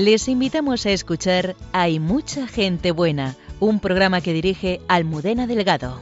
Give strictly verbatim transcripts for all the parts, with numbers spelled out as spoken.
Les invitamos a escuchar Hay mucha gente buena, un programa que dirige Almudena Delgado.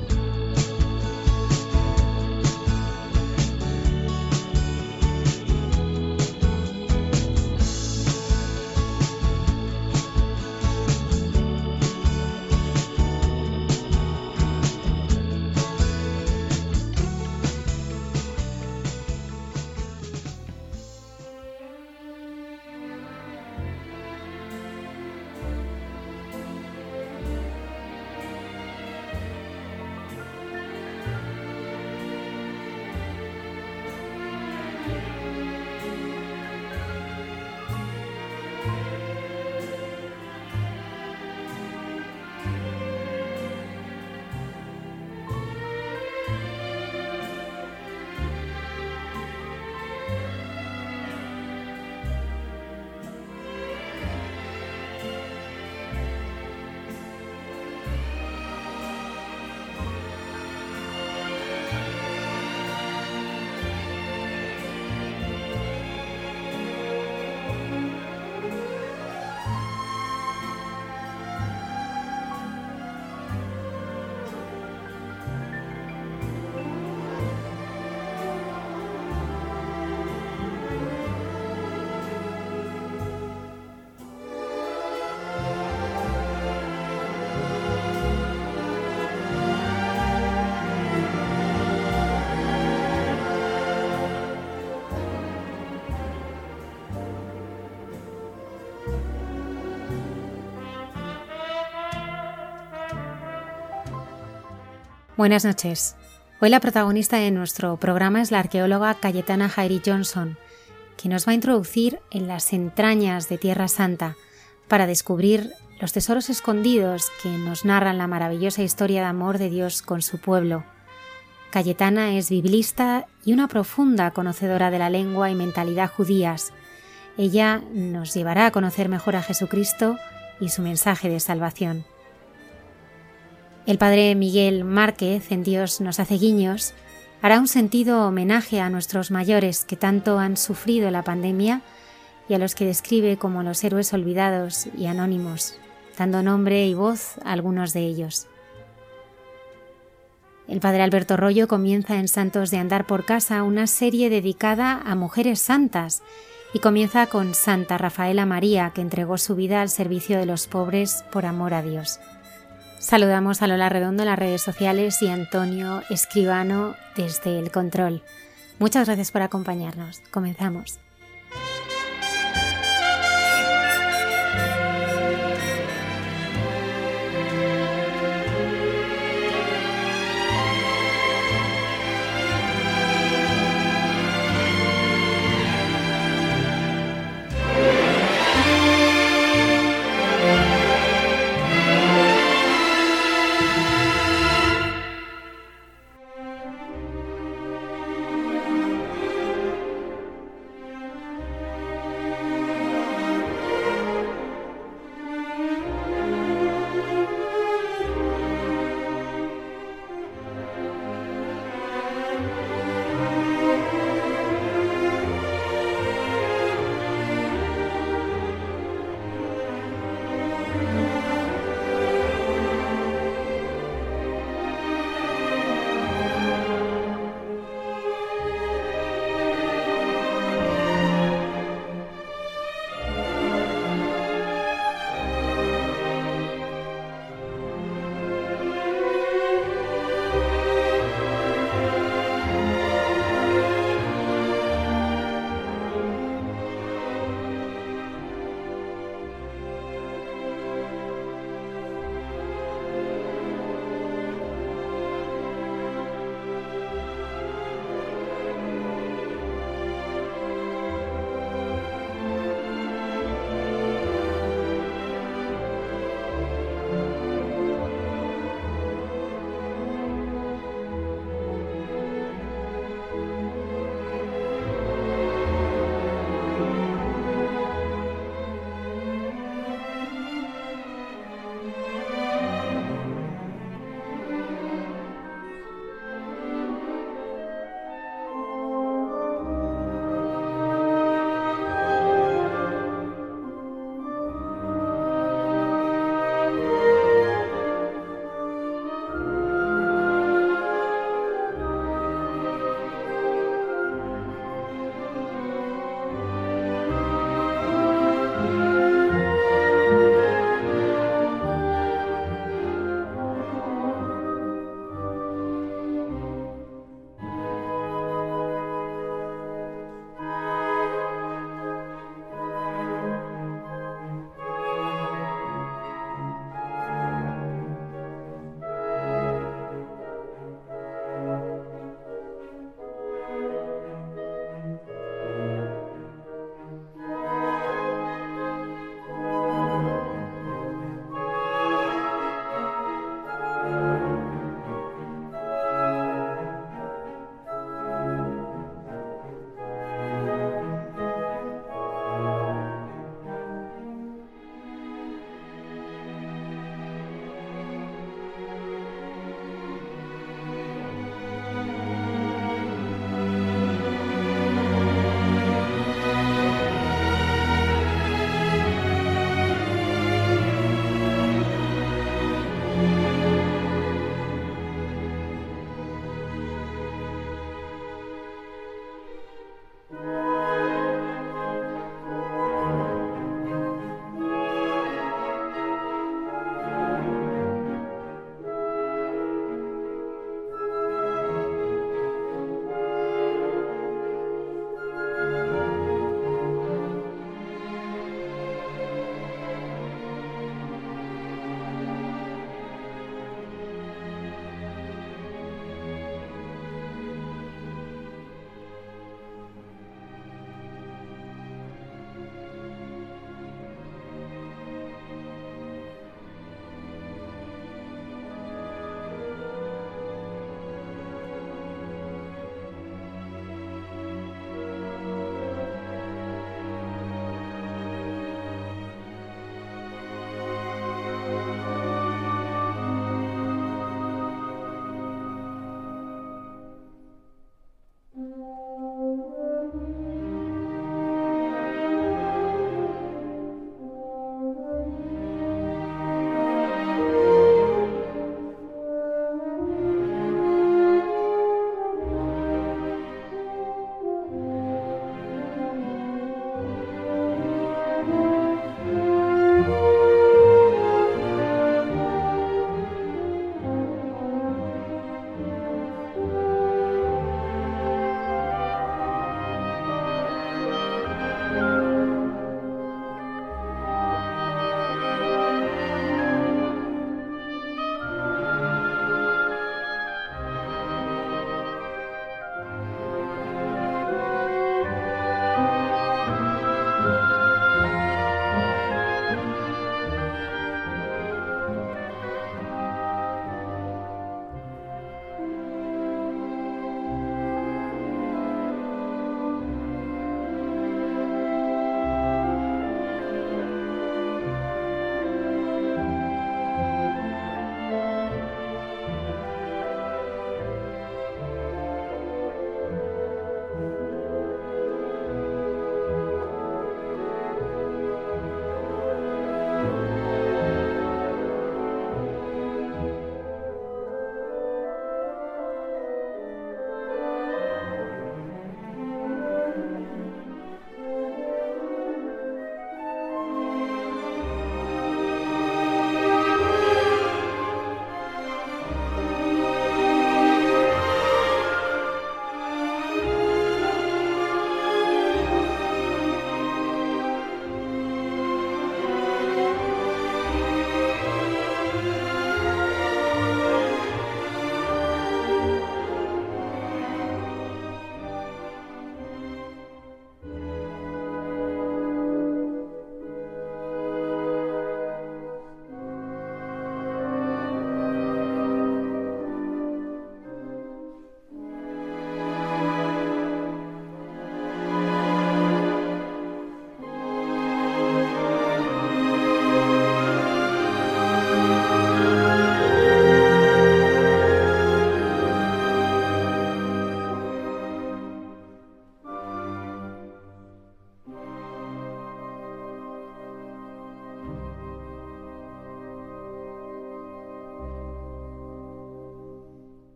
Buenas noches. Hoy la protagonista de nuestro programa es la arqueóloga Cayetana Jairi Johnson, que nos va a introducir en las entrañas de Tierra Santa para descubrir los tesoros escondidos que nos narran la maravillosa historia de amor de Dios con su pueblo. Cayetana es biblista y una profunda conocedora de la lengua y mentalidad judías. Ella nos llevará a conocer mejor a Jesucristo y su mensaje de salvación. El padre Miguel Márquez, en Dios nos hace guiños, hará un sentido homenaje a nuestros mayores que tanto han sufrido la pandemia y a los que describe como los héroes olvidados y anónimos, dando nombre y voz a algunos de ellos. El padre Alberto Rollo comienza en Santos de Andar por Casa una serie dedicada a mujeres santas y comienza con Santa Rafaela María, que entregó su vida al servicio de los pobres por amor a Dios. Saludamos a Lola Redondo en las redes sociales y a Antonio Escribano desde el control. Muchas gracias por acompañarnos. Comenzamos.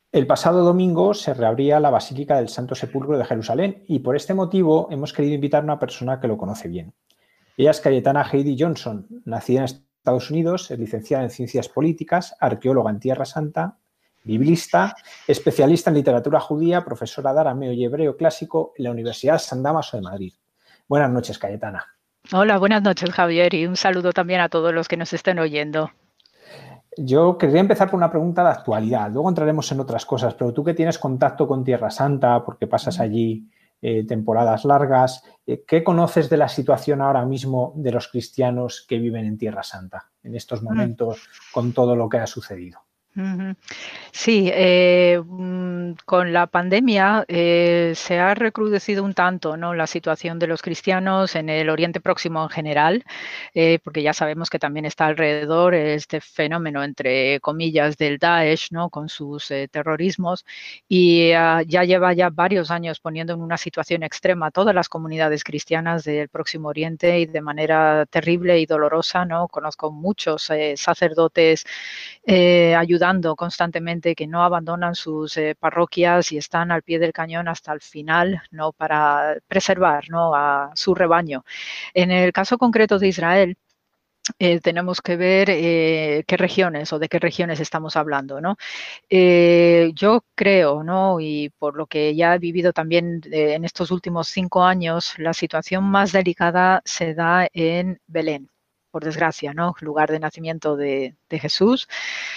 El pasado domingo se reabría la Basílica del Santo Sepulcro de Jerusalén y por este motivo hemos querido invitar a una persona que lo conoce bien. Ella es Cayetana Heidi Johnson, nacida en Estados Unidos, es licenciada en Ciencias Políticas, arqueóloga en Tierra Santa, biblista, especialista en literatura judía, profesora de arameo y hebreo clásico en la Universidad San Damaso de Madrid. Buenas noches, Cayetana. Hola, buenas noches, Javier, y un saludo también a todos los que nos estén oyendo. Yo quería empezar por una pregunta de actualidad, luego entraremos en otras cosas, pero tú que tienes contacto con Tierra Santa, porque pasas allí eh, temporadas largas, eh, ¿qué conoces de la situación ahora mismo de los cristianos que viven en Tierra Santa, en estos momentos, con todo lo que ha sucedido? Sí, eh, con la pandemia eh, se ha recrudecido un tanto, ¿no?, la situación de los cristianos en el Oriente Próximo en general, eh, porque ya sabemos que también está alrededor este fenómeno, entre comillas, del Daesh, ¿no?, con sus eh, terrorismos, y uh, ya lleva ya varios años poniendo en una situación extrema a todas las comunidades cristianas del Próximo Oriente y de manera terrible y dolorosa, ¿no? Conozco muchos eh, sacerdotes eh, ayudando constantemente, que no abandonan sus eh, parroquias y están al pie del cañón hasta el final, ¿no?, para preservar, ¿no?, a su rebaño. En el caso concreto de Israel, Eh, tenemos que ver eh, qué regiones o de qué regiones estamos hablando, ¿no? Eh, yo creo, ¿no?, y por lo que ya he vivido también eh, en estos últimos cinco años, la situación más delicada se da en Belén, por desgracia, ¿no?, lugar de nacimiento de, de Jesús.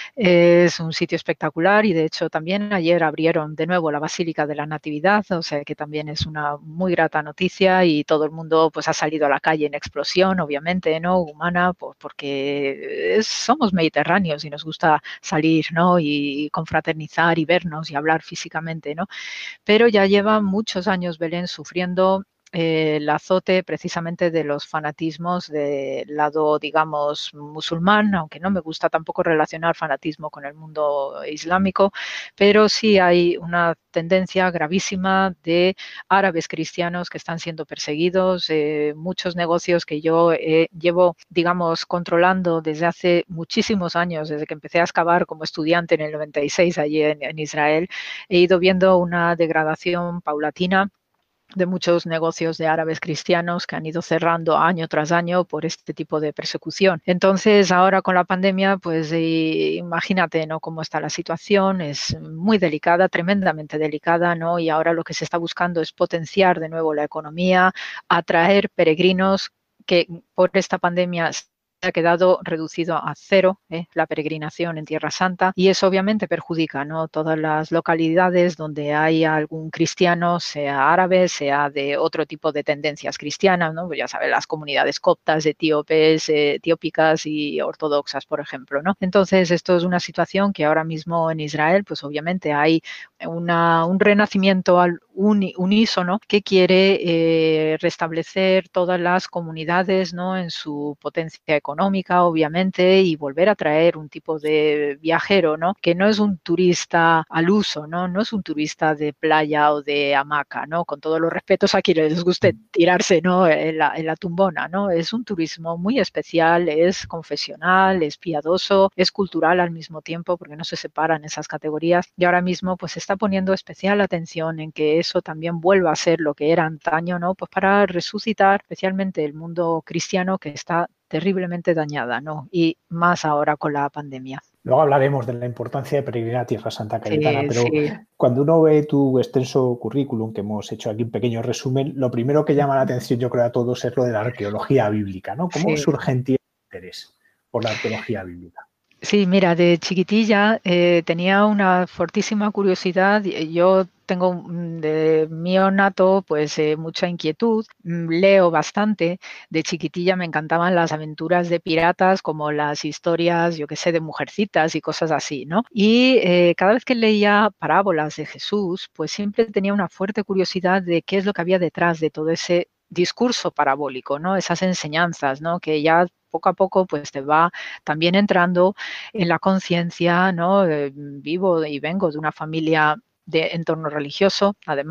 Es un sitio espectacular y de hecho también ayer abrieron de nuevo la Basílica de la Natividad, o sea que también es una muy grata noticia y todo el mundo pues ha salido a la calle en explosión, obviamente, ¿no?, humana, pues porque es, somos mediterráneos y nos gusta salir, ¿no?, y confraternizar y vernos y hablar físicamente, ¿no? Pero ya lleva muchos años Belén sufriendo Eh, el azote precisamente de los fanatismos del lado, digamos, musulmán, aunque no me gusta tampoco relacionar fanatismo con el mundo islámico, pero sí hay una tendencia gravísima de árabes cristianos que están siendo perseguidos, eh, muchos negocios que yo eh, llevo, digamos, controlando desde hace muchísimos años, desde que empecé a excavar como estudiante en el noventa y seis allí en, en Israel, he ido viendo una degradación paulatina de muchos negocios de árabes cristianos que han ido cerrando año tras año por este tipo de persecución. Entonces, ahora con la pandemia, pues eh, imagínate, ¿no?, cómo está la situación, es muy delicada, tremendamente delicada, ¿no? Y ahora lo que se está buscando es potenciar de nuevo la economía, atraer peregrinos que por esta pandemia ha quedado reducido a cero eh, la peregrinación en Tierra Santa, y eso obviamente perjudica, ¿no?, todas las localidades donde hay algún cristiano, sea árabe, sea de otro tipo de tendencias cristianas, ¿no? Pues ya sabes, las comunidades coptas, etíopes, eh, etiópicas y ortodoxas, por ejemplo, ¿no? Entonces, esto es una situación que ahora mismo en Israel, pues obviamente hay una, un renacimiento al uni, unísono que quiere eh, restablecer todas las comunidades, ¿no?, en su potencia económica, económica, obviamente, y volver a traer un tipo de viajero, ¿no?, que no es un turista al uso, ¿no? No es un turista de playa o de hamaca, ¿no?, con todos los respetos a quienes les guste tirarse, ¿no?, en la, en la tumbona, ¿no? Es un turismo muy especial, es confesional, es piadoso, es cultural al mismo tiempo, porque no se separan esas categorías, y ahora mismo pues se está poniendo especial atención en que eso también vuelva a ser lo que era antaño, ¿no?, pues para resucitar especialmente el mundo cristiano, que está terriblemente dañada, ¿no?, y más ahora con la pandemia. Luego hablaremos de la importancia de peregrinar a Tierra Santa, Cayetana, sí, pero sí. Cuando uno ve tu extenso currículum, que hemos hecho aquí un pequeño resumen, lo primero que llama la atención, yo creo, a todos es lo de la arqueología bíblica, ¿no? ¿Cómo Sí. surge en ti el interés por la arqueología bíblica? Sí, mira, de chiquitilla eh, tenía una fortísima curiosidad. Yo tengo mm, de mío nato pues eh, mucha inquietud, mm, leo bastante. De chiquitilla me encantaban las aventuras de piratas, como las historias, yo qué sé, de mujercitas y cosas así, ¿no? Y eh, cada vez que leía parábolas de Jesús, pues siempre tenía una fuerte curiosidad de qué es lo que había detrás de todo ese discurso parabólico, ¿no? Esas enseñanzas, ¿no?, que ya poco a poco pues te va también entrando en la conciencia, ¿no? Eh, vivo y vengo de una familia de entorno religioso, además,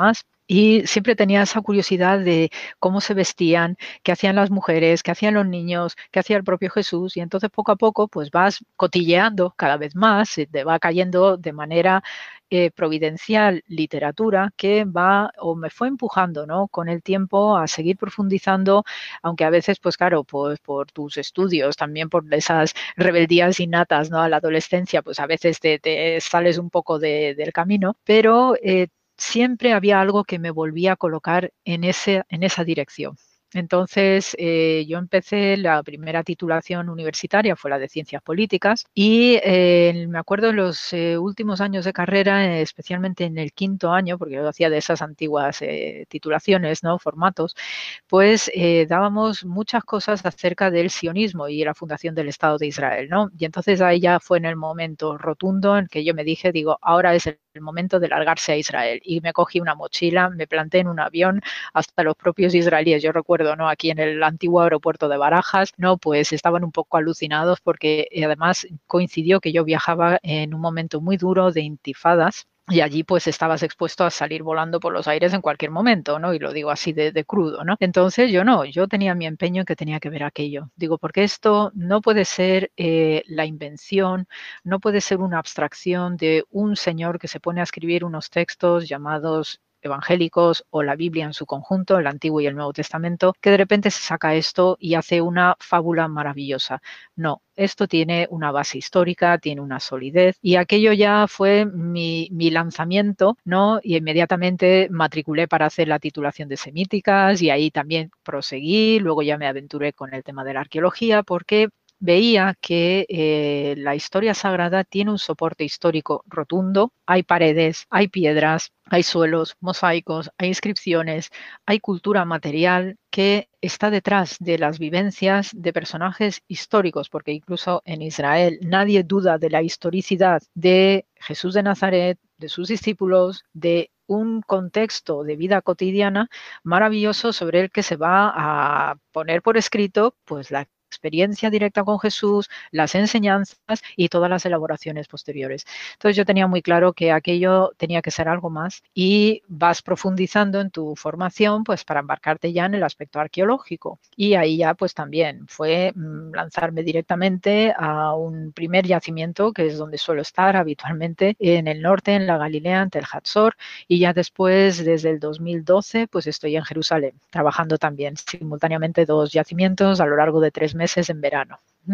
Y siempre tenía esa curiosidad de cómo se vestían, qué hacían las mujeres, qué hacían los niños, qué hacía el propio Jesús. Y entonces poco a poco pues vas cotilleando cada vez más, y te va cayendo de manera eh, providencial literatura que va o me fue empujando, ¿no?, con el tiempo a seguir profundizando, aunque a veces, pues claro, pues por tus estudios, también por esas rebeldías innatas, ¿no?, a la adolescencia, pues a veces te, te sales un poco de, del camino, pero eh, siempre había algo que me volvía a colocar en, ese, en esa dirección. Entonces, eh, yo empecé la primera titulación universitaria, fue la de Ciencias Políticas, y eh, me acuerdo en los eh, últimos años de carrera, eh, especialmente en el quinto año, porque yo hacía de esas antiguas eh, titulaciones, ¿no?, formatos, pues eh, dábamos muchas cosas acerca del sionismo y la fundación del Estado de Israel, ¿no? Y entonces ahí ya fue en el momento rotundo en que yo me dije, digo, ahora es el momento de largarse a Israel. Y me cogí una mochila, me planté en un avión, hasta los propios israelíes, yo recuerdo, ¿no?, aquí en el antiguo aeropuerto de Barajas, ¿no?, pues estaban un poco alucinados porque además coincidió que yo viajaba en un momento muy duro de intifadas. Y allí pues estabas expuesto a salir volando por los aires en cualquier momento, ¿no? Y lo digo así de, de crudo, ¿no? Entonces yo no, yo tenía mi empeño en que tenía que ver aquello. Digo, porque esto no puede ser eh, la invención, no puede ser una abstracción de un señor que se pone a escribir unos textos llamados evangélicos o la Biblia en su conjunto, el Antiguo y el Nuevo Testamento, que de repente se saca esto y hace una fábula maravillosa. No, esto tiene una base histórica, tiene una solidez, y aquello ya fue mi, mi lanzamiento, ¿no? Y inmediatamente matriculé para hacer la titulación de semíticas y ahí también proseguí, luego ya me aventuré con el tema de la arqueología porque veía que eh, la historia sagrada tiene un soporte histórico rotundo, hay paredes, hay piedras, hay suelos, mosaicos, hay inscripciones, hay cultura material que está detrás de las vivencias de personajes históricos, porque incluso en Israel nadie duda de la historicidad de Jesús de Nazaret, de sus discípulos, de un contexto de vida cotidiana maravilloso sobre el que se va a poner por escrito pues la experiencia directa con Jesús, las enseñanzas y todas las elaboraciones posteriores. Entonces yo tenía muy claro que aquello tenía que ser algo más y vas profundizando en tu formación pues para embarcarte ya en el aspecto arqueológico. Y ahí ya pues también fue mmm, lanzarme directamente a un primer yacimiento que es donde suelo estar habitualmente en el norte, en la Galilea, en Tel Hatzor, y ya después desde el dos mil doce pues estoy en Jerusalén trabajando también simultáneamente dos yacimientos a lo largo de tres meses meses en verano. ¿Mm?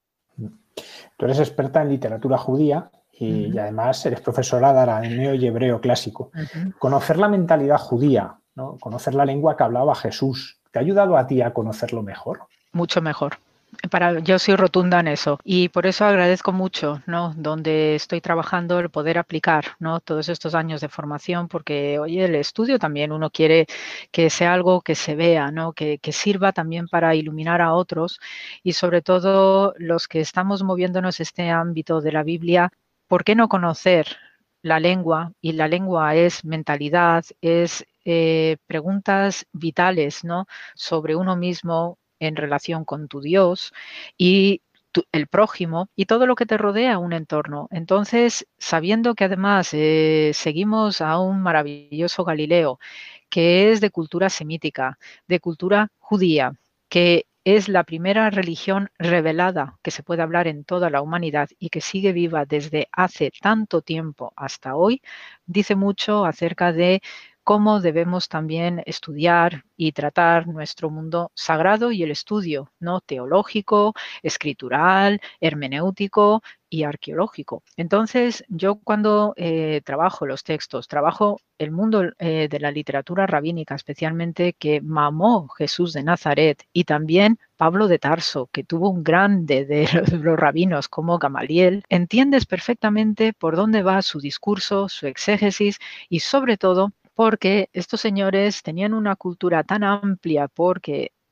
Tú eres experta en literatura judía y, uh-huh. y además eres profesora de arameo y hebreo clásico. Uh-huh. Conocer la mentalidad judía, ¿no?, conocer la lengua que hablaba Jesús, ¿te ha ayudado a ti a conocerlo mejor? Mucho mejor. Para, yo soy rotunda en eso y por eso agradezco mucho, ¿no?, donde estoy trabajando el poder aplicar, ¿no?, todos estos años de formación, porque oye, el estudio también uno quiere que sea algo que se vea, ¿no?, que, que sirva también para iluminar a otros y sobre todo los que estamos moviéndonos este ámbito de la Biblia, ¿por qué no conocer la lengua? Y la lengua es mentalidad, es eh, preguntas vitales, ¿no?, sobre uno mismo, en relación con tu Dios y tu, el prójimo y todo lo que te rodea un entorno. Entonces, sabiendo que además eh, seguimos a un maravilloso Galileo que es de cultura semítica, de cultura judía, que es la primera religión revelada que se puede hablar en toda la humanidad y que sigue viva desde hace tanto tiempo hasta hoy, dice mucho acerca de cómo debemos también estudiar y tratar nuestro mundo sagrado y el estudio, ¿no?, teológico, escritural, hermenéutico y arqueológico. Entonces, yo cuando eh, trabajo los textos, trabajo el mundo eh, de la literatura rabínica, especialmente que mamó Jesús de Nazaret y también Pablo de Tarso, que tuvo un grande de los, los rabinos como Gamaliel, entiendes perfectamente por dónde va su discurso, su exégesis y sobre todo porque estos señores tenían una cultura tan amplia porque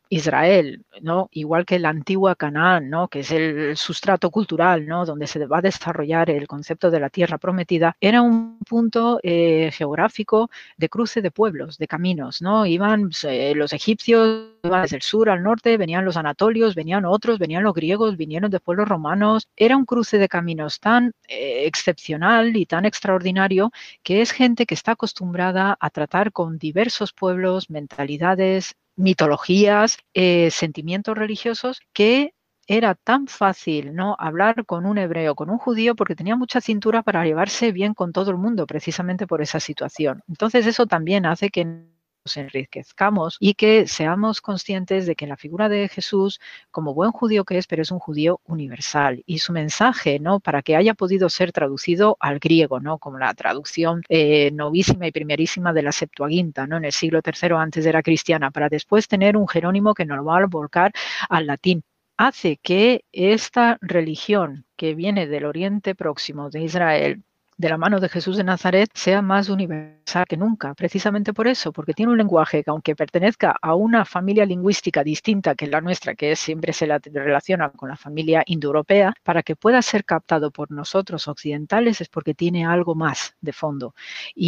Israel, ¿no? Igual que la antigua Canaán, ¿no? Que es el sustrato cultural, ¿no? Donde se va a desarrollar el concepto de la tierra prometida, era un punto eh, geográfico de cruce de pueblos, de caminos, ¿no? Iban eh, los egipcios, iban desde el sur al norte, venían los anatolios, venían otros, venían los griegos, vinieron después los romanos. Era un cruce de caminos tan eh, excepcional y tan extraordinario que es gente que está acostumbrada a tratar con diversos pueblos, mentalidades, mitologías, eh, sentimientos religiosos, que era tan fácil, ¿no?, hablar con un hebreo, con un judío, porque tenía mucha cintura para llevarse bien con todo el mundo, precisamente por esa situación. Entonces eso también hace que nos enriquezcamos y que seamos conscientes de que la figura de Jesús, como buen judío que es, pero es un judío universal, y su mensaje, ¿no?, para que haya podido ser traducido al griego, ¿no?, como la traducción eh, novísima y primerísima de la Septuaginta, ¿no?, en el siglo tercero antes era cristiana, para después tener un Jerónimo que nos va a volcar al latín, hace que esta religión que viene del Oriente Próximo, de Israel, de la mano de Jesús de Nazaret, sea más universal que nunca, precisamente por eso, porque tiene un lenguaje que, aunque pertenezca a una familia lingüística distinta que la nuestra, que es, siempre se la relaciona con la familia indoeuropea, para que pueda ser captado por nosotros occidentales es porque tiene algo más de fondo.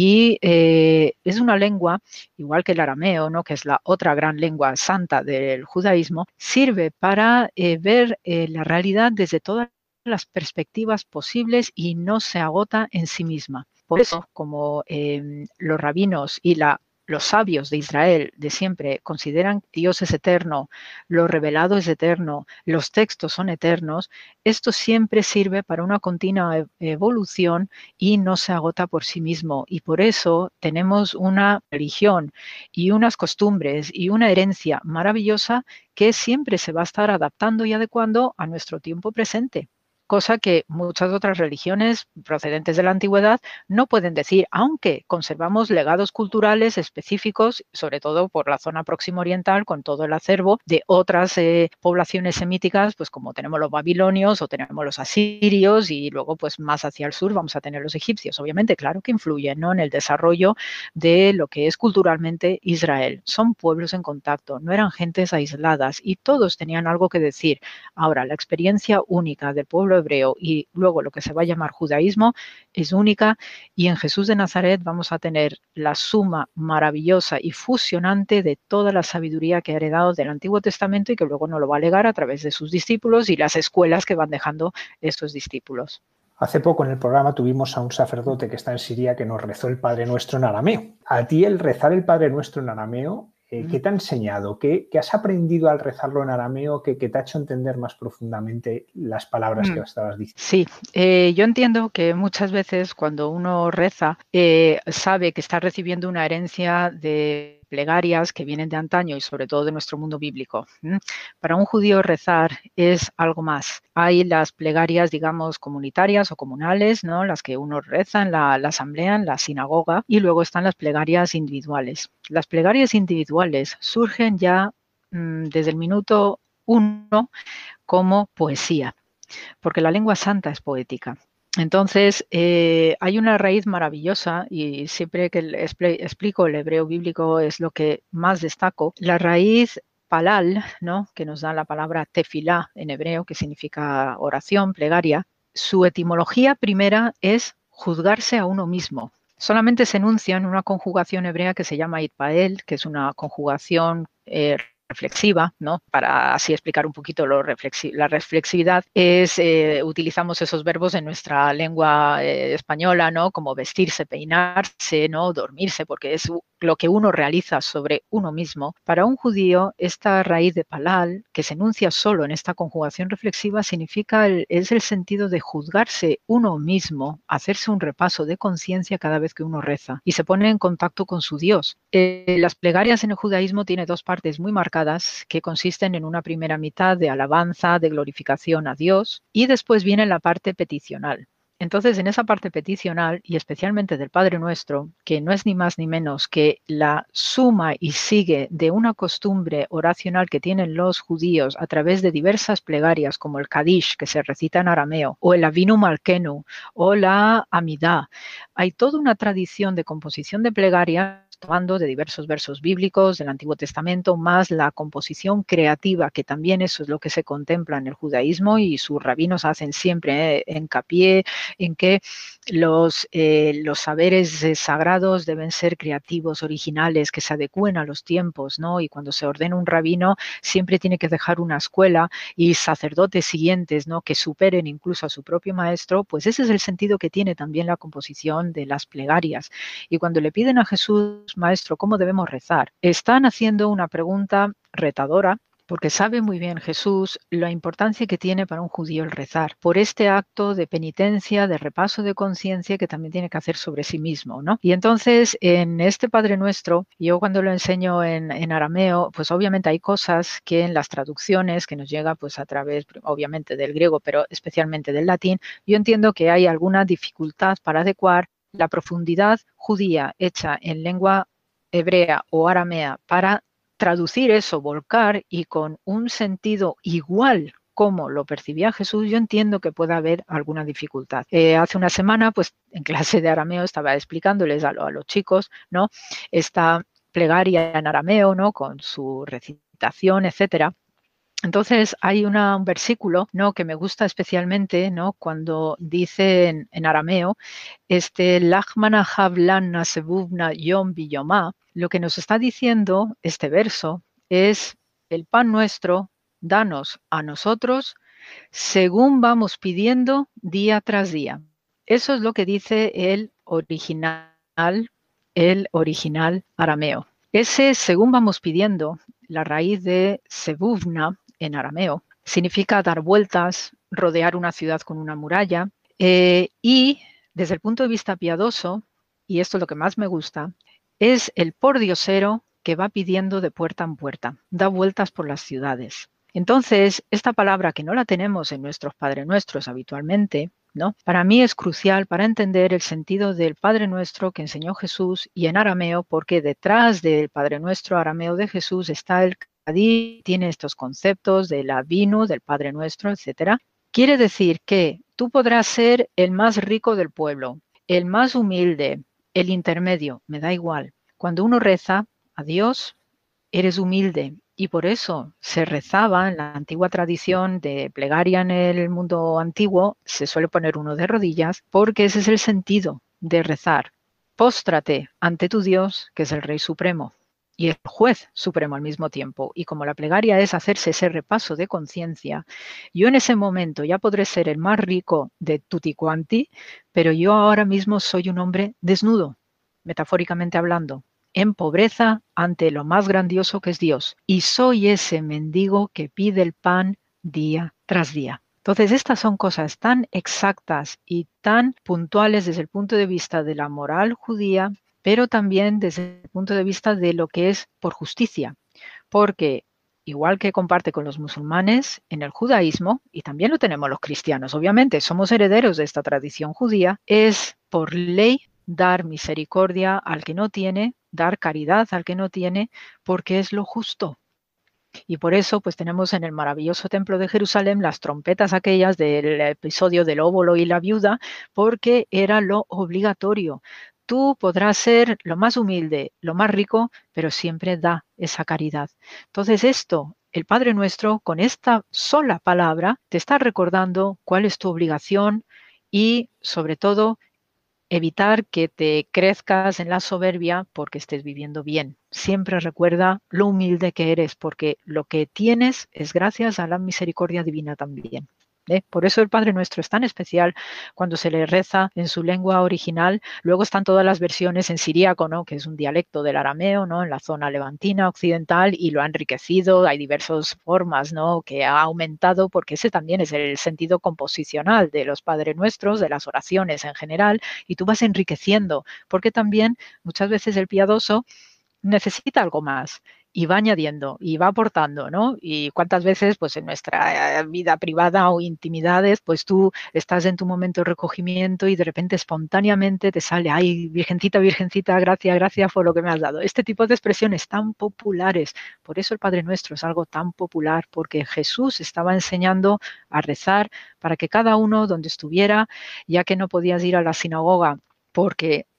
Y eh, es una lengua, igual que el arameo, ¿no?, que es la otra gran lengua santa del judaísmo, sirve para eh, ver eh, la realidad desde todas las perspectivas posibles y no se agota en sí misma. Por eso, como eh, los rabinos y la, los sabios de Israel de siempre consideran que Dios es eterno, lo revelado es eterno, los textos son eternos, esto siempre sirve para una continua evolución y no se agota por sí mismo. Y por eso tenemos una religión y unas costumbres y una herencia maravillosa que siempre se va a estar adaptando y adecuando a nuestro tiempo presente, cosa que muchas otras religiones procedentes de la antigüedad no pueden decir, aunque conservamos legados culturales específicos, sobre todo por la zona próxima oriental, con todo el acervo de otras eh, poblaciones semíticas, pues como tenemos los babilonios o tenemos los asirios, y luego pues más hacia el sur vamos a tener los egipcios. Obviamente, claro que influyen, ¿no?, en el desarrollo de lo que es culturalmente Israel. Son pueblos en contacto, no eran gentes aisladas y todos tenían algo que decir. Ahora, la experiencia única del pueblo hebreo y luego lo que se va a llamar judaísmo es única, y en Jesús de Nazaret vamos a tener la suma maravillosa y fusionante de toda la sabiduría que ha heredado del Antiguo Testamento y que luego nos lo va a legar a través de sus discípulos y las escuelas que van dejando estos discípulos. Hace poco en el programa tuvimos a un sacerdote que está en Siria que nos rezó el Padre Nuestro en arameo. A ti el rezar el Padre Nuestro en arameo, Eh, ¿qué te ha enseñado? ¿Qué, qué has aprendido al rezarlo en arameo que, que te ha hecho entender más profundamente las palabras mm. que estabas diciendo? Sí, eh, yo entiendo que muchas veces cuando uno reza eh, sabe que está recibiendo una herencia de plegarias que vienen de antaño y sobre todo de nuestro mundo bíblico. Para un judío rezar es algo más. Hay las plegarias, digamos, comunitarias o comunales, ¿no?, las que uno reza en la, la asamblea, en la sinagoga, y luego están las plegarias individuales. Las plegarias individuales surgen ya mmm, desde el minuto uno como poesía, porque la lengua santa es poética. Entonces, eh, hay una raíz maravillosa, y siempre que explico el hebreo bíblico es lo que más destaco, la raíz palal, ¿no?, que nos da la palabra tefilá en hebreo, que significa oración, plegaria. Su etimología primera es juzgarse a uno mismo. Solamente se enuncia en una conjugación hebrea que se llama itpael, que es una conjugación eh, reflexiva, ¿no?, para así explicar un poquito lo reflexi la reflexividad, es, eh, utilizamos esos verbos en nuestra lengua eh, española, ¿no?, como vestirse, peinarse, ¿no?, dormirse, porque es lo que uno realiza sobre uno mismo. Para un judío, esta raíz de palal, que se enuncia solo en esta conjugación reflexiva, significa el, es el sentido de juzgarse uno mismo, hacerse un repaso de conciencia cada vez que uno reza y se pone en contacto con su Dios. Eh, las plegarias en el judaísmo tienen dos partes muy marcadas que consisten en una primera mitad de alabanza, de glorificación a Dios, y después viene la parte peticional. Entonces, en esa parte peticional, y especialmente del Padre Nuestro, que no es ni más ni menos que la suma y sigue de una costumbre oracional que tienen los judíos a través de diversas plegarias, como el Kadish, que se recita en arameo, o el Avinu Malkenu, o la Amidá. Hay toda una tradición de composición de plegarias tomando de diversos versos bíblicos del Antiguo Testamento, más la composición creativa, que también eso es lo que se contempla en el judaísmo, y sus rabinos hacen siempre eh, hincapié en que los, eh, los saberes eh, sagrados deben ser creativos, originales, que se adecúen a los tiempos, ¿no? Y cuando se ordena un rabino, siempre tiene que dejar una escuela y sacerdotes siguientes, ¿no?, que superen incluso a su propio maestro. Pues ese es el sentido que tiene también la composición de las plegarias. Y cuando le piden a Jesús, Maestro, ¿cómo debemos rezar?, están haciendo una pregunta retadora, porque sabe muy bien Jesús la importancia que tiene para un judío el rezar, por este acto de penitencia, de repaso de conciencia que también tiene que hacer sobre sí mismo, ¿no? Y entonces, en este Padre Nuestro, yo cuando lo enseño en, en arameo, pues obviamente hay cosas que en las traducciones que nos llega pues a través, obviamente, del griego, pero especialmente del latín, yo entiendo que hay alguna dificultad para adecuar la profundidad judía hecha en lengua hebrea o aramea para traducir eso, volcar, y con un sentido igual como lo percibía Jesús, yo entiendo que pueda haber alguna dificultad. Eh, hace una semana, pues en clase de arameo estaba explicándoles a, lo, a los chicos, ¿no?, esta plegaria en arameo, ¿no?, con su recitación, etcétera. Entonces hay una, un versículo, ¿no?, que me gusta especialmente, ¿no?, cuando dice en, en arameo, este Lachmana Havlan Nasebuvna Yom Biyomá. Lo que nos está diciendo este verso es: el pan nuestro, danos a nosotros según vamos pidiendo día tras día. Eso es lo que dice el original, el original arameo. Ese según vamos pidiendo, la raíz de sebuvna en arameo, significa dar vueltas, rodear una ciudad con una muralla, eh, y desde el punto de vista piadoso, y esto es lo que más me gusta, es el pordiosero que va pidiendo de puerta en puerta, da vueltas por las ciudades. Entonces, esta palabra, que no la tenemos en nuestros Padre Nuestros habitualmente, ¿no?, para mí es crucial para entender el sentido del Padre Nuestro que enseñó Jesús, y en arameo, porque detrás del Padre Nuestro arameo de Jesús está el Kadí, tiene estos conceptos del Avinu, del Padre Nuestro, etcétera. Quiere decir que tú podrás ser el más rico del pueblo, el más humilde, el intermedio, me da igual. Cuando uno reza a Dios, eres humilde. Y por eso se rezaba en la antigua tradición de plegaria en el mundo antiguo, se suele poner uno de rodillas, porque ese es el sentido de rezar. Póstrate ante tu Dios, que es el Rey Supremo y el Juez Supremo al mismo tiempo. Y como la plegaria es hacerse ese repaso de conciencia, yo en ese momento ya podré ser el más rico de tutti quanti, pero yo ahora mismo soy un hombre desnudo, metafóricamente hablando, en pobreza ante lo más grandioso que es Dios. Y soy ese mendigo que pide el pan día tras día. Entonces, estas son cosas tan exactas y tan puntuales desde el punto de vista de la moral judía, pero también desde el punto de vista de lo que es por justicia. Porque, igual que comparte con los musulmanes, en el judaísmo, y también lo tenemos los cristianos, obviamente, somos herederos de esta tradición judía, es por ley dar misericordia al que no tiene, dar caridad al que no tiene, porque es lo justo. Y por eso pues tenemos en el maravilloso templo de Jerusalén las trompetas aquellas del episodio del óbolo y la viuda, porque era lo obligatorio. Tú podrás ser lo más humilde, lo más rico, pero siempre da esa caridad. Entonces esto, el Padre Nuestro, con esta sola palabra, te está recordando cuál es tu obligación y, sobre todo, evitar que te crezcas en la soberbia porque estés viviendo bien. Siempre recuerda lo humilde que eres, porque lo que tienes es gracias a la misericordia divina también. ¿Eh? Por eso el Padre Nuestro es tan especial cuando se le reza en su lengua original. Luego están todas las versiones en siríaco, ¿no?, que es un dialecto del arameo, ¿no?, en la zona levantina occidental, y lo ha enriquecido. Hay diversas formas, ¿no?, que ha aumentado, porque ese también es el sentido composicional de los Padre Nuestros, de las oraciones en general, y tú vas enriqueciendo, porque también muchas veces el piadoso necesita algo más y va añadiendo y va aportando, ¿no? Y cuántas veces, pues en nuestra vida privada o intimidades, pues tú estás en tu momento de recogimiento y de repente espontáneamente te sale: ay, virgencita, virgencita, gracias, gracias por lo que me has dado. Este tipo de expresiones tan populares. Por eso el Padre Nuestro es algo tan popular, porque Jesús estaba enseñando a rezar para que cada uno donde estuviera, ya que no podías ir a la sinagoga porque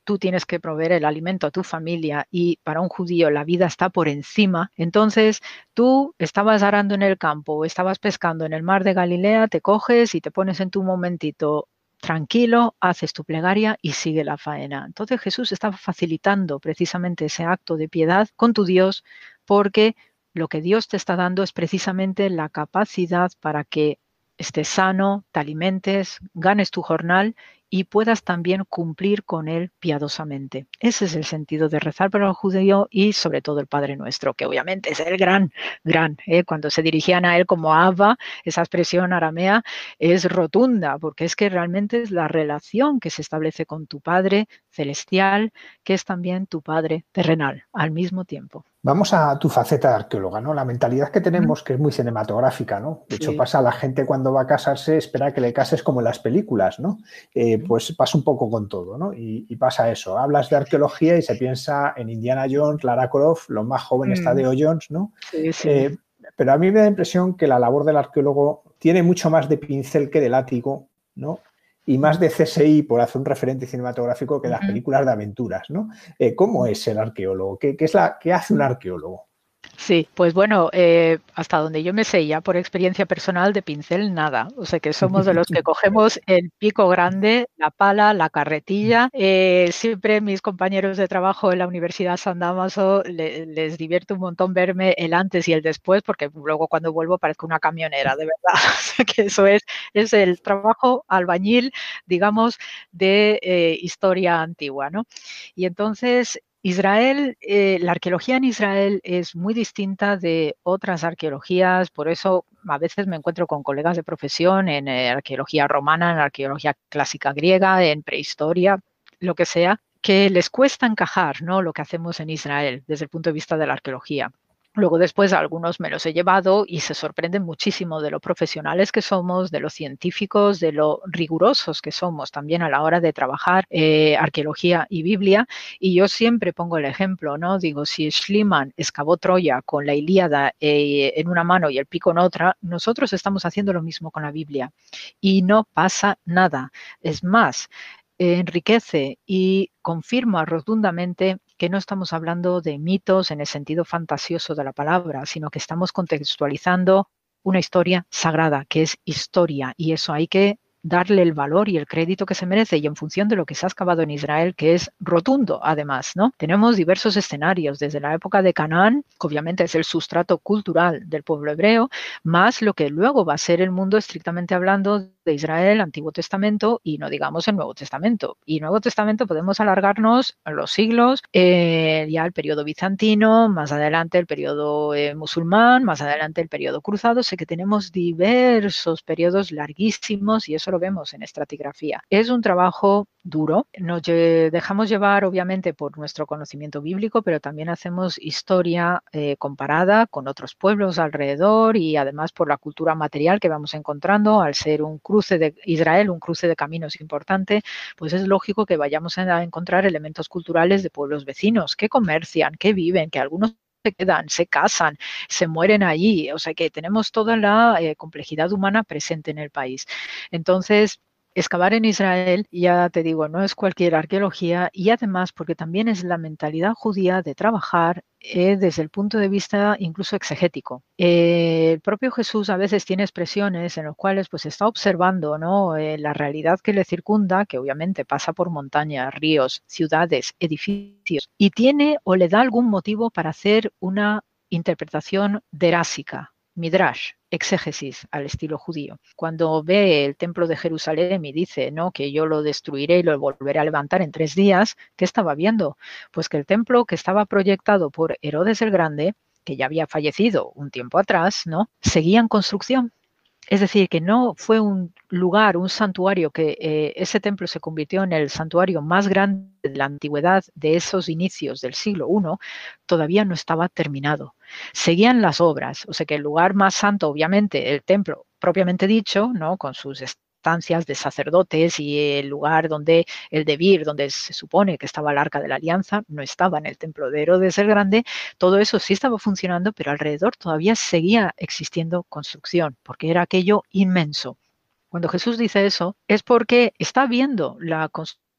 tú tienes que proveer el alimento a tu familia y para un judío la vida está por encima, entonces tú estabas arando en el campo o estabas pescando en el mar de Galilea, te coges y te pones en tu momentito tranquilo, haces tu plegaria y sigue la faena. Entonces Jesús estaba facilitando precisamente ese acto de piedad con tu Dios, porque lo que Dios te está dando es precisamente la capacidad para que estés sano, te alimentes, ganes tu jornal y puedas también cumplir con él piadosamente. Ese es el sentido de rezar para el judío y sobre todo el Padre Nuestro, que obviamente es el gran, gran, ¿eh? Cuando se dirigían a él como Abba, esa expresión aramea es rotunda, porque es que realmente es la relación que se establece con tu Padre celestial, que es también tu Padre terrenal, al mismo tiempo. Vamos a tu faceta de arqueóloga, ¿no? La mentalidad que tenemos, que es muy cinematográfica, ¿no? De hecho, Sí. pasa a la gente cuando va a casarse, espera que le cases como en las películas, ¿no? Eh, pues pasa un poco con todo, ¿no? Y, y pasa eso. Hablas de arqueología y se piensa en Indiana Jones, Lara Croft, lo más joven está Deo Jones, ¿no? Sí, sí. Eh, pero a mí me da la impresión que la labor del arqueólogo tiene mucho más de pincel que de látigo, ¿no? Y más de C S I, por hacer un referente cinematográfico, que las películas de aventuras, ¿no? Eh, ¿Cómo es el arqueólogo? ¿Qué, qué, es la, ¿Qué hace un arqueólogo? Sí, pues bueno, eh, hasta donde yo me sé ya por experiencia personal de pincel, nada. O sea que somos de los que cogemos el pico grande, la pala, la carretilla. Eh, siempre mis compañeros de trabajo en la Universidad San Dámaso le, les divierte un montón verme el antes y el después, porque luego cuando vuelvo parezco una camionera, de verdad. O sea que eso es, es el trabajo albañil, digamos, de eh, historia antigua, ¿no? Y entonces Israel, eh, la arqueología en Israel es muy distinta de otras arqueologías, por eso a veces me encuentro con colegas de profesión en eh, arqueología romana, en arqueología clásica griega, en prehistoria, lo que sea, que les cuesta encajar, ¿no?, lo que hacemos en Israel desde el punto de vista de la arqueología. Luego después algunos me los he llevado y se sorprenden muchísimo de lo profesionales que somos, de los científicos, de lo rigurosos que somos también a la hora de trabajar eh, arqueología y Biblia. Y yo siempre pongo el ejemplo, ¿no? Digo, si Schliemann excavó Troya con la Ilíada eh, en una mano y el pico en otra, nosotros estamos haciendo lo mismo con la Biblia y no pasa nada. Es más, enriquece y confirma rotundamente que no estamos hablando de mitos en el sentido fantasioso de la palabra, sino que estamos contextualizando una historia sagrada, que es historia, y eso hay que darle el valor y el crédito que se merece, y en función de lo que se ha excavado en Israel, que es rotundo además, ¿no? Tenemos diversos escenarios, desde la época de Canaán, que obviamente es el sustrato cultural del pueblo hebreo, más lo que luego va a ser el mundo estrictamente hablando de Israel, Antiguo Testamento y no digamos el Nuevo Testamento. Y Nuevo Testamento podemos alargarnos a los siglos, eh, ya el periodo bizantino, más adelante el periodo eh, musulmán, más adelante el periodo cruzado. Sé que tenemos diversos periodos larguísimos y eso lo vemos en estratigrafía. Es un trabajo duro, nos dejamos llevar obviamente por nuestro conocimiento bíblico, pero también hacemos historia eh, comparada con otros pueblos alrededor y además por la cultura material que vamos encontrando. Al ser un cruce de Israel, un cruce de caminos importante, pues es lógico que vayamos a encontrar elementos culturales de pueblos vecinos que comercian, que viven, que algunos se quedan, se casan, se mueren allí, o sea que tenemos toda la eh, complejidad humana presente en el país. Entonces, excavar en Israel, ya te digo, no es cualquier arqueología y además porque también es la mentalidad judía de trabajar eh, desde el punto de vista incluso exegético. Eh, el propio Jesús a veces tiene expresiones en las cuales pues está observando, ¿no?, eh, la realidad que le circunda, que obviamente pasa por montañas, ríos, ciudades, edificios, y tiene o le da algún motivo para hacer una interpretación derásica, midrash, exégesis al estilo judío. Cuando ve el templo de Jerusalén y dice, ¿no?, que yo lo destruiré y lo volveré a levantar en tres días, ¿qué estaba viendo? Pues que el templo que estaba proyectado por Herodes el Grande, que ya había fallecido un tiempo atrás, ¿no?, seguía en construcción. Es decir, que no fue un lugar, un santuario, que eh, ese templo se convirtió en el santuario más grande de la antigüedad de esos inicios del siglo primero, todavía no estaba terminado. Seguían las obras, o sea que el lugar más santo, obviamente, el templo propiamente dicho, ¿no?, con sus estancias de sacerdotes y el lugar donde el Debir, donde se supone que estaba el Arca de la Alianza, no estaba en el templo de Herodes el Grande. Todo eso sí estaba funcionando, pero alrededor todavía seguía existiendo construcción, porque era aquello inmenso. Cuando Jesús dice eso, es porque está viendo la construcción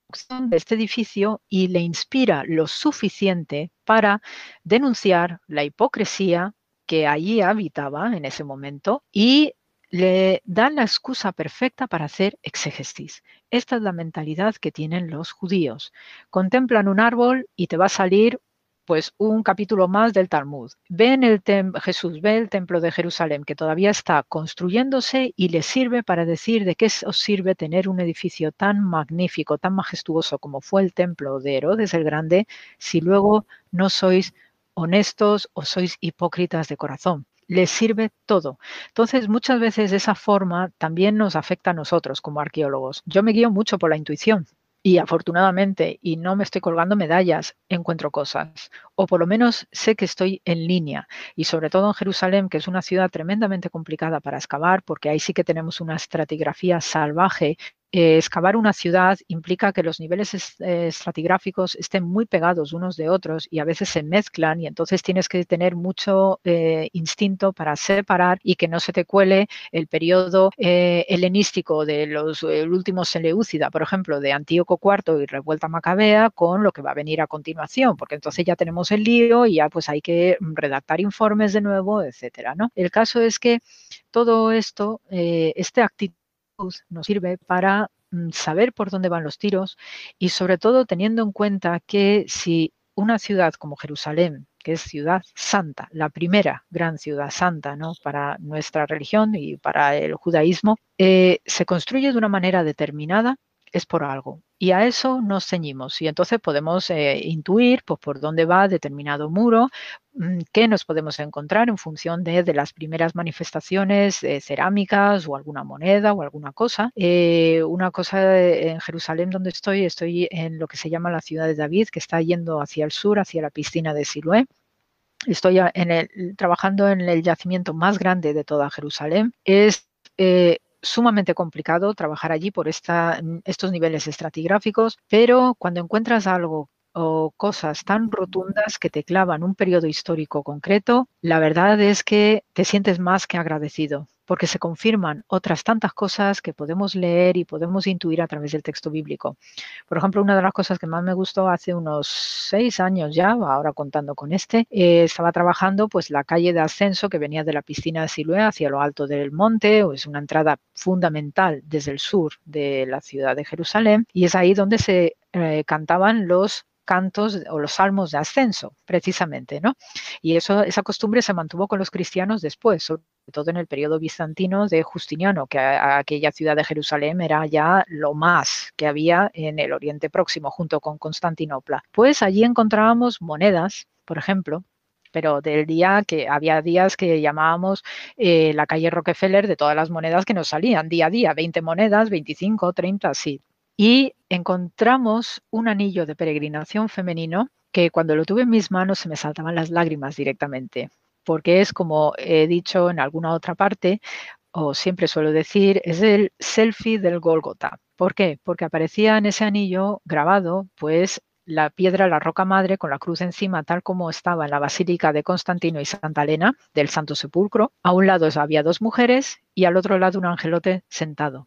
de este edificio y le inspira lo suficiente para denunciar la hipocresía que allí habitaba en ese momento y le dan la excusa perfecta para hacer exégesis. Esta es la mentalidad que tienen los judíos. Contemplan un árbol y te va a salir pues un capítulo más del Talmud. Ven el Jesús ve el templo de Jerusalén que todavía está construyéndose y les sirve para decir de qué os sirve tener un edificio tan magnífico, tan majestuoso como fue el templo de Herodes el Grande, si luego no sois honestos o sois hipócritas de corazón. Les sirve todo. Entonces, muchas veces esa forma también nos afecta a nosotros como arqueólogos. Yo me guío mucho por la intuición. Y afortunadamente, y no me estoy colgando medallas, encuentro cosas. O por lo menos sé que estoy en línea. Y sobre todo en Jerusalén, que es una ciudad tremendamente complicada para excavar, porque ahí sí que tenemos una estratigrafía salvaje. Eh, excavar una ciudad implica que los niveles est eh, estratigráficos estén muy pegados unos de otros y a veces se mezclan y entonces tienes que tener mucho eh, instinto para separar y que no se te cuele el periodo eh, helenístico de los el último Seleucida, por ejemplo, de Antíoco cuarto y revuelta macabea con lo que va a venir a continuación, porque entonces ya tenemos el lío y ya pues hay que redactar informes de nuevo, etcétera, ¿no? El caso es que todo esto, eh, este actitud nos sirve para saber por dónde van los tiros y sobre todo teniendo en cuenta que si una ciudad como Jerusalén, que es ciudad santa, la primera gran ciudad santa, ¿no?, para nuestra religión y para el judaísmo, eh, se construye de una manera determinada, es por algo. Y a eso nos ceñimos y entonces podemos eh, intuir pues, por dónde va determinado muro, qué nos podemos encontrar en función de, de las primeras manifestaciones eh, cerámicas o alguna moneda o alguna cosa. Eh, una cosa en Jerusalén donde estoy, estoy en lo que se llama la ciudad de David, que está yendo hacia el sur, hacia la piscina de Siloé. Estoy en el, trabajando en el yacimiento más grande de toda Jerusalén. Es eh, sumamente complicado trabajar allí por esta, estos niveles estratigráficos, pero cuando encuentras algo o cosas tan rotundas que te clavan un periodo histórico concreto, la verdad es que te sientes más que agradecido, porque se confirman otras tantas cosas que podemos leer y podemos intuir a través del texto bíblico. Por ejemplo, una de las cosas que más me gustó hace unos seis años ya, ahora contando con este, eh, estaba trabajando pues la calle de ascenso que venía de la piscina de Siloé hacia lo alto del monte, o es una entrada fundamental desde el sur de la ciudad de Jerusalén, y es ahí donde se eh, cantaban los cantos o los salmos de ascenso, precisamente, ¿no? Y eso, esa costumbre se mantuvo con los cristianos después, sobre todo en el periodo bizantino de Justiniano, que a, a aquella ciudad de Jerusalén era ya lo más que había en el Oriente Próximo, junto con Constantinopla. Pues allí encontrábamos monedas, por ejemplo, pero del día que había días que llamábamos eh, la calle Rockefeller de todas las monedas que nos salían día a día, veinte monedas, veinticinco, treinta, sí. Y encontramos un anillo de peregrinación femenino que cuando lo tuve en mis manos se me saltaban las lágrimas directamente, porque es, como he dicho en alguna otra parte, o siempre suelo decir, es el selfie del Gólgota. ¿Por qué? Porque aparecía en ese anillo grabado, pues, la piedra, la roca madre con la cruz encima, tal como estaba en la Basílica de Constantino y Santa Elena del Santo Sepulcro. A un lado había dos mujeres y al otro lado un angelote sentado.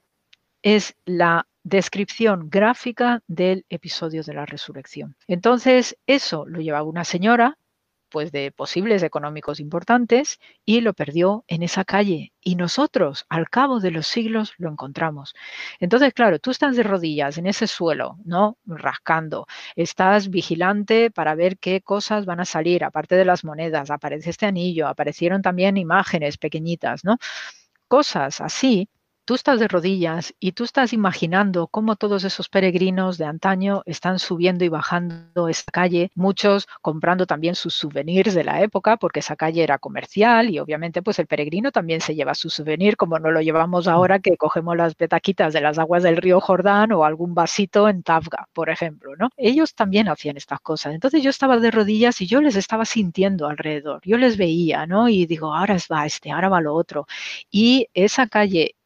Es la descripción gráfica del episodio de la resurrección. Entonces, eso lo llevaba una señora, pues de posibles económicos importantes, y lo perdió en esa calle. Y nosotros, al cabo de los siglos, lo encontramos. Entonces, claro, tú estás de rodillas en ese suelo, ¿no? Rascando. Estás vigilante para ver qué cosas van a salir, aparte de las monedas. Aparece este anillo, aparecieron también imágenes pequeñitas, ¿no? Cosas así. Tú estás de rodillas y tú estás imaginando cómo todos esos peregrinos de antaño están subiendo y bajando esta calle, muchos comprando también sus souvenirs de la época, porque esa calle era comercial y obviamente pues el peregrino también se lleva su souvenir, como no lo llevamos ahora que cogemos las petaquitas de las aguas del río Jordán o algún vasito en Tafga, por ejemplo, ¿no? Ellos también hacían estas cosas. Entonces yo estaba de rodillas y yo les estaba sintiendo alrededor, yo les veía, ¿no? Y digo, ahora va este, ahora va lo otro. Y esa calle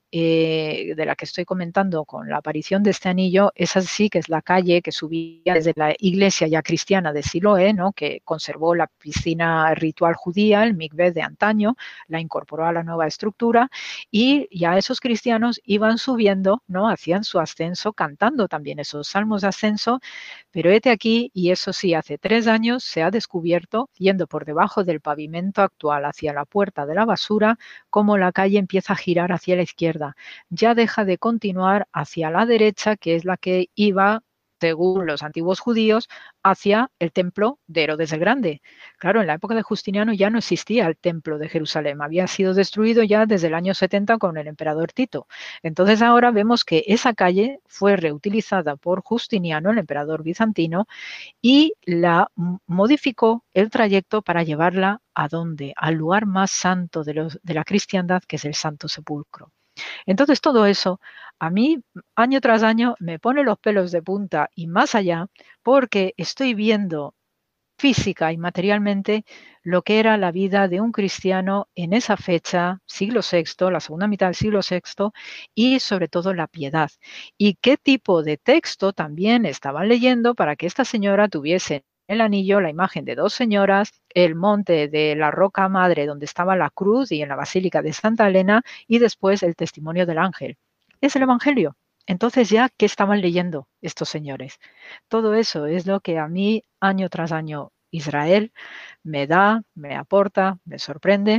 eh, de la que estoy comentando con la aparición de este anillo, esa sí que es la calle que subía desde la iglesia ya cristiana de Siloé, ¿no? Que conservó la piscina ritual judía, el mikveh de antaño, la incorporó a la nueva estructura, y ya esos cristianos iban subiendo, ¿no? Hacían su ascenso cantando también esos salmos de ascenso, pero hete aquí, y eso sí, hace tres años se ha descubierto, yendo por debajo del pavimento actual hacia la puerta de la basura, cómo la calle empieza a girar hacia la izquierda. Ya deja de continuar hacia la derecha, que es la que iba, según los antiguos judíos, hacia el templo de Herodes el Grande. Claro, en la época de Justiniano ya no existía el templo de Jerusalén, había sido destruido ya desde el año setenta con el emperador Tito. Entonces ahora vemos que esa calle fue reutilizada por Justiniano, el emperador bizantino, y la modificó el trayecto para llevarla ¿a dónde? Al lugar más santo de, los, de la cristiandad, que es el Santo Sepulcro. Entonces todo eso a mí año tras año me pone los pelos de punta y más allá, porque estoy viendo física y materialmente lo que era la vida de un cristiano en esa fecha, siglo sexto, la segunda mitad del siglo sexto, y sobre todo la piedad. Y qué tipo de texto también estaban leyendo para que esta señora tuviese el anillo, la imagen de dos señoras, el monte de la roca madre donde estaba la cruz y en la Basílica de Santa Elena, y después el testimonio del ángel. Es el Evangelio. Entonces ya, ¿qué estaban leyendo estos señores? Todo eso es lo que a mí año tras año Israel me da, me aporta, me sorprende,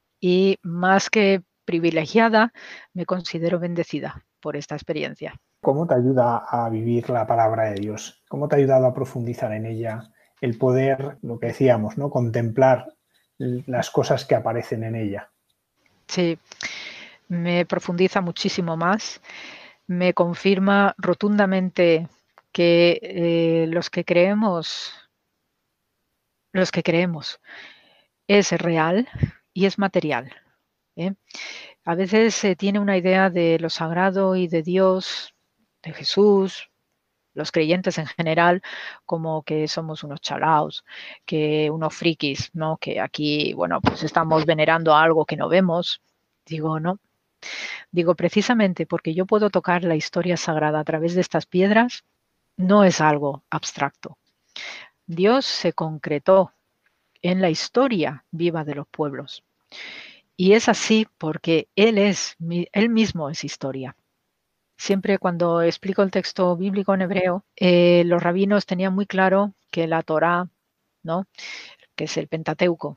y más que privilegiada, me considero bendecida por esta experiencia. ¿Cómo te ayuda a vivir la palabra de Dios? ¿Cómo te ha ayudado a profundizar en ella? El poder, lo que decíamos, ¿no? Contemplar las cosas que aparecen en ella. Sí, me profundiza muchísimo más. Me confirma rotundamente que eh, los que creemos, los que creemos es real y es material, ¿eh? A veces se tiene una idea de lo sagrado y de Dios, de Jesús, los creyentes en general, como que somos unos chalaos, que unos frikis, ¿no? Que aquí, bueno, pues estamos venerando algo que no vemos. Digo, no. Digo, precisamente porque yo puedo tocar la historia sagrada a través de estas piedras, no es algo abstracto. Dios se concretó en la historia viva de los pueblos. Y es así porque Él es, Él mismo es historia. Siempre cuando explico el texto bíblico en hebreo, eh, los rabinos tenían muy claro que la Torá, ¿no? Que es el Pentateuco,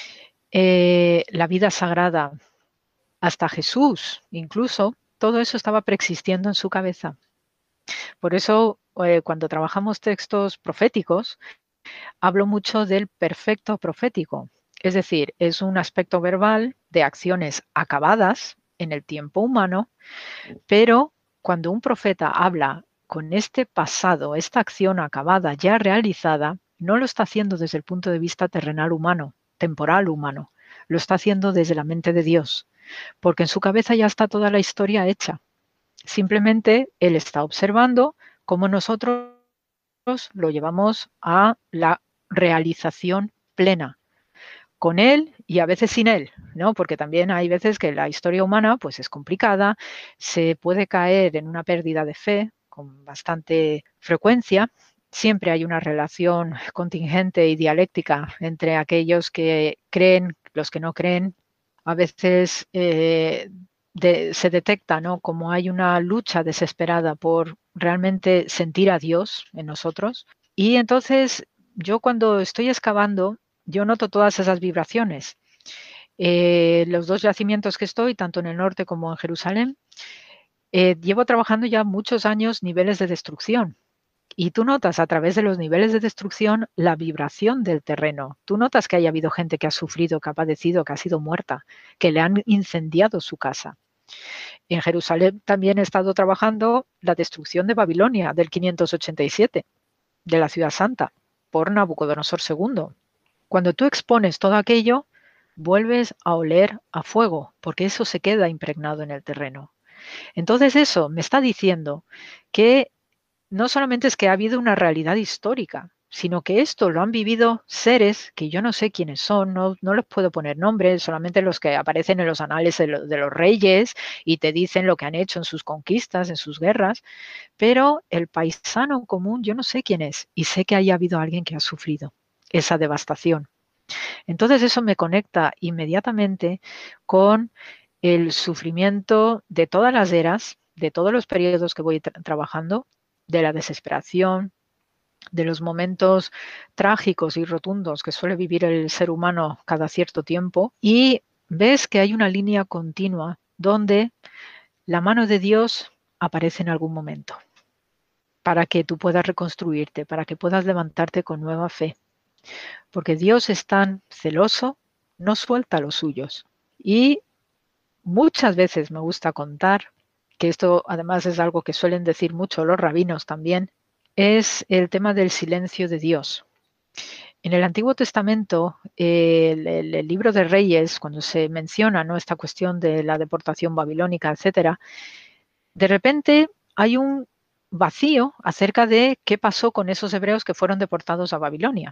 eh, la vida sagrada, hasta Jesús, incluso, todo eso estaba preexistiendo en su cabeza. Por eso, eh, cuando trabajamos textos proféticos, hablo mucho del perfecto profético. Es decir, es un aspecto verbal de acciones acabadas en el tiempo humano, pero cuando un profeta habla con este pasado, esta acción acabada, ya realizada, no lo está haciendo desde el punto de vista terrenal humano, temporal humano, lo está haciendo desde la mente de Dios, porque en su cabeza ya está toda la historia hecha. Simplemente Él está observando cómo nosotros lo llevamos a la realización plena, con Él y a veces sin Él, ¿no? Porque también hay veces que la historia humana pues es complicada, se puede caer en una pérdida de fe con bastante frecuencia. Siempre hay una relación contingente y dialéctica entre aquellos que creen, los que no creen. A veces eh, de, se detecta, ¿no? Como hay una lucha desesperada por realmente sentir a Dios en nosotros. Y entonces yo cuando estoy excavando, yo noto todas esas vibraciones. Eh, los dos yacimientos que estoy, tanto en el norte como en Jerusalén, eh, llevo trabajando ya muchos años niveles de destrucción. Y tú notas a través de los niveles de destrucción la vibración del terreno. Tú notas que haya habido gente que ha sufrido, que ha padecido, que ha sido muerta, que le han incendiado su casa. En Jerusalén también he estado trabajando la destrucción de Babilonia del quinientos ochenta y siete, de la ciudad santa, por Nabucodonosor segundo. Cuando tú expones todo aquello, vuelves a oler a fuego, porque eso se queda impregnado en el terreno. Entonces eso me está diciendo que no solamente es que ha habido una realidad histórica, sino que esto lo han vivido seres que yo no sé quiénes son, no, no les puedo poner nombres, solamente los que aparecen en los anales de, lo, de los reyes y te dicen lo que han hecho en sus conquistas, en sus guerras, pero el paisano común yo no sé quién es y sé que haya habido alguien que ha sufrido esa devastación. Entonces eso me conecta inmediatamente con el sufrimiento de todas las eras, de todos los periodos que voy tra- trabajando, de la desesperación, de los momentos trágicos y rotundos que suele vivir el ser humano cada cierto tiempo, y ves que hay una línea continua donde la mano de Dios aparece en algún momento para que tú puedas reconstruirte, para que puedas levantarte con nueva fe. Porque Dios es tan celoso, no suelta a los suyos. Y muchas veces me gusta contar, que esto además es algo que suelen decir mucho los rabinos también, es el tema del silencio de Dios. En el Antiguo Testamento, el, el, el libro de Reyes, cuando se menciona, ¿no?, esta cuestión de la deportación babilónica, etcétera, de repente hay un vacío acerca de qué pasó con esos hebreos que fueron deportados a Babilonia.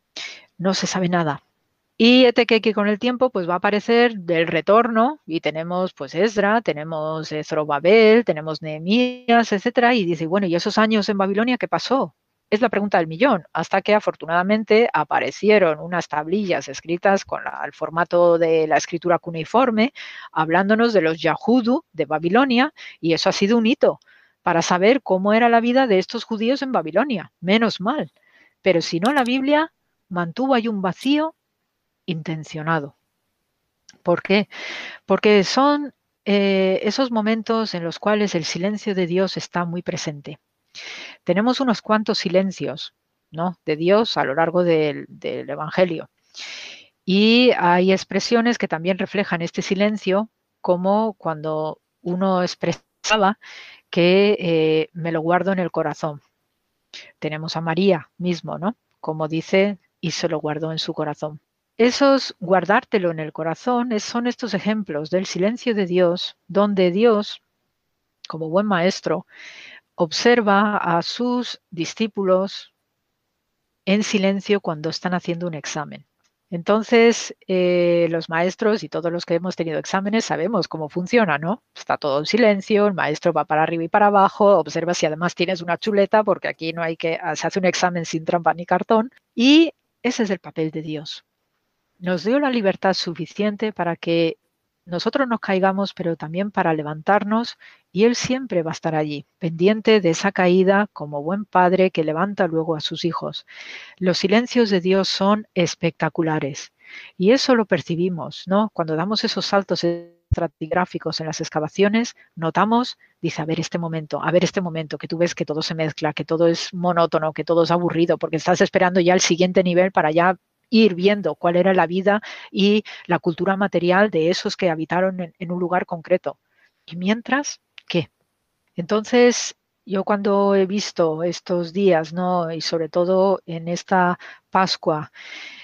No se sabe nada. Y Etequeque con el tiempo pues va a aparecer del retorno y tenemos pues Esdra, tenemos eh, Zorobabel, tenemos Nehemías, etcétera, y dice, bueno, ¿y esos años en Babilonia qué pasó? Es la pregunta del millón, hasta que afortunadamente aparecieron unas tablillas escritas con la, el formato de la escritura cuneiforme, hablándonos de los Yahudu de Babilonia, y eso ha sido un hito para saber cómo era la vida de estos judíos en Babilonia, menos mal. Pero si no, la Biblia mantuvo ahí un vacío intencionado. ¿Por qué? Porque son eh, esos momentos en los cuales el silencio de Dios está muy presente. Tenemos unos cuantos silencios, ¿no?, de Dios a lo largo del, del Evangelio. Y hay expresiones que también reflejan este silencio, como cuando uno expresaba que eh, me lo guardo en el corazón. Tenemos a María mismo, ¿no?, como dice, y se lo guardó en su corazón. Esos guardártelo en el corazón es, son estos ejemplos del silencio de Dios, donde Dios, como buen maestro, observa a sus discípulos en silencio cuando están haciendo un examen. Entonces, eh, los maestros y todos los que hemos tenido exámenes sabemos cómo funciona, ¿no? Está todo en silencio, el maestro va para arriba y para abajo, observa si además tienes una chuleta, porque aquí no hay que, se hace un examen sin trampa ni cartón, y ese es el papel de Dios. Nos dio la libertad suficiente para que nosotros nos caigamos, pero también para levantarnos, y Él siempre va a estar allí, pendiente de esa caída, como buen padre que levanta luego a sus hijos. Los silencios de Dios son espectaculares, y eso lo percibimos, ¿no? Cuando damos esos saltos estratigráficos en las excavaciones, notamos, dice, a ver este momento, a ver este momento, que tú ves que todo se mezcla, que todo es monótono, que todo es aburrido, porque estás esperando ya el siguiente nivel para ya ir viendo cuál era la vida y la cultura material de esos que habitaron en, en un lugar concreto. Y mientras, ¿qué? Entonces, yo cuando he visto estos días, ¿no?, y sobre todo en esta Pascua,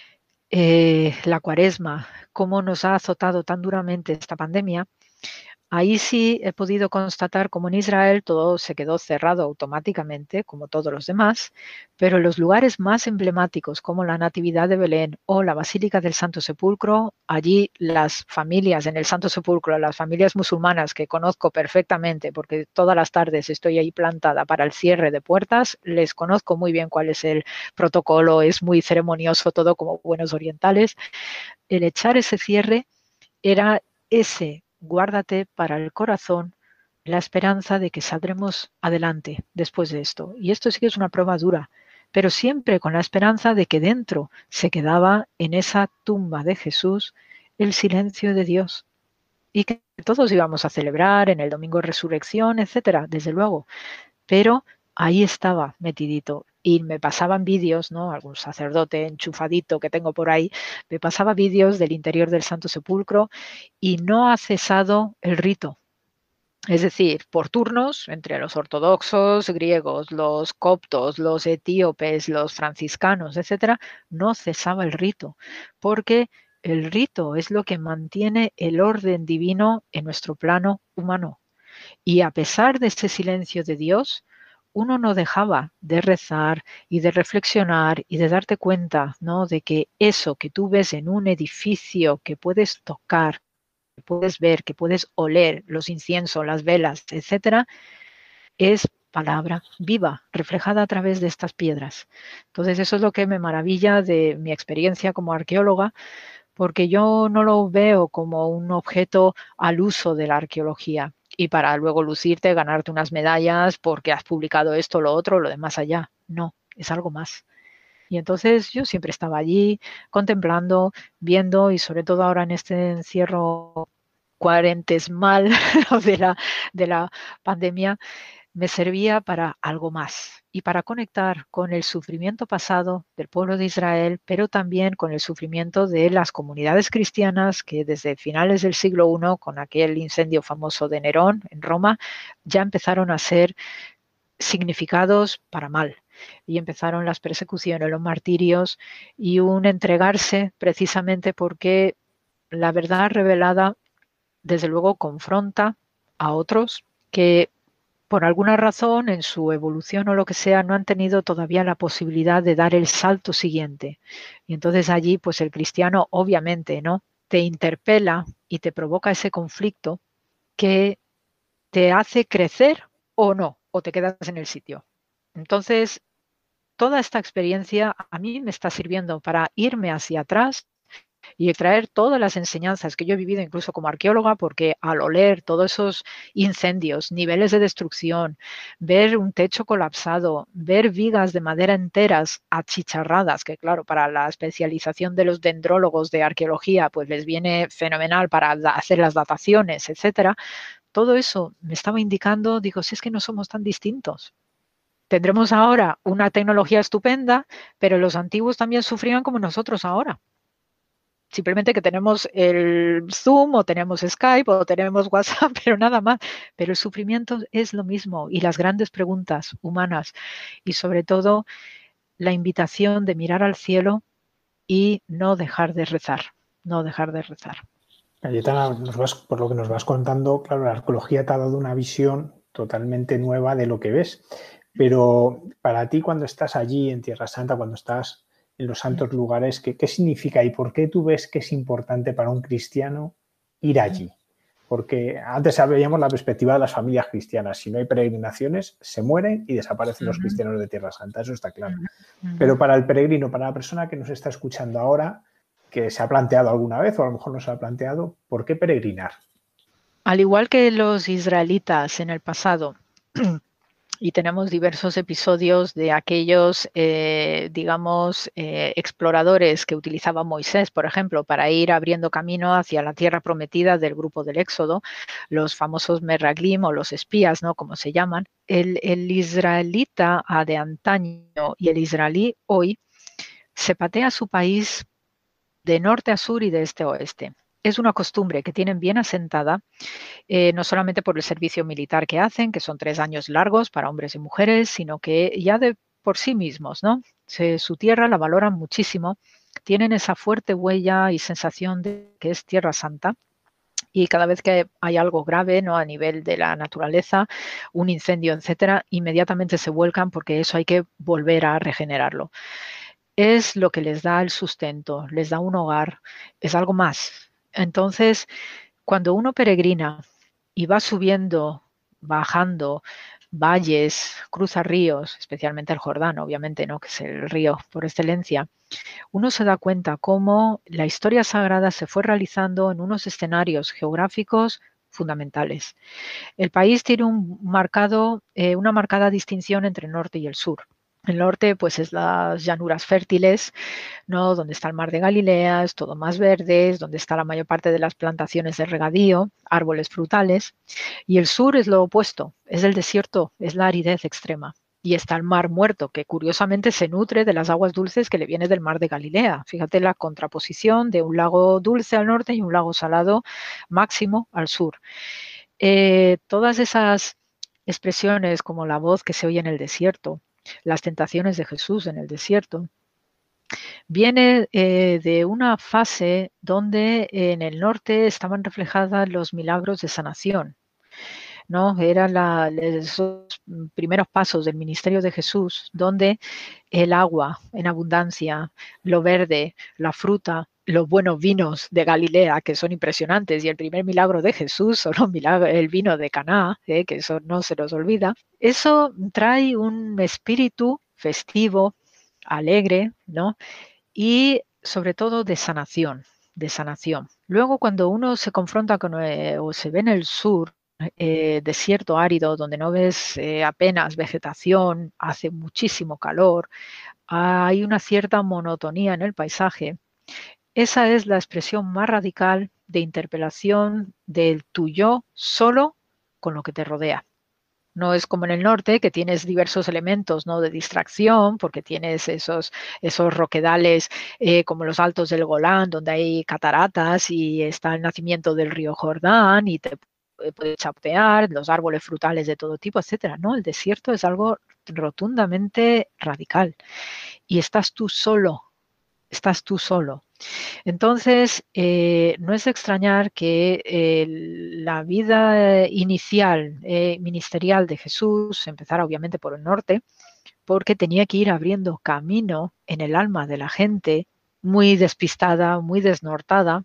eh, la Cuaresma, cómo nos ha azotado tan duramente esta pandemia, ahí sí he podido constatar cómo en Israel todo se quedó cerrado automáticamente, como todos los demás, pero en los lugares más emblemáticos, como la Natividad de Belén o la Basílica del Santo Sepulcro, allí las familias en el Santo Sepulcro, las familias musulmanas que conozco perfectamente, porque todas las tardes estoy ahí plantada para el cierre de puertas, les conozco muy bien cuál es el protocolo, es muy ceremonioso todo como buenos orientales. El echar ese cierre era ese guárdate para el corazón la esperanza de que saldremos adelante después de esto. Y esto sí que es una prueba dura, pero siempre con la esperanza de que dentro se quedaba en esa tumba de Jesús el silencio de Dios y que todos íbamos a celebrar en el domingo de resurrección, etcétera, desde luego, pero ahí estaba metidito. Y me pasaban vídeos, ¿no?, algún sacerdote enchufadito que tengo por ahí, me pasaba vídeos del interior del Santo Sepulcro y no ha cesado el rito. Es decir, por turnos, entre los ortodoxos griegos, los coptos, los etíopes, los franciscanos, etcétera, no cesaba el rito, porque el rito es lo que mantiene el orden divino en nuestro plano humano. Y a pesar de ese silencio de Dios, uno no dejaba de rezar y de reflexionar y de darte cuenta, ¿no?, de que eso que tú ves en un edificio, que puedes tocar, que puedes ver, que puedes oler, los inciensos, las velas, etcétera, es palabra viva, reflejada a través de estas piedras. Entonces, eso es lo que me maravilla de mi experiencia como arqueóloga, porque yo no lo veo como un objeto al uso de la arqueología y para luego lucirte, ganarte unas medallas porque has publicado esto, lo otro, lo de más allá. No, es algo más. Y entonces yo siempre estaba allí contemplando, viendo y sobre todo ahora en este encierro cuarentesmal de la, de la pandemia, me servía para algo más y para conectar con el sufrimiento pasado del pueblo de Israel, pero también con el sufrimiento de las comunidades cristianas que desde finales del siglo primero, con aquel incendio famoso de Nerón en Roma, ya empezaron a ser significados para mal. Y empezaron las persecuciones, los martirios y un entregarse precisamente porque la verdad revelada, desde luego, confronta a otros que por alguna razón en su evolución o lo que sea no han tenido todavía la posibilidad de dar el salto siguiente. Y entonces allí pues el cristiano obviamente, ¿no?, te interpela y te provoca ese conflicto que te hace crecer o no, o te quedas en el sitio. Entonces, toda esta experiencia a mí me está sirviendo para irme hacia atrás y extraer todas las enseñanzas que yo he vivido incluso como arqueóloga, porque al oler todos esos incendios, niveles de destrucción, ver un techo colapsado, ver vigas de madera enteras achicharradas, que claro, para la especialización de los dendrólogos de arqueología, pues les viene fenomenal para hacer las dataciones, etcétera. Todo eso me estaba indicando, digo, si es que no somos tan distintos. Tendremos ahora una tecnología estupenda, pero los antiguos también sufrían como nosotros ahora. Simplemente que tenemos el Zoom o tenemos Skype o tenemos WhatsApp, pero nada más. Pero el sufrimiento es lo mismo y las grandes preguntas humanas y sobre todo la invitación de mirar al cielo y no dejar de rezar, no dejar de rezar. Cayetana, nos vas, por lo que nos vas contando, claro, la arqueología te ha dado una visión totalmente nueva de lo que ves. Pero para ti, cuando estás allí en Tierra Santa, cuando estás en los santos lugares, ¿qué, qué significa y por qué tú ves que es importante para un cristiano ir allí? Porque antes veíamos la perspectiva de las familias cristianas. Si no hay peregrinaciones, se mueren y desaparecen uh-huh. los cristianos de Tierra Santa, eso está claro. Uh-huh. Pero para el peregrino, para la persona que nos está escuchando ahora, que se ha planteado alguna vez o a lo mejor no se ha planteado, ¿por qué peregrinar? Al igual que los israelitas en el pasado, y tenemos diversos episodios de aquellos, eh, digamos, eh, exploradores que utilizaba Moisés, por ejemplo, para ir abriendo camino hacia la tierra prometida del grupo del Éxodo, los famosos meraglim o los espías, ¿no?, como se llaman. El, el israelita de antaño y el israelí hoy se patea su país de norte a sur y de este a oeste. Es una costumbre que tienen bien asentada, eh, no solamente por el servicio militar que hacen, que son tres años largos para hombres y mujeres, sino que ya de por sí mismos, ¿no? Se, su tierra la valoran muchísimo, tienen esa fuerte huella y sensación de que es tierra santa. Y cada vez que hay algo grave, ¿no?, a nivel de la naturaleza, un incendio, etcétera, inmediatamente se vuelcan porque eso hay que volver a regenerarlo. Es lo que les da el sustento, les da un hogar, es algo más. Entonces, cuando uno peregrina y va subiendo, bajando valles, cruza ríos, especialmente el Jordán, obviamente, ¿no?, que es el río por excelencia, uno se da cuenta cómo la historia sagrada se fue realizando en unos escenarios geográficos fundamentales. El país tiene un marcado, eh, una marcada distinción entre el norte y el sur. El norte, pues, es las llanuras fértiles, ¿no?, donde está el mar de Galilea, es todo más verde, es donde está la mayor parte de las plantaciones de regadío, árboles frutales. Y el sur es lo opuesto, es el desierto, es la aridez extrema. Y está el mar muerto, que curiosamente se nutre de las aguas dulces que le viene del mar de Galilea. Fíjate la contraposición de un lago dulce al norte y un lago salado máximo al sur. Eh, todas esas expresiones como la voz que se oye en el desierto, las tentaciones de Jesús en el desierto, viene eh, de una fase donde en el norte estaban reflejados los milagros de sanación, ¿no? Eran la, esos primeros pasos del ministerio de Jesús, donde el agua en abundancia, lo verde, la fruta, los buenos vinos de Galilea, que son impresionantes, y el primer milagro de Jesús son los milagros, el vino de Caná, eh, que eso no se nos olvida, eso trae un espíritu festivo, alegre, ¿no? Y sobre todo de sanación, de sanación. Luego, cuando uno se confronta con, eh, o se ve en el sur, eh, desierto árido, donde no ves eh, apenas vegetación, hace muchísimo calor, hay una cierta monotonía en el paisaje. Esa es la expresión más radical de interpelación del tu yo solo con lo que te rodea. No es como en el norte, que tienes diversos elementos, ¿no?, de distracción, porque tienes esos, esos roquedales eh, como los Altos del Golán, donde hay cataratas y está el nacimiento del río Jordán y te puedes chapear, los árboles frutales de todo tipo, etcétera, ¿no? El desierto es algo rotundamente radical y estás tú solo, estás tú solo. Entonces, eh, no es de extrañar que eh, la vida inicial eh, ministerial de Jesús empezara obviamente por el norte, porque tenía que ir abriendo camino en el alma de la gente, muy despistada, muy desnortada,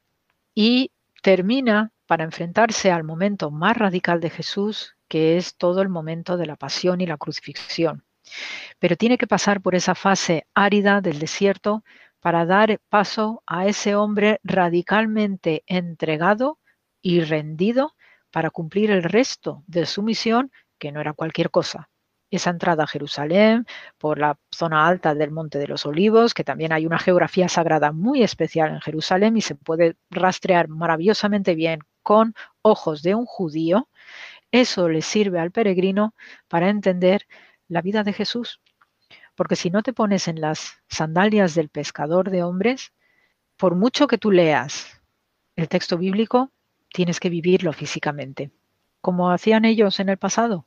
y termina para enfrentarse al momento más radical de Jesús, que es todo el momento de la pasión y la crucifixión. Pero tiene que pasar por esa fase árida del desierto para dar paso a ese hombre radicalmente entregado y rendido para cumplir el resto de su misión, que no era cualquier cosa. Esa entrada a Jerusalén por la zona alta del Monte de los Olivos, que también hay una geografía sagrada muy especial en Jerusalén y se puede rastrear maravillosamente bien con ojos de un judío, eso le sirve al peregrino para entender la vida de Jesús. Porque si no te pones en las sandalias del pescador de hombres, por mucho que tú leas el texto bíblico, tienes que vivirlo físicamente, como hacían ellos en el pasado.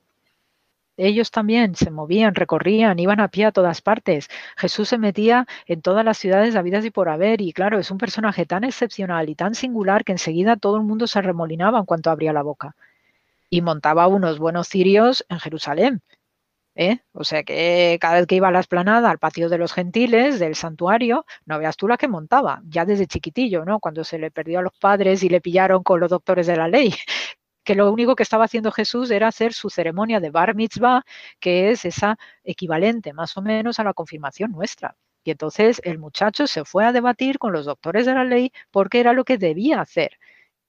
Ellos también se movían, recorrían, iban a pie a todas partes. Jesús se metía en todas las ciudades habidas y por haber, y claro, es un personaje tan excepcional y tan singular que enseguida todo el mundo se arremolinaba en cuanto abría la boca. Y montaba unos buenos cirios en Jerusalén. ¿Eh? O sea que cada vez que iba a la explanada, al patio de los gentiles, del santuario, no veas tú la que montaba, ya desde chiquitillo, ¿no? Cuando se le perdió a los padres y le pillaron con los doctores de la ley, que lo único que estaba haciendo Jesús era hacer su ceremonia de bar mitzvah, que es esa equivalente más o menos a la confirmación nuestra. Y entonces el muchacho se fue a debatir con los doctores de la ley porque era lo que debía hacer.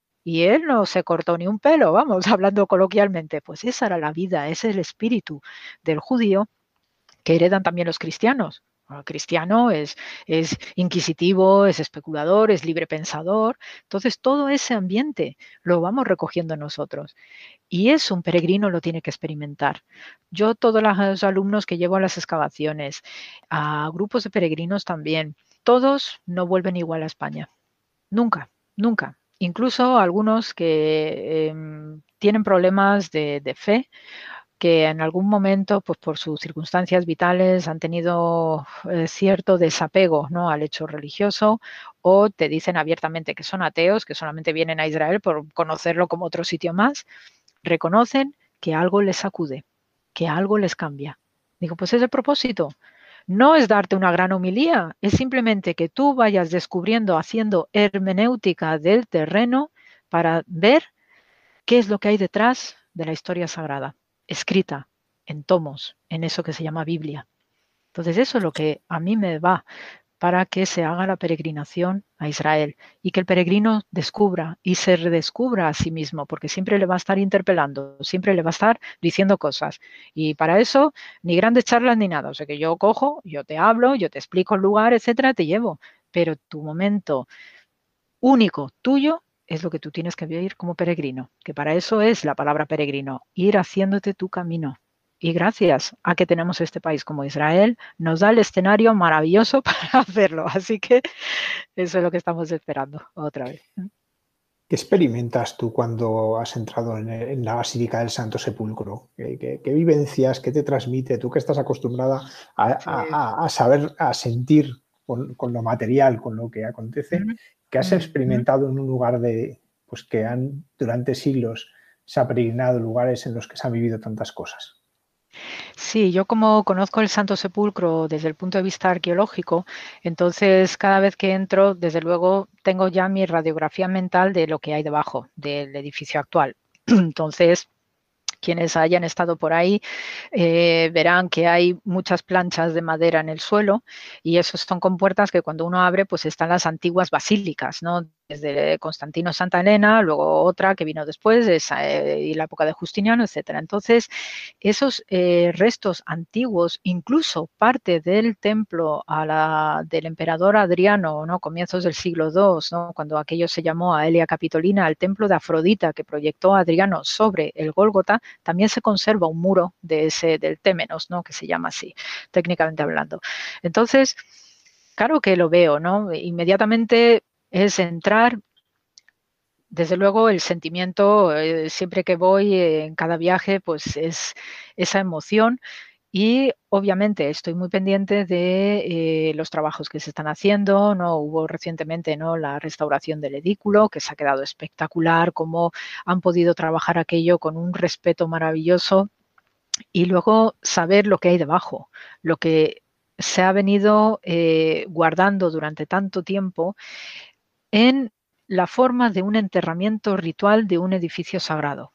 Y él no se cortó ni un pelo, vamos, hablando coloquialmente. Pues esa era la vida, ese es el espíritu del judío que heredan también los cristianos. El cristiano es, es inquisitivo, es especulador, es libre pensador. Entonces todo ese ambiente lo vamos recogiendo nosotros. Y eso un peregrino lo tiene que experimentar. Yo, todos los alumnos que llevo a las excavaciones, a grupos de peregrinos también, todos no vuelven igual a España. Nunca, nunca. Incluso algunos que eh, tienen problemas de, de fe, que en algún momento, pues por sus circunstancias vitales, han tenido eh, cierto desapego, ¿no?, al hecho religioso, o te dicen abiertamente que son ateos, que solamente vienen a Israel por conocerlo como otro sitio más, reconocen que algo les sacude, que algo les cambia. Digo, pues es el propósito. No es darte una gran homilía, es simplemente que tú vayas descubriendo, haciendo hermenéutica del terreno para ver qué es lo que hay detrás de la historia sagrada, escrita en tomos, en eso que se llama Biblia. Entonces eso es lo que a mí me va para que se haga la peregrinación a Israel y que el peregrino descubra y se redescubra a sí mismo, porque siempre le va a estar interpelando, siempre le va a estar diciendo cosas. Y para eso, ni grandes charlas ni nada. O sea que yo cojo, yo te hablo, yo te explico el lugar, etcétera, te llevo. Pero tu momento único, tuyo, es lo que tú tienes que vivir como peregrino, que para eso es la palabra peregrino, ir haciéndote tu camino. Y gracias a que tenemos este país como Israel, nos da el escenario maravilloso para hacerlo. Así que eso es lo que estamos esperando otra vez. ¿Qué experimentas tú cuando has entrado en, en la Basílica del Santo Sepulcro? ¿Qué, qué, qué vivencias, qué te transmite? Tú que estás acostumbrada a, sí. a, a saber, a sentir con, con lo material, con lo que acontece, uh-huh. ¿Qué has uh-huh. experimentado en un lugar de, pues, que han durante siglos se ha peregrinado, lugares en los que se han vivido tantas cosas? Sí, yo como conozco el Santo Sepulcro desde el punto de vista arqueológico, entonces cada vez que entro, desde luego, tengo ya mi radiografía mental de lo que hay debajo del edificio actual. Entonces, quienes hayan estado por ahí eh, verán que hay muchas planchas de madera en el suelo y esos son compuertas que cuando uno abre pues están las antiguas basílicas, ¿no? Desde Constantino Santa Elena, luego otra que vino después, esa, eh, y la época de Justiniano, etcétera. Entonces, esos eh, restos antiguos, incluso parte del templo a la, del emperador Adriano, ¿no? Comienzos del siglo dos, ¿no? Cuando aquello se llamó Aelia Capitolina, el templo de Afrodita que proyectó Adriano sobre el Gólgota, también se conserva un muro de ese, del Témenos, ¿no? Que se llama así, técnicamente hablando. Entonces, claro que lo veo, ¿no? Inmediatamente es entrar. Desde luego el sentimiento, eh, siempre que voy eh, en cada viaje, pues es esa emoción y obviamente estoy muy pendiente de eh, los trabajos que se están haciendo, ¿no? Hubo recientemente, ¿no? La restauración del edículo, que se ha quedado espectacular, cómo han podido trabajar aquello con un respeto maravilloso y luego saber lo que hay debajo, lo que se ha venido eh, guardando durante tanto tiempo en la forma de un enterramiento ritual de un edificio sagrado.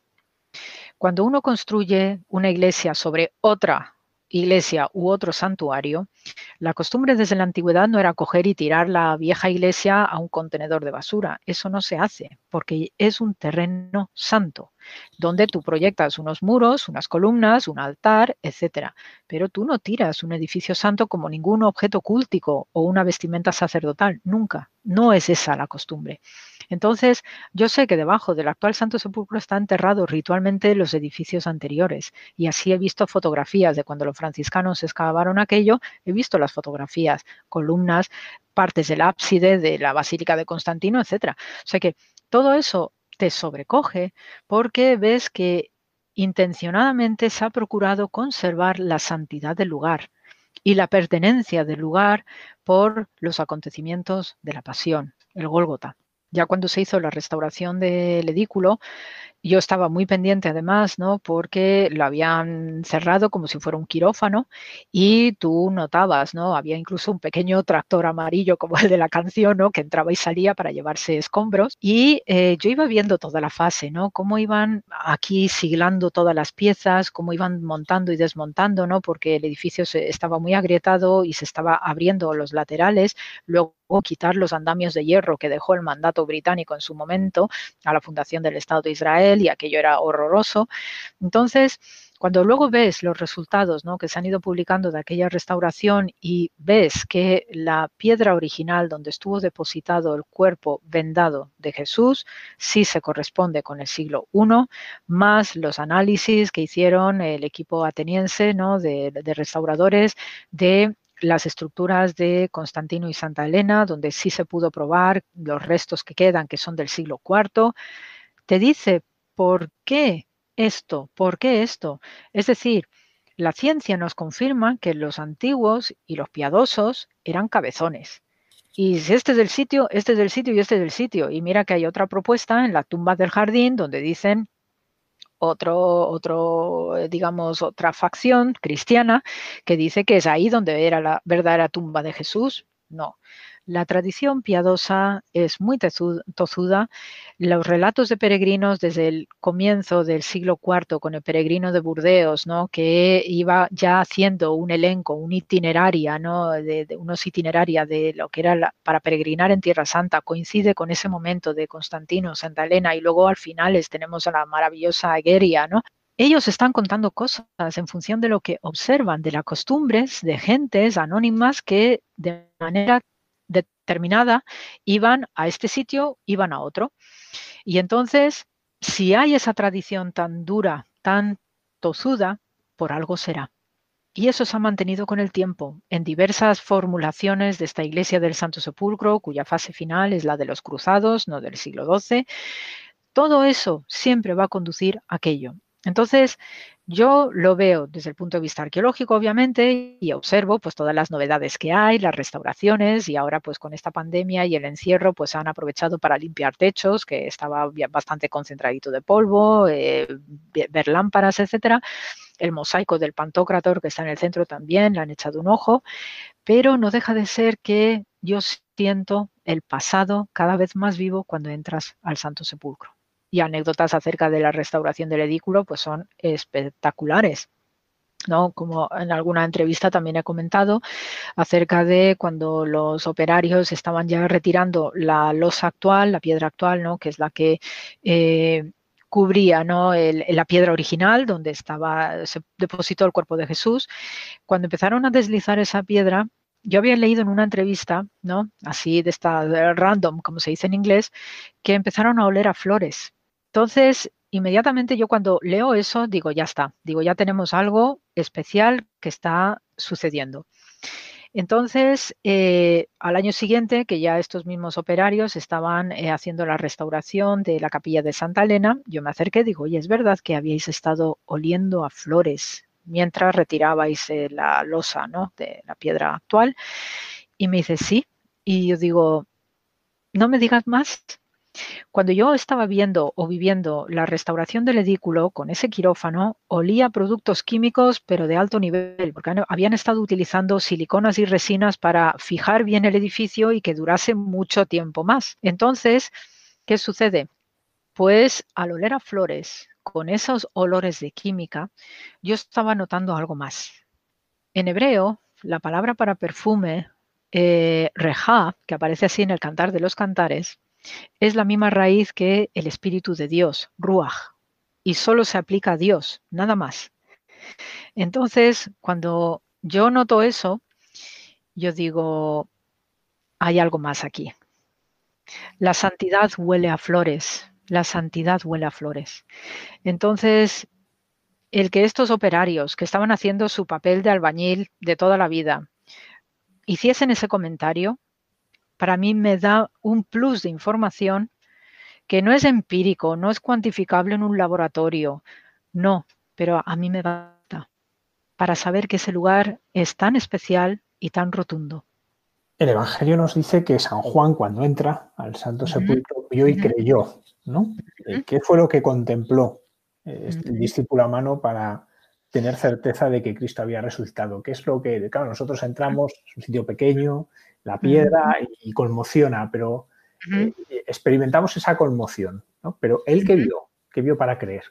Cuando uno construye una iglesia sobre otra iglesia u otro santuario, la costumbre desde la antigüedad no era coger y tirar la vieja iglesia a un contenedor de basura. Eso no se hace porque es un terreno santo, donde tú proyectas unos muros, unas columnas, un altar, etcétera. Pero tú no tiras un edificio santo como ningún objeto cúltico o una vestimenta sacerdotal. Nunca. No es esa la costumbre. Entonces, yo sé que debajo del actual Santo Sepulcro están enterrados ritualmente los edificios anteriores. Y así he visto fotografías de cuando los franciscanos excavaron aquello, he visto las fotografías, columnas, partes del ábside de la Basílica de Constantino, etcétera. O sea que todo eso te sobrecoge porque ves que intencionadamente se ha procurado conservar la santidad del lugar y la pertenencia del lugar por los acontecimientos de la Pasión, el Gólgota. Ya cuando se hizo la restauración del edículo, yo estaba muy pendiente además, ¿no? Porque lo habían cerrado como si fuera un quirófano y tú notabas, ¿no? Había incluso un pequeño tractor amarillo como el de la canción, ¿no? Que entraba y salía para llevarse escombros. Y eh, yo iba viendo toda la fase, ¿no? Cómo iban aquí siglando todas las piezas, cómo iban montando y desmontando, ¿no? Porque el edificio se, estaba muy agrietado y se estaba abriendo los laterales. Luego quitar los andamios de hierro que dejó el mandato británico en su momento a la fundación del Estado de Israel y aquello era horroroso. Entonces, cuando luego ves los resultados, ¿no? Que se han ido publicando de aquella restauración y ves que la piedra original donde estuvo depositado el cuerpo vendado de Jesús sí se corresponde con el siglo primero, más los análisis que hicieron el equipo ateniense, ¿no? de, de restauradores de las estructuras de Constantino y Santa Elena, donde sí se pudo probar los restos que quedan, que son del siglo cuarto, te dice por qué esto, por qué esto. Es decir, la ciencia nos confirma que los antiguos y los piadosos eran cabezones. Y si este es del sitio, este es del sitio y este es del sitio. Y mira que hay otra propuesta en la tumba del jardín donde dicen otro, otro, digamos, otra facción cristiana que dice que es ahí donde era la verdadera tumba de Jesús. No. La tradición piadosa es muy tozuda. Los relatos de peregrinos desde el comienzo del siglo cuarto con el peregrino de Burdeos, ¿no? Que iba ya haciendo un elenco, un itineraria, ¿no? de, de unos itinerarios de lo que era la, para peregrinar en Tierra Santa, coincide con ese momento de Constantino, Santa Elena, y luego al final tenemos a la maravillosa Egeria, ¿no? Ellos están contando cosas en función de lo que observan, de las costumbres de gentes anónimas que de manera determinada iban a este sitio, iban a otro. Y entonces, si hay esa tradición tan dura, tan tozuda, por algo será. Y eso se ha mantenido con el tiempo en diversas formulaciones de esta iglesia del Santo Sepulcro, cuya fase final es la de los cruzados, no del siglo doce. Todo eso siempre va a conducir a aquello. Entonces, yo lo veo desde el punto de vista arqueológico, obviamente, y observo pues todas las novedades que hay, las restauraciones, y ahora pues con esta pandemia y el encierro pues han aprovechado para limpiar techos, que estaba bastante concentradito de polvo, eh, ver lámparas, etcétera. el mosaico del Pantocrátor que está en el centro también, le han echado un ojo, pero no deja de ser que yo siento el pasado cada vez más vivo cuando entras al Santo Sepulcro. Y anécdotas acerca de la restauración del edículo pues son espectaculares, ¿no? Como en alguna entrevista también he comentado acerca de cuando los operarios estaban ya retirando la losa actual, la piedra actual, ¿no? Que es la que eh, cubría, ¿no? el, la piedra original donde estaba, se depositó el cuerpo de Jesús. Cuando empezaron a deslizar esa piedra, yo había leído en una entrevista, ¿no? Así de esta de random, como se dice en inglés, que empezaron a oler a flores. Entonces, inmediatamente yo cuando leo eso, digo, ya está, digo, ya tenemos algo especial que está sucediendo. Entonces, eh, al año siguiente, que ya estos mismos operarios estaban eh, haciendo la restauración de la capilla de Santa Elena, yo me acerqué y digo, oye, ¿es verdad que habíais estado oliendo a flores mientras retirabais eh, la losa, ¿no? de la piedra actual? Y me dice, sí. Y yo digo, no me digas más. Cuando yo estaba viendo o viviendo la restauración del edículo con ese quirófano, olía productos químicos, pero de alto nivel, porque habían estado utilizando siliconas y resinas para fijar bien el edificio y que durase mucho tiempo más. Entonces, ¿qué sucede? Pues al oler a flores, con esos olores de química, yo estaba notando algo más. En hebreo, la palabra para perfume, eh, rejá, que aparece así en el Cantar de los Cantares, es la misma raíz que el Espíritu de Dios, ruaj, y solo se aplica a Dios, nada más. Entonces, cuando yo noto eso, yo digo, hay algo más aquí. La santidad huele a flores, la santidad huele a flores. Entonces, el que estos operarios que estaban haciendo su papel de albañil de toda la vida hiciesen ese comentario, para mí me da un plus de información que no es empírico, no es cuantificable en un laboratorio, no, pero a mí me basta para saber que ese lugar es tan especial y tan rotundo. El Evangelio nos dice que San Juan, cuando entra al Santo Sepulcro, vio y creyó, ¿no? ¿Qué fue lo que contempló el discípulo amano para tener certeza de que Cristo había resucitado? ¿Qué es lo que, claro, nosotros entramos, es un sitio pequeño, la piedra, y conmociona, pero eh, experimentamos esa conmoción, ¿no? Pero él, ¿qué vio? ¿Qué vio para creer?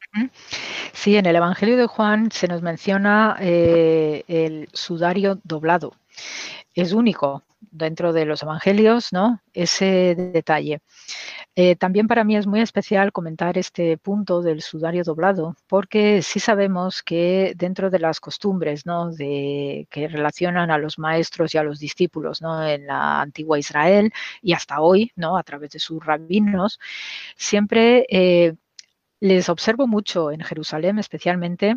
Sí, en el Evangelio de Juan se nos menciona eh, el sudario doblado. Es único dentro de los evangelios, ¿no? Ese detalle. Eh, también para mí es muy especial comentar este punto del sudario doblado, porque sí sabemos que dentro de las costumbres, ¿no? de, que relacionan a los maestros y a los discípulos, ¿no? en la antigua Israel y hasta hoy, ¿no? a través de sus rabinos, siempre eh, les observo mucho en Jerusalén especialmente.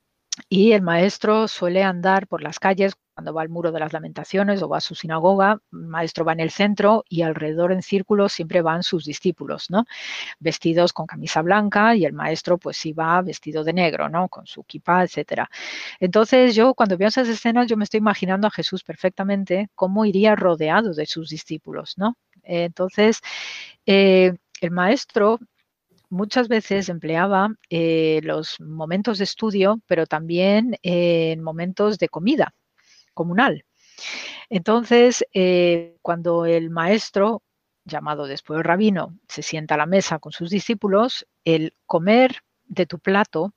Y el maestro suele andar por las calles cuando va al Muro de las Lamentaciones o va a su sinagoga. El maestro va en el centro y alrededor en círculo siempre van sus discípulos, ¿no? Vestidos con camisa blanca, y el maestro pues sí va vestido de negro, ¿no? Con su kipá, etcétera. Entonces yo cuando veo esas escenas yo me estoy imaginando a Jesús perfectamente cómo iría rodeado de sus discípulos, ¿no? Entonces eh, el maestro muchas veces empleaba eh, los momentos de estudio, pero también eh, en momentos de comida comunal. Entonces, eh, cuando el maestro, llamado después rabino, se sienta a la mesa con sus discípulos, el comer de tu plato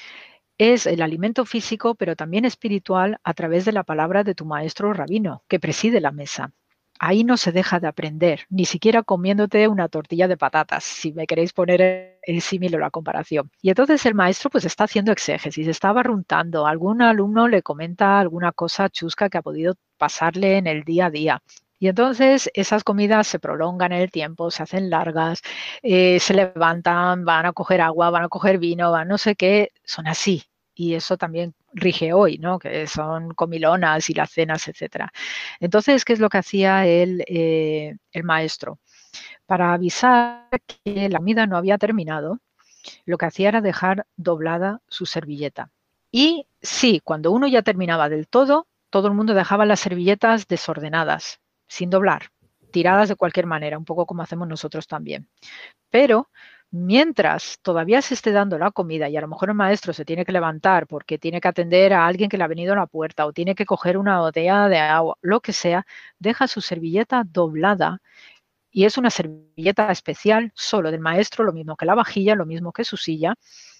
es el alimento físico, pero también espiritual a través de la palabra de tu maestro rabino, que preside la mesa. Ahí no se deja de aprender, ni siquiera comiéndote una tortilla de patatas, si me queréis poner el símil o la comparación. Y entonces el maestro pues está haciendo exégesis, está barruntando, algún alumno le comenta alguna cosa chusca que ha podido pasarle en el día a día. Y entonces esas comidas se prolongan en el tiempo, se hacen largas, eh, se levantan, van a coger agua, van a coger vino, van no sé qué, son así. Y eso también rige hoy, ¿no? Que son comilonas y las cenas, etcétera. Entonces, ¿qué es lo que hacía el, eh, el maestro? Para avisar que la comida no había terminado, lo que hacía era dejar doblada su servilleta. Y sí, cuando uno ya terminaba del todo, todo el mundo dejaba las servilletas desordenadas, sin doblar, tiradas de cualquier manera, un poco como hacemos nosotros también. Pero Mientras todavía se esté dando la comida y a lo mejor el maestro se tiene que levantar porque tiene que atender a alguien que le ha venido a la puerta o tiene que coger una botella de agua, lo que sea, deja su servilleta doblada y es una servilleta especial solo del maestro, lo mismo que la vajilla, lo mismo que su silla,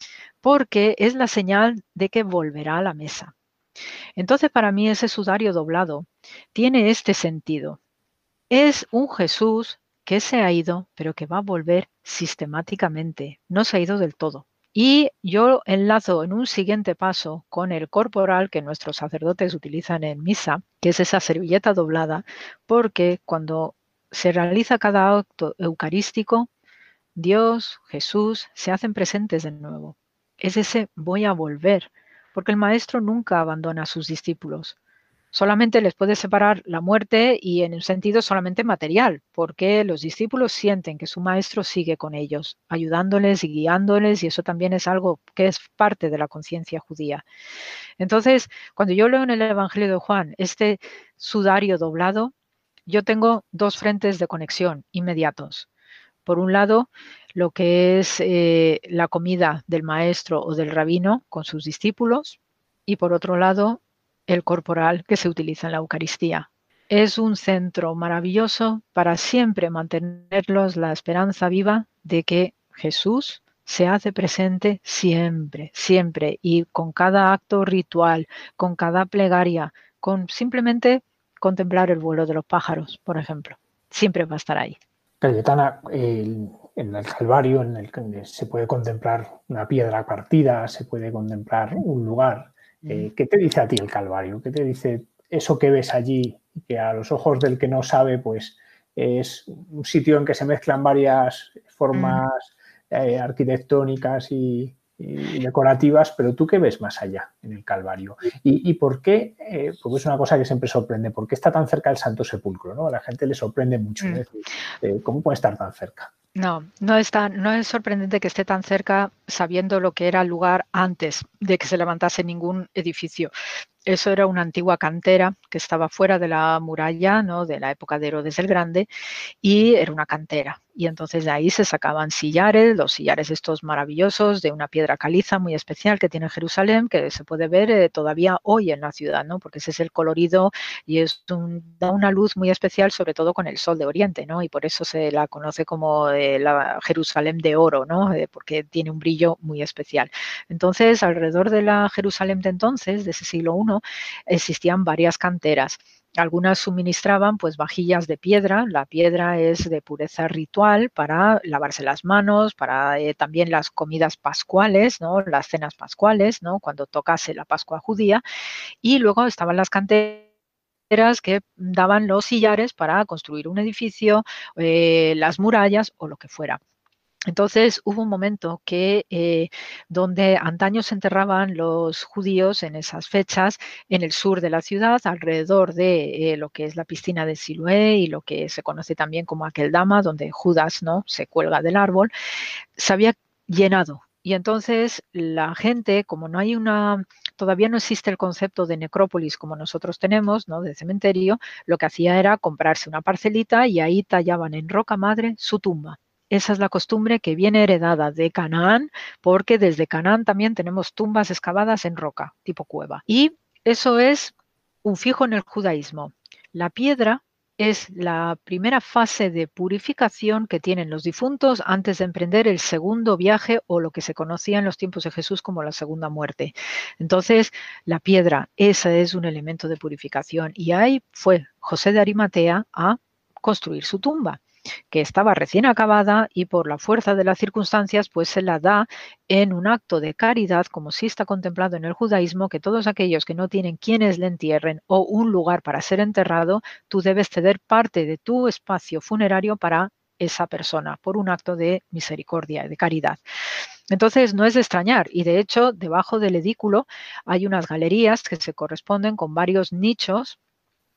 porque es la señal de que volverá a la mesa. Entonces, para mí ese sudario doblado tiene este sentido. Es un Jesús que se ha ido, pero que va a volver sistemáticamente. No se ha ido del todo. Y yo enlazo en un siguiente paso con el corporal que nuestros sacerdotes utilizan en misa, que es esa servilleta doblada, porque cuando se realiza cada acto eucarístico, Dios, Jesús, se hacen presentes de nuevo. Es ese voy a volver, porque el maestro nunca abandona a sus discípulos. Solamente les puede separar la muerte y en un sentido solamente material, porque los discípulos sienten que su maestro sigue con ellos, ayudándoles y guiándoles, y eso también es algo que es parte de la conciencia judía. Entonces, cuando yo leo en el Evangelio de Juan este sudario doblado, yo tengo dos frentes de conexión inmediatos. Por un lado, lo que es eh, la comida del maestro o del rabino con sus discípulos, y por otro lado, el corporal que se utiliza en la Eucaristía. Es un centro maravilloso para siempre mantenerlos la esperanza viva de que Jesús se hace presente siempre, siempre, y con cada acto ritual, con cada plegaria, con simplemente contemplar el vuelo de los pájaros, por ejemplo. Siempre va a estar ahí. Cayetana, el, en el Calvario en el que se puede contemplar una piedra partida, se puede contemplar un lugar. Eh, ¿Qué te dice a ti el Calvario? ¿Qué te dice eso que ves allí, que a los ojos del que no sabe, pues es un sitio en que se mezclan varias formas eh, arquitectónicas y, y decorativas, pero tú qué ves más allá en el Calvario? ¿Y, y por qué? Eh, porque es una cosa que siempre sorprende. ¿Por qué está tan cerca del Santo Sepulcro, ¿no? A la gente le sorprende mucho. Mm. Es decir, eh, ¿cómo puede estar tan cerca? No, no es, tan, no es sorprendente que esté tan cerca sabiendo lo que era el lugar antes de que se levantase ningún edificio. Eso era una antigua cantera que estaba fuera de la muralla, ¿no?, de la época de Herodes el Grande, y era una cantera. Y entonces de ahí se sacaban sillares, los sillares estos maravillosos de una piedra caliza muy especial que tiene Jerusalén, que se puede ver eh, todavía hoy en la ciudad, ¿no?, porque ese es el colorido y es un, da una luz muy especial, sobre todo con el sol de Oriente, ¿no?, y por eso se la conoce como eh, la Jerusalén de oro, ¿no?, eh, porque tiene un brillo muy especial. Entonces, alrededor de la Jerusalén de entonces, de ese siglo primero, existían varias canteras. Algunas suministraban pues vajillas de piedra. La piedra es de pureza ritual para lavarse las manos, para eh, también las comidas pascuales, ¿no?, las cenas pascuales, ¿no?, cuando tocase la Pascua judía. Y luego estaban las canteras que daban los sillares para construir un edificio, eh, las murallas o lo que fuera. Entonces hubo un momento que eh, donde antaño se enterraban los judíos en esas fechas en el sur de la ciudad, alrededor de eh, lo que es la piscina de Siloé y lo que se conoce también como Akeldama, donde Judas, ¿no?, se cuelga del árbol, se había llenado. Y entonces la gente, como no hay una, todavía no existe el concepto de necrópolis como nosotros tenemos, ¿no?, de cementerio, lo que hacía era comprarse una parcelita y ahí tallaban en roca madre su tumba. Esa es la costumbre que viene heredada de Canaán, porque desde Canaán también tenemos tumbas excavadas en roca, tipo cueva. Y eso es un fijo en el judaísmo. La piedra es la primera fase de purificación que tienen los difuntos antes de emprender el segundo viaje o lo que se conocía en los tiempos de Jesús como la segunda muerte. Entonces, la piedra, ese es un elemento de purificación. Y ahí fue José de Arimatea a construir su tumba, que estaba recién acabada y por la fuerza de las circunstancias pues se la da en un acto de caridad, como sí está contemplado en el judaísmo, que todos aquellos que no tienen quienes le entierren o un lugar para ser enterrado, tú debes ceder parte de tu espacio funerario para esa persona, por un acto de misericordia, de caridad. Entonces no es de extrañar, y de hecho debajo del edículo hay unas galerías que se corresponden con varios nichos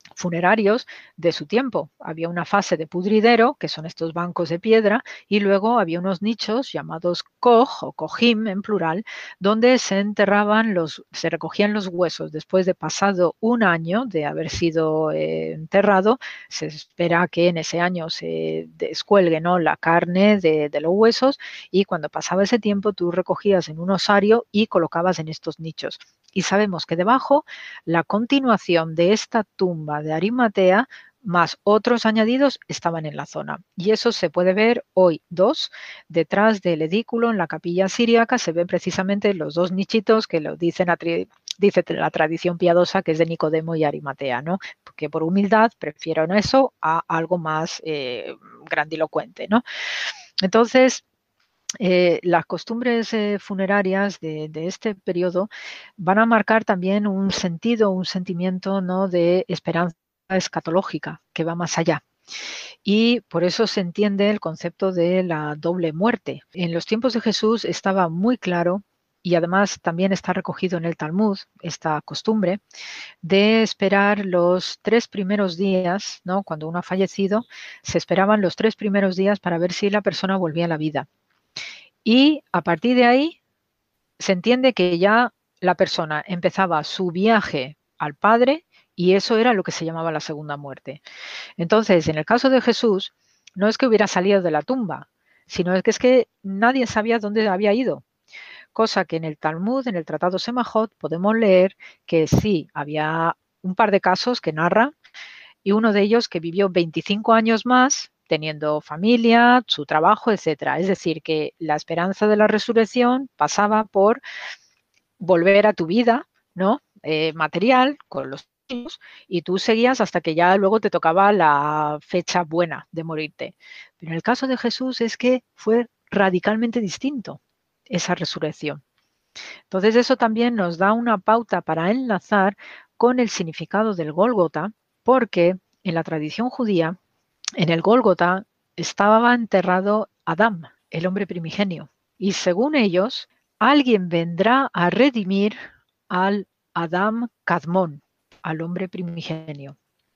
funerarios de su tiempo. Había una fase de pudridero, que son estos bancos de piedra, y luego había unos nichos llamados koj o kojim en plural, donde se enterraban los, se recogían los huesos después de pasado un año de haber sido eh, enterrado. Se espera que en ese año se descuelgue, ¿no?, la carne de, de los huesos, y cuando pasaba ese tiempo tú recogías en un osario y colocabas en estos nichos. Y sabemos que debajo la continuación de esta tumba de Arimatea más otros añadidos estaban en la zona. Y eso se puede ver hoy. Dos, detrás del edículo en la capilla siríaca se ven precisamente los dos nichitos que lo dicen a dice la tradición piadosa, que es de Nicodemo y Arimatea, ¿no? Porque por humildad prefieren eso a algo más eh, grandilocuente, ¿no? Entonces, Eh, las costumbres eh, funerarias de, de este periodo van a marcar también un sentido, un sentimiento, ¿no?, de esperanza escatológica que va más allá. Y por eso se entiende el concepto de la doble muerte. En los tiempos de Jesús estaba muy claro, y además también está recogido en el Talmud, esta costumbre de esperar los tres primeros días, ¿no? Cuando uno ha fallecido, se esperaban los tres primeros días para ver si la persona volvía a la vida. Y a partir de ahí se entiende que ya la persona empezaba su viaje al Padre, y eso era lo que se llamaba la segunda muerte. Entonces, en el caso de Jesús, no es que hubiera salido de la tumba, sino que es que nadie sabía dónde había ido. Cosa que en el Talmud, en el Tratado Semajot, podemos leer que sí, había un par de casos que narra, y uno de ellos que vivió veinticinco años más, teniendo familia, su trabajo, etcétera. Es decir, que la esperanza de la resurrección pasaba por volver a tu vida, ¿no?, eh, material, con los hijos, y tú seguías hasta que ya luego te tocaba la fecha buena de morirte. Pero en el caso de Jesús es que fue radicalmente distinto esa resurrección. Entonces eso también nos da una pauta para enlazar con el significado del Gólgota, porque en la tradición judía, en el Gólgota estaba enterrado Adán, el hombre primigenio, y según ellos, alguien vendrá a redimir al Adam Kadmón, al hombre primigenio.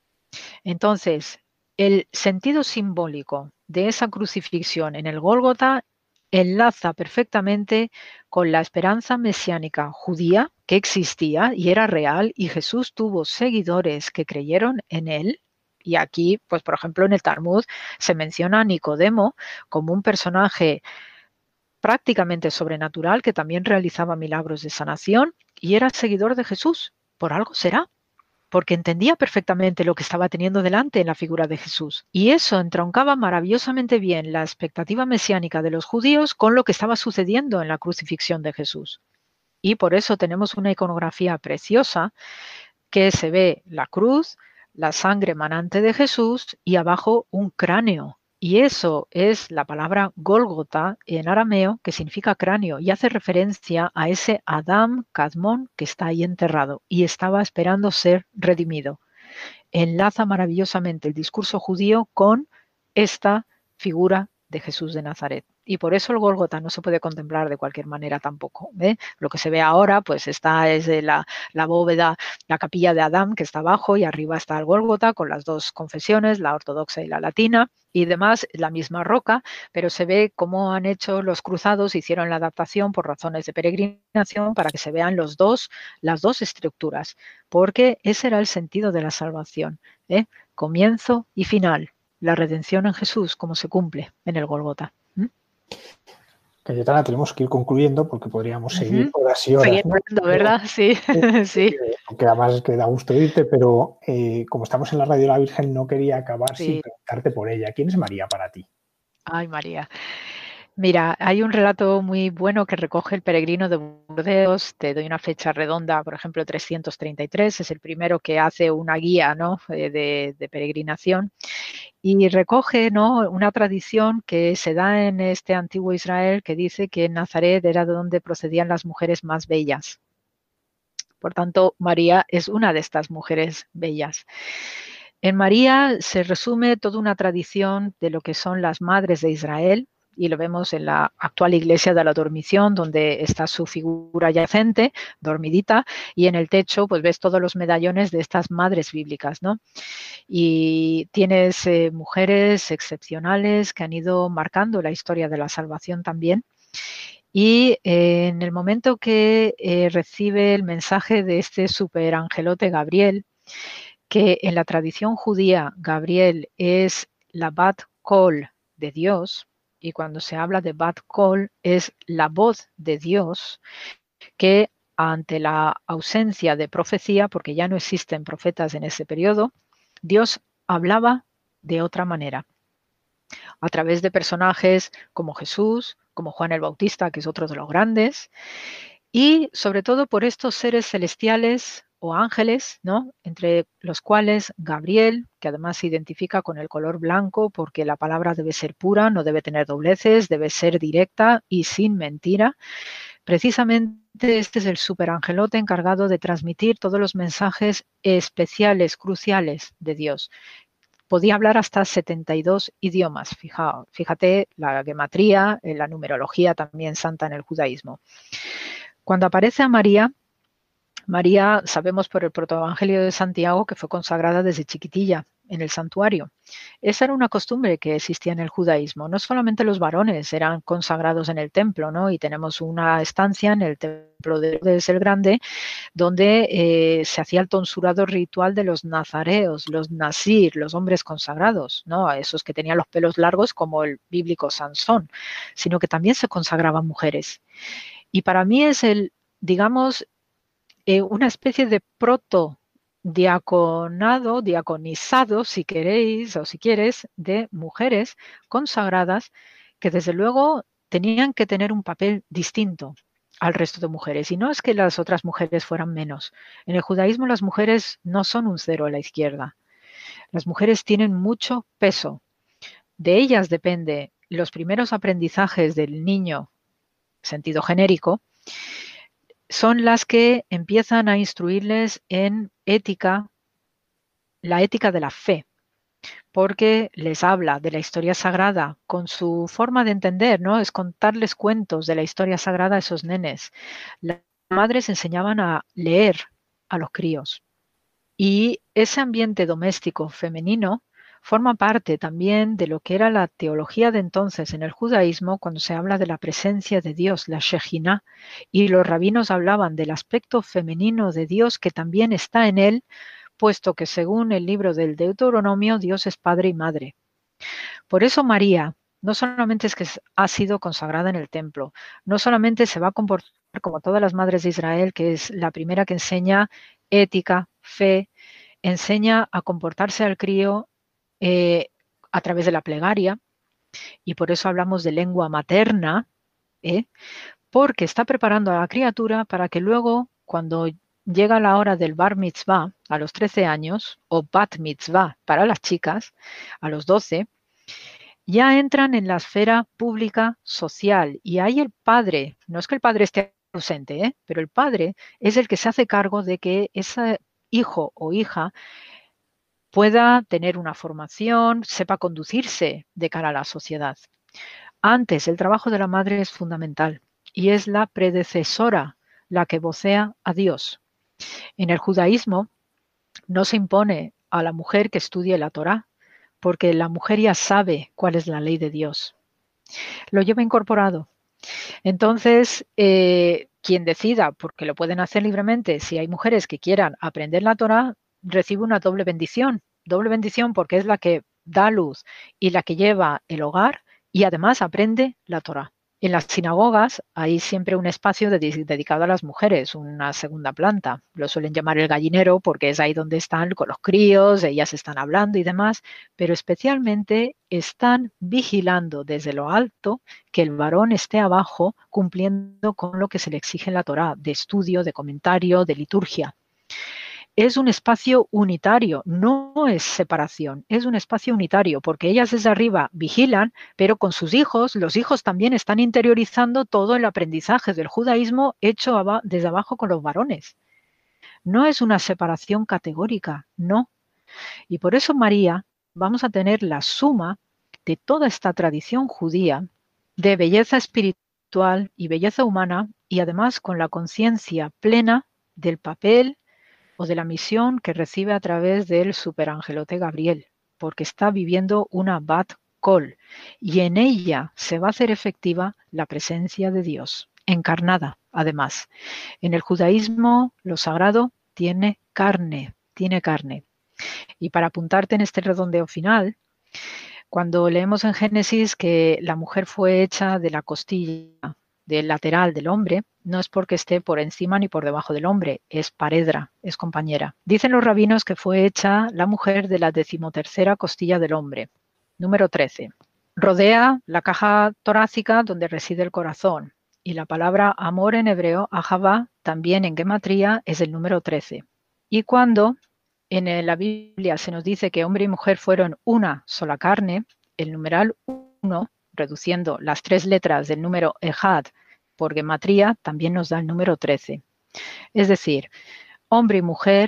Entonces, el sentido simbólico de esa crucifixión en el Gólgota enlaza perfectamente con la esperanza mesiánica judía que existía y era real, y Jesús tuvo seguidores que creyeron en él. Y aquí, pues por ejemplo, en el Talmud se menciona a Nicodemo como un personaje prácticamente sobrenatural que también realizaba milagros de sanación y era seguidor de Jesús. Por algo será, porque entendía perfectamente lo que estaba teniendo delante en la figura de Jesús. Y eso entroncaba maravillosamente bien la expectativa mesiánica de los judíos con lo que estaba sucediendo en la crucifixión de Jesús. Y por eso tenemos una iconografía preciosa que se ve la cruz, la sangre manante de Jesús y abajo un cráneo. Y eso es la palabra Gólgota en arameo, que significa cráneo, y hace referencia a ese Adam Kadmón que está ahí enterrado y estaba esperando ser redimido. Enlaza maravillosamente el discurso judío con esta figura de Jesús de Nazaret. Y por eso el Gólgota no se puede contemplar de cualquier manera tampoco, ¿eh? Lo que se ve ahora, pues está es de la, la bóveda, la capilla de Adán que está abajo, y arriba está el Gólgota con las dos confesiones, la ortodoxa y la latina, y demás la misma roca, pero se ve cómo han hecho los cruzados, hicieron la adaptación por razones de peregrinación para que se vean los dos, las dos estructuras, porque ese era el sentido de la salvación, ¿eh? Comienzo y final, la redención en Jesús, como se cumple en el Gólgota. ¿Mm? Cayetana, tenemos que ir concluyendo porque podríamos seguir uh-huh. horas y horas. Seguir hablando, ¿no? ¿Verdad? Sí. sí. Porque además es que da gusto irte, pero eh, como estamos en la Radio de la Virgen, no quería acabar sí. sin preguntarte por ella. ¿Quién es María para ti? Ay, María. Mira, hay un relato muy bueno que recoge el peregrino de Burdeos. Te doy una fecha redonda, por ejemplo, trescientos treinta y tres. Es el primero que hace una guía, ¿no?, de, de peregrinación. Y recoge, ¿no?, una tradición que se da en este antiguo Israel que dice que en Nazaret era de donde procedían las mujeres más bellas. Por tanto, María es una de estas mujeres bellas. En María se resume toda una tradición de lo que son las madres de Israel, y lo vemos en la actual iglesia de la Dormición, donde está su figura yacente, dormidita, y en el techo pues ves todos los medallones de estas madres bíblicas, ¿no? Y tienes eh, mujeres excepcionales que han ido marcando la historia de la salvación también. Y eh, en el momento que eh, recibe el mensaje de este superangelote Gabriel, que en la tradición judía Gabriel es la Bat Kol de Dios, y cuando se habla de Bat Kol es la voz de Dios, que ante la ausencia de profecía, porque ya no existen profetas en ese periodo, Dios hablaba de otra manera, a través de personajes como Jesús, como Juan el Bautista, que es otro de los grandes, y sobre todo por estos seres celestiales o ángeles, ¿no? Entre los cuales Gabriel, que además se identifica con el color blanco porque la palabra debe ser pura, no debe tener dobleces, debe ser directa y sin mentira. Precisamente este es el superangelote encargado de transmitir todos los mensajes especiales, cruciales de Dios. Podía hablar hasta setenta y dos idiomas, fíjate, fíjate la gematría, la numerología también santa en el judaísmo. Cuando aparece a María, María sabemos por el protoevangelio de Santiago que fue consagrada desde chiquitilla en el santuario. Esa era una costumbre que existía en el judaísmo. No solamente los varones eran consagrados en el templo, ¿no? Y tenemos una estancia en el templo de Herodes el Grande donde eh, se hacía el tonsurado ritual de los nazareos, los nazir, los hombres consagrados, ¿no? A esos que tenían los pelos largos como el bíblico Sansón, sino que también se consagraban mujeres. Y para mí es el, digamos, eh, una especie de proto diaconado, diaconizado, si queréis o si quieres, de mujeres consagradas que desde luego tenían que tener un papel distinto al resto de mujeres. Y no es que las otras mujeres fueran menos. En el judaísmo las mujeres no son un cero a la izquierda. Las mujeres tienen mucho peso. De ellas depende los primeros aprendizajes del niño, sentido genérico, son las que empiezan a instruirles en ética, la ética de la fe, porque les habla de la historia sagrada con su forma de entender, ¿no? Es contarles cuentos de la historia sagrada a esos nenes. Las madres enseñaban a leer a los críos y ese ambiente doméstico femenino forma parte también de lo que era la teología de entonces en el judaísmo cuando se habla de la presencia de Dios, la Shejinah, y los rabinos hablaban del aspecto femenino de Dios que también está en él, puesto que según el libro del Deuteronomio, Dios es padre y madre. Por eso María no solamente es que ha sido consagrada en el templo, no solamente se va a comportar como todas las madres de Israel, que es la primera que enseña ética, fe, enseña a comportarse al crío Eh, a través de la plegaria, y por eso hablamos de lengua materna, ¿eh? Porque está preparando a la criatura para que luego, cuando llega la hora del bar mitzvah, a los trece años, o bat mitzvah para las chicas, a los doce, ya entran en la esfera pública social, y ahí el padre, no es que el padre esté ausente, ¿eh? Pero el padre es el que se hace cargo de que ese hijo o hija pueda tener una formación, sepa conducirse de cara a la sociedad. Antes, el trabajo de la madre es fundamental y es la predecesora, la que vocea a Dios. En el judaísmo no se impone a la mujer que estudie la Torá, porque la mujer ya sabe cuál es la ley de Dios. Lo lleva incorporado. Entonces, eh, quien decida, porque lo pueden hacer libremente, si hay mujeres que quieran aprender la Torá, recibe una doble bendición. Doble bendición porque es la que da luz y la que lleva el hogar y además aprende la Torá. En las sinagogas hay siempre un espacio de, dedicado a las mujeres, una segunda planta. Lo suelen llamar el gallinero porque es ahí donde están con los críos, ellas están hablando y demás, pero especialmente están vigilando desde lo alto que el varón esté abajo cumpliendo con lo que se le exige en la Torá, de estudio, de comentario, de liturgia. Es un espacio unitario, no es separación, es un espacio unitario, porque ellas desde arriba vigilan, pero con sus hijos, los hijos también están interiorizando todo el aprendizaje del judaísmo hecho aba- desde abajo con los varones. No es una separación categórica, no. Y por eso María, vamos a tener la suma de toda esta tradición judía de belleza espiritual y belleza humana, y además con la conciencia plena del papel o de la misión que recibe a través del superangelote Gabriel, porque está viviendo una Bat Kol, y en ella se va a hacer efectiva la presencia de Dios, encarnada además. En el judaísmo lo sagrado tiene carne, tiene carne. Y para apuntarte en este redondeo final, cuando leemos en Génesis que la mujer fue hecha de la costilla del lateral del hombre, no es porque esté por encima ni por debajo del hombre, es paredra, es compañera. Dicen los rabinos que fue hecha la mujer de la decimotercera costilla del hombre, número trece. Rodea la caja torácica donde reside el corazón, y la palabra amor en hebreo, ahavá, también en gematría, es el número trece. Y cuando en la Biblia se nos dice que hombre y mujer fueron una sola carne, el numeral uno, reduciendo las tres letras del número Ejad por gematría, también nos da el número trece. Es decir, hombre y mujer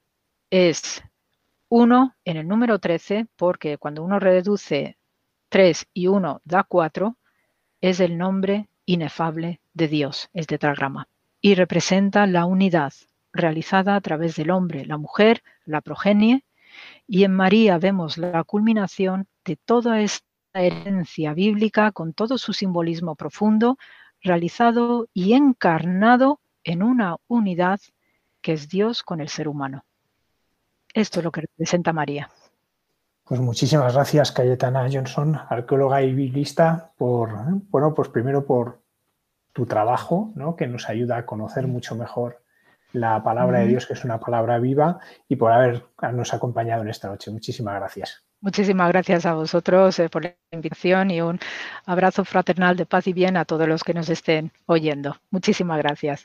es uno en el número trece, porque cuando uno reduce tres y uno da cuatro, es el nombre inefable de Dios, el tetragrama, y representa la unidad realizada a través del hombre, la mujer, la progenie, y en María vemos la culminación de toda esta herencia bíblica con todo su simbolismo profundo, realizado y encarnado en una unidad que es Dios con el ser humano. Esto es lo que representa María. Pues muchísimas gracias, Cayetana Johnson, arqueóloga y biblista, por, bueno, pues primero por tu trabajo, ¿no?, que nos ayuda a conocer mucho mejor la palabra de Dios, que es una palabra viva, y por habernos acompañado en esta noche. Muchísimas gracias. Muchísimas gracias a vosotros eh, por la invitación, y un abrazo fraternal de paz y bien a todos los que nos estén oyendo. Muchísimas gracias.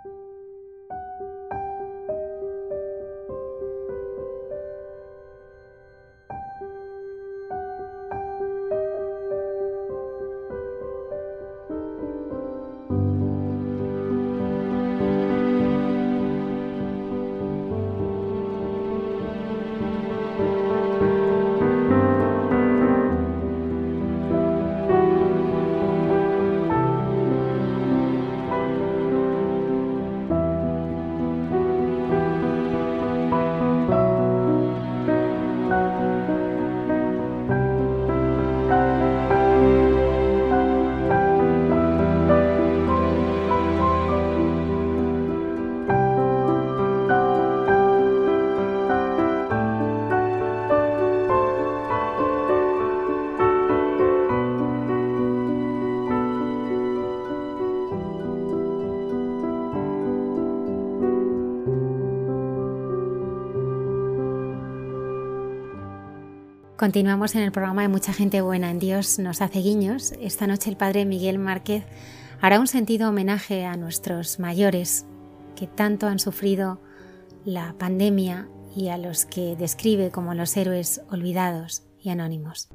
Continuamos en el programa de Mucha Gente Buena en Dios nos hace guiños. Esta noche el padre Miguel Márquez hará un sentido homenaje a nuestros mayores que tanto han sufrido la pandemia y a los que describe como los héroes olvidados y anónimos.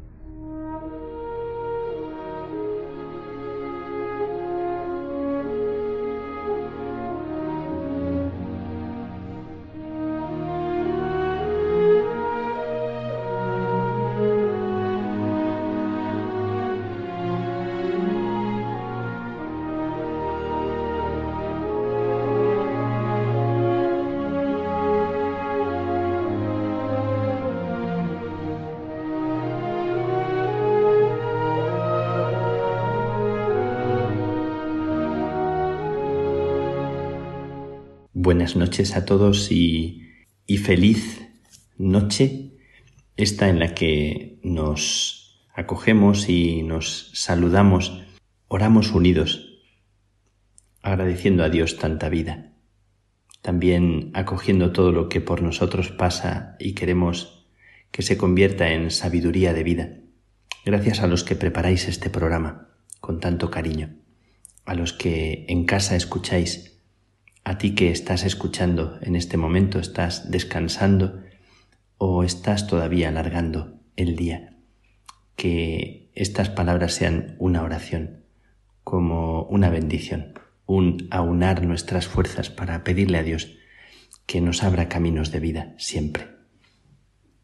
Buenas noches a todos y, y feliz noche, esta en la que nos acogemos y nos saludamos, oramos unidos, agradeciendo a Dios tanta vida, también acogiendo todo lo que por nosotros pasa y queremos que se convierta en sabiduría de vida. Gracias a los que preparáis este programa con tanto cariño, a los que en casa escucháis, a ti que estás escuchando en este momento, estás descansando o estás todavía alargando el día. Que estas palabras sean una oración, como una bendición, un aunar nuestras fuerzas para pedirle a Dios que nos abra caminos de vida siempre.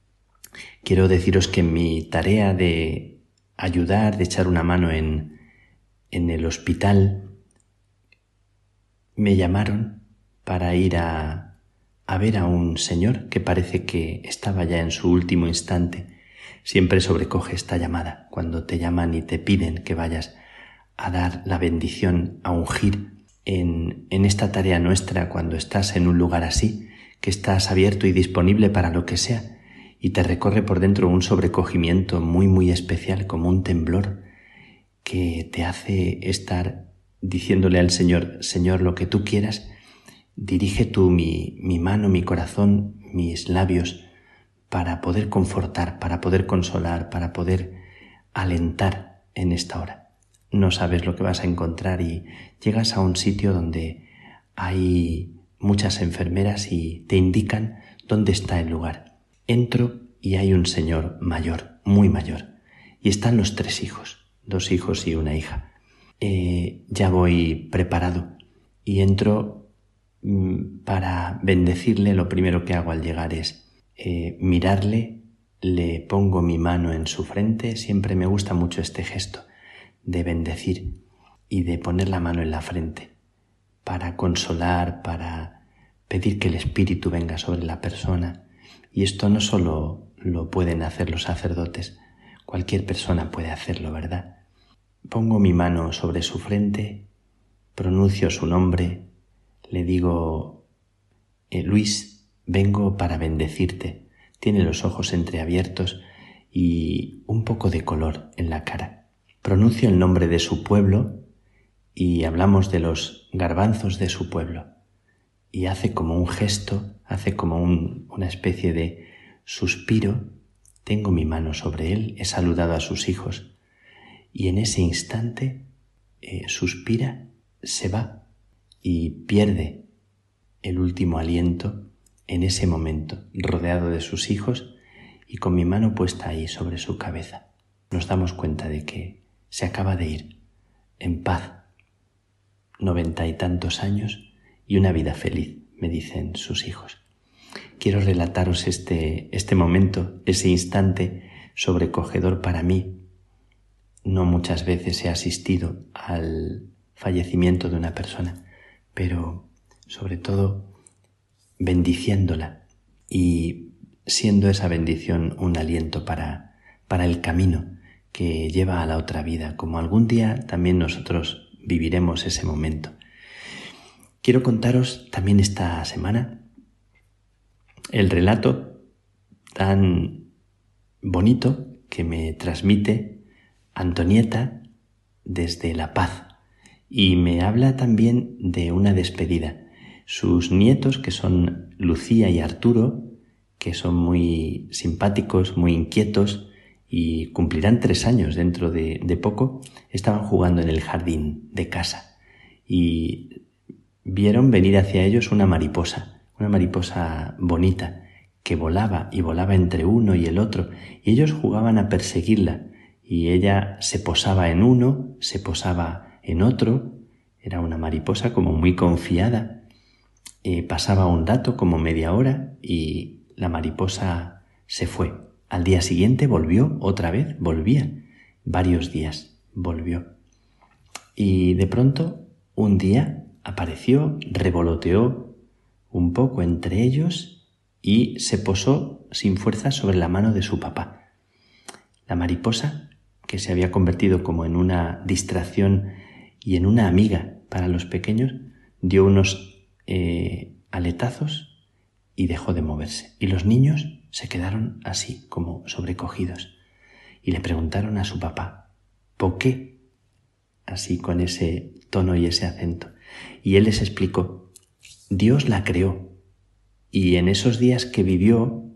Quiero deciros que en mi tarea de ayudar, de echar una mano en en el hospital me llamaron para ir a, a ver a un señor que parece que estaba ya en su último instante. Siempre sobrecoge esta llamada, cuando te llaman y te piden que vayas a dar la bendición, a ungir en, en esta tarea nuestra, cuando estás en un lugar así, que estás abierto y disponible para lo que sea, y te recorre por dentro un sobrecogimiento muy muy especial, como un temblor, que te hace estar diciéndole al Señor: Señor, lo que tú quieras, dirige tú mi, mi mano, mi corazón, mis labios, para poder confortar, para poder consolar, para poder alentar en esta hora. No sabes lo que vas a encontrar y llegas a un sitio donde hay muchas enfermeras y te indican dónde está el lugar. Entro y hay un señor mayor, muy mayor, y están los tres hijos, dos hijos y una hija. Eh, ya voy preparado y entro mmm, para bendecirle. Lo primero que hago al llegar es eh, mirarle, le pongo mi mano en su frente. Siempre me gusta mucho este gesto de bendecir y de poner la mano en la frente para consolar, para pedir que el Espíritu venga sobre la persona. Y esto no solo lo pueden hacer los sacerdotes, cualquier persona puede hacerlo, ¿verdad? Pongo mi mano sobre su frente, pronuncio su nombre, le digo: eh, Luis, vengo para bendecirte. Tiene los ojos entreabiertos y un poco de color en la cara. Pronuncio el nombre de su pueblo y hablamos de los garbanzos de su pueblo. Y hace como un gesto, hace como un, una especie de suspiro. Tengo mi mano sobre él, he saludado a sus hijos y en ese instante eh, suspira, se va y pierde el último aliento en ese momento, rodeado de sus hijos y con mi mano puesta ahí sobre su cabeza. Nos damos cuenta de que se acaba de ir en paz, noventa y tantos años y una vida feliz, me dicen sus hijos. Quiero relataros este, este momento, ese instante sobrecogedor para mí. No muchas veces he asistido al fallecimiento de una persona, pero sobre todo bendiciéndola y siendo esa bendición un aliento para, para el camino que lleva a la otra vida, como algún día también nosotros viviremos ese momento. Quiero contaros también esta semana el relato tan bonito que me transmite Antonieta desde La Paz y me habla también de una despedida. Sus nietos, que son Lucía y Arturo, que son muy simpáticos, muy inquietos y cumplirán tres años dentro de, de poco, estaban jugando en el jardín de casa y vieron venir hacia ellos una mariposa, una mariposa bonita, que volaba y volaba entre uno y el otro, y ellos jugaban a perseguirla, y ella se posaba en uno, se posaba en otro. Era una mariposa como muy confiada. Eh, pasaba un rato, como media hora, y la mariposa se fue. Al día siguiente volvió otra vez, volvía, varios días volvió. Y de pronto, un día apareció, revoloteó un poco entre ellos y se posó sin fuerza sobre la mano de su papá. La mariposa, que se había convertido como en una distracción y en una amiga para los pequeños, dio unos eh, aletazos y dejó de moverse. Y los niños se quedaron así, como sobrecogidos, y le preguntaron a su papá: ¿por qué? Así, con ese tono y ese acento. Y él les explicó: Dios la creó, y en esos días que vivió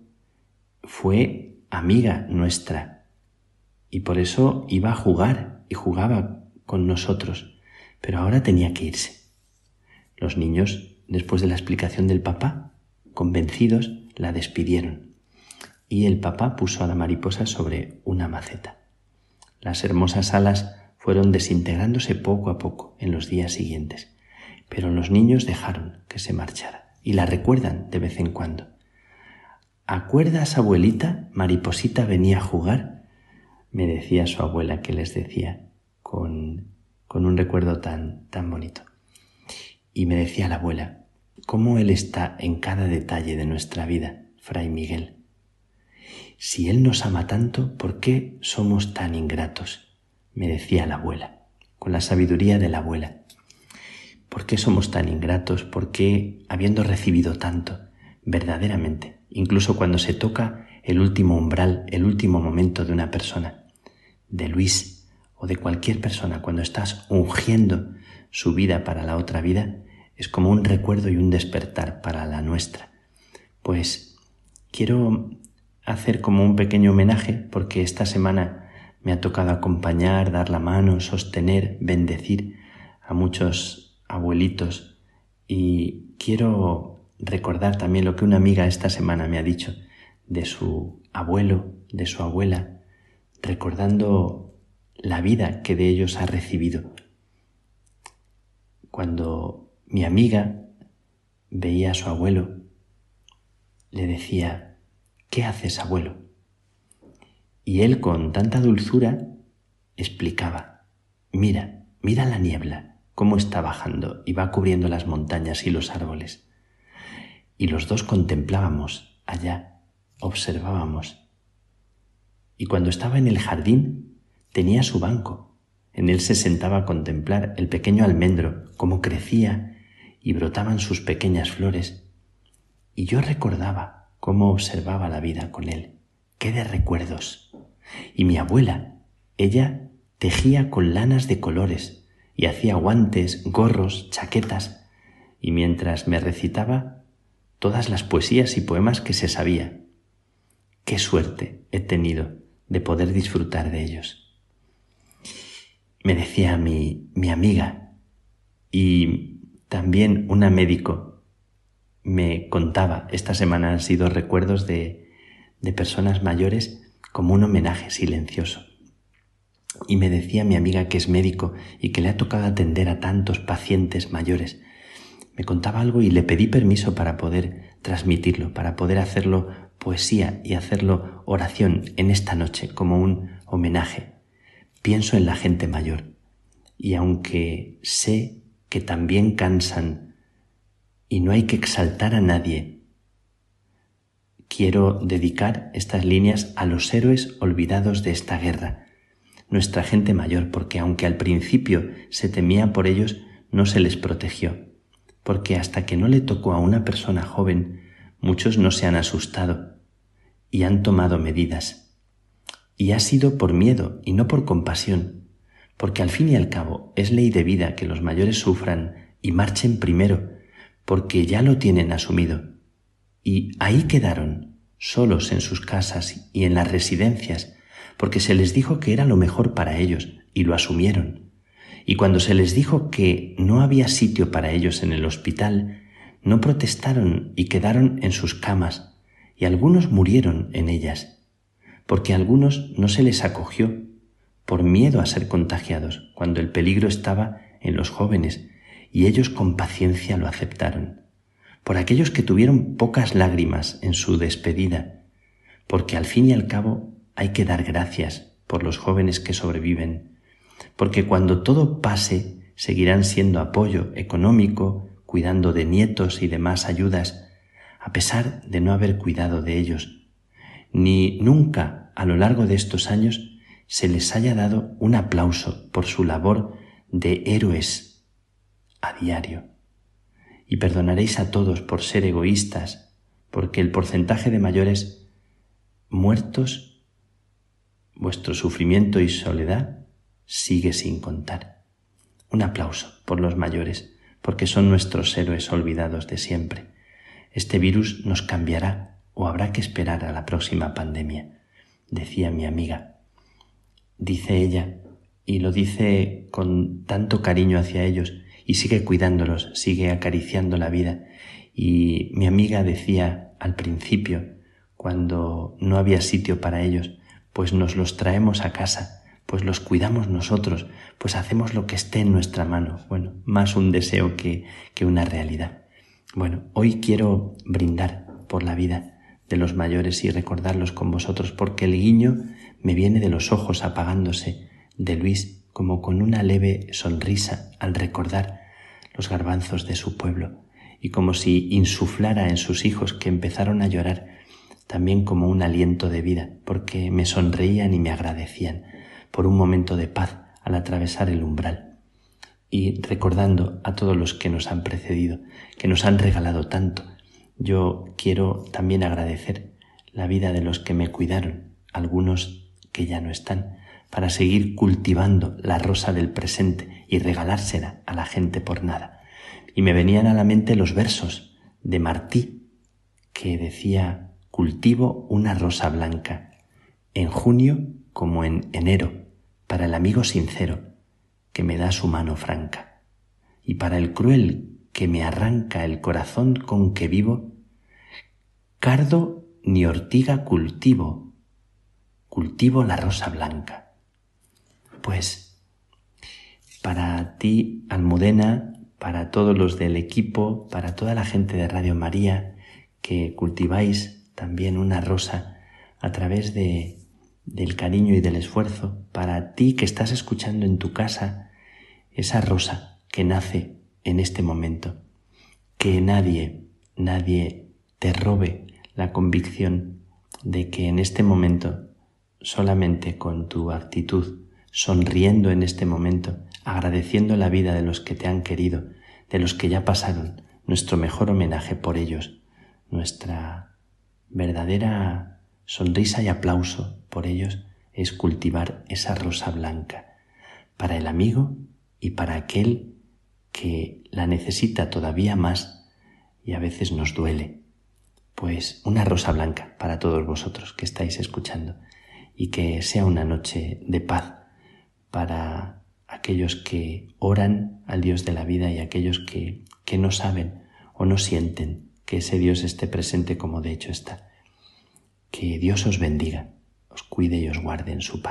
fue amiga nuestra, y por eso iba a jugar y jugaba con nosotros, pero ahora tenía que irse. Los niños, después de la explicación del papá, convencidos, la despidieron. Y el papá puso a la mariposa sobre una maceta. Las hermosas alas fueron desintegrándose poco a poco en los días siguientes, pero los niños dejaron que se marchara y la recuerdan de vez en cuando. ¿Acuerdas, abuelita? Mariposita venía a jugar, me decía su abuela, que les decía con con un recuerdo tan, tan bonito. Y me decía la abuela, cómo Él está en cada detalle de nuestra vida, Fray Miguel. Si Él nos ama tanto, ¿por qué somos tan ingratos? Me decía la abuela, con la sabiduría de la abuela. ¿Por qué somos tan ingratos? ¿Por qué, habiendo recibido tanto, verdaderamente, incluso cuando se toca el último umbral, el último momento de una persona, de Luis o de cualquier persona, cuando estás ungiendo su vida para la otra vida, es como un recuerdo y un despertar para la nuestra? Pues quiero hacer como un pequeño homenaje, porque esta semana me ha tocado acompañar, dar la mano, sostener, bendecir a muchos abuelitos, y quiero recordar también lo que una amiga esta semana me ha dicho de su abuelo, de su abuela, recordando la vida que de ellos ha recibido. Cuando mi amiga veía a su abuelo, le decía, ¿qué haces, abuelo? Y él con tanta dulzura explicaba, mira, mira la niebla, cómo está bajando y va cubriendo las montañas y los árboles. Y los dos contemplábamos allá, observábamos. Y cuando estaba en el jardín, tenía su banco. En él se sentaba a contemplar el pequeño almendro, cómo crecía y brotaban sus pequeñas flores. Y yo recordaba cómo observaba la vida con él. ¡Qué de recuerdos! Y mi abuela, ella tejía con lanas de colores y hacía guantes, gorros, chaquetas, y mientras me recitaba todas las poesías y poemas que se sabía. ¡Qué suerte he tenido de poder disfrutar de ellos! Me decía mi, mi amiga, y también una médico me contaba, esta semana han sido recuerdos de, de personas mayores como un homenaje silencioso. Y me decía mi amiga que es médico y que le ha tocado atender a tantos pacientes mayores. Me contaba algo y le pedí permiso para poder transmitirlo, para poder hacerlo poesía y hacerlo oración en esta noche como un homenaje. Pienso en la gente mayor y aunque sé que también cansan y no hay que exaltar a nadie, quiero dedicar estas líneas a los héroes olvidados de esta guerra, nuestra gente mayor, porque aunque al principio se temía por ellos, no se les protegió, porque hasta que no le tocó a una persona joven, muchos no se han asustado y han tomado medidas. Y ha sido por miedo y no por compasión, porque al fin y al cabo es ley de vida que los mayores sufran y marchen primero, porque ya lo tienen asumido. Y ahí quedaron, solos en sus casas y en las residencias, porque se les dijo que era lo mejor para ellos y lo asumieron. Y cuando se les dijo que no había sitio para ellos en el hospital, no protestaron y quedaron en sus camas, y algunos murieron en ellas, porque a algunos no se les acogió por miedo a ser contagiados, cuando el peligro estaba en los jóvenes, y ellos con paciencia lo aceptaron. Por aquellos que tuvieron pocas lágrimas en su despedida, porque al fin y al cabo hay que dar gracias por los jóvenes que sobreviven, porque cuando todo pase seguirán siendo apoyo económico, cuidando de nietos y demás ayudas, a pesar de no haber cuidado de ellos, ni nunca a lo largo de estos años se les haya dado un aplauso por su labor de héroes a diario. Y perdonaréis a todos por ser egoístas, porque el porcentaje de mayores muertos, vuestro sufrimiento y soledad sigue sin contar. Un aplauso por los mayores, porque son nuestros héroes olvidados de siempre. Este virus nos cambiará o habrá que esperar a la próxima pandemia, decía mi amiga. Dice ella, y lo dice con tanto cariño hacia ellos, y sigue cuidándolos, sigue acariciando la vida. Y mi amiga decía al principio, cuando no había sitio para ellos, pues nos los traemos a casa, pues los cuidamos nosotros, pues hacemos lo que esté en nuestra mano. Bueno, más un deseo que, que una realidad. Bueno, hoy quiero brindar por la vida de los mayores y recordarlos con vosotros, porque el guiño me viene de los ojos apagándose de Luis como con una leve sonrisa al recordar los garbanzos de su pueblo, y como si insuflara en sus hijos, que empezaron a llorar, también como un aliento de vida, porque me sonreían y me agradecían por un momento de paz al atravesar el umbral. Y recordando a todos los que nos han precedido, que nos han regalado tanto, yo quiero también agradecer la vida de los que me cuidaron, algunos que ya no están, para seguir cultivando la rosa del presente y regalársela a la gente por nada. Y me venían a la mente los versos de Martí, que decía: cultivo una rosa blanca, en junio como en enero, para el amigo sincero que me da su mano franca, y para el cruel que me arranca el corazón con que vivo, cardo ni ortiga cultivo, cultivo la rosa blanca. Pues para ti, Almudena, para todos los del equipo, para toda la gente de Radio María, que cultiváis también una rosa a través de, del cariño y del esfuerzo, para ti que estás escuchando en tu casa esa rosa que nace en este momento, que nadie, nadie te robe la convicción de que en este momento, solamente con tu actitud, sonriendo en este momento, agradeciendo la vida de los que te han querido, de los que ya pasaron, nuestro mejor homenaje por ellos, nuestra verdadera sonrisa y aplauso por ellos, es cultivar esa rosa blanca para el amigo y para aquel que la necesita todavía más y a veces nos duele. Pues una rosa blanca para todos vosotros que estáis escuchando, y que sea una noche de paz para aquellos que oran al Dios de la vida y aquellos que, que no saben o no sienten que ese Dios esté presente como de hecho está. Que Dios os bendiga, os cuide y os guarde en su paz.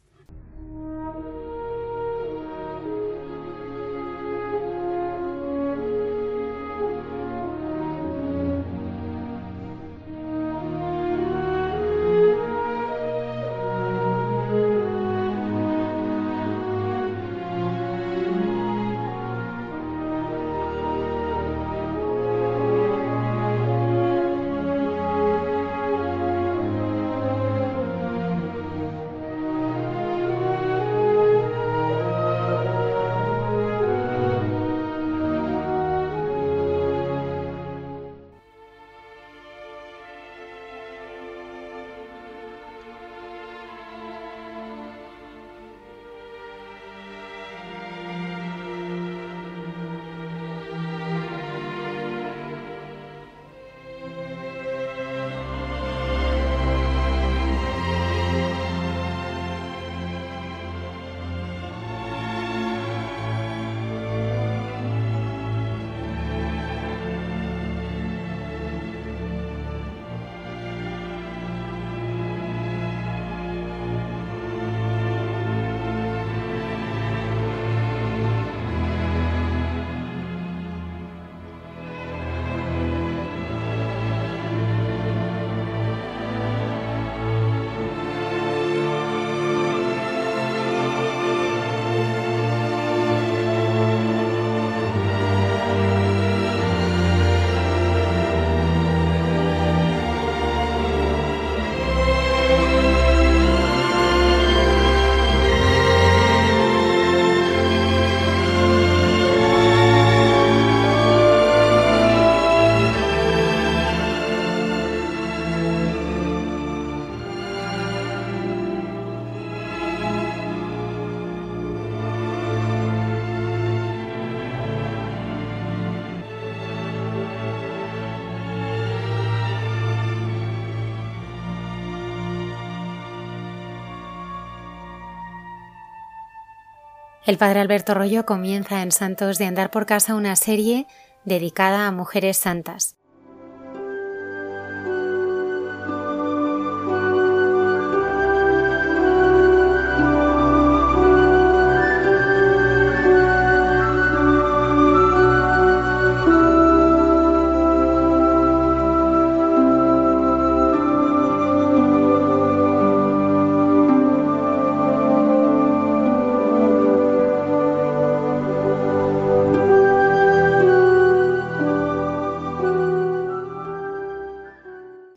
El padre Alberto Royo comienza en Santos de Andar por Casa una serie dedicada a mujeres santas.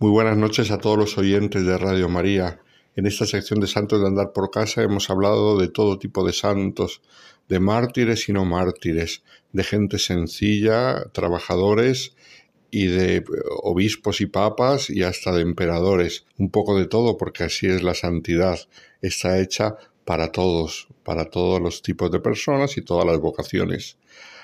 Muy buenas noches a todos los oyentes de Radio María. En esta sección de Santos de Andar por Casa hemos hablado de todo tipo de santos, de mártires y no mártires, de gente sencilla, trabajadores y de obispos y papas y hasta de emperadores. Un poco de todo, porque así es la santidad. Está hecha para todos, para todos los tipos de personas y todas las vocaciones.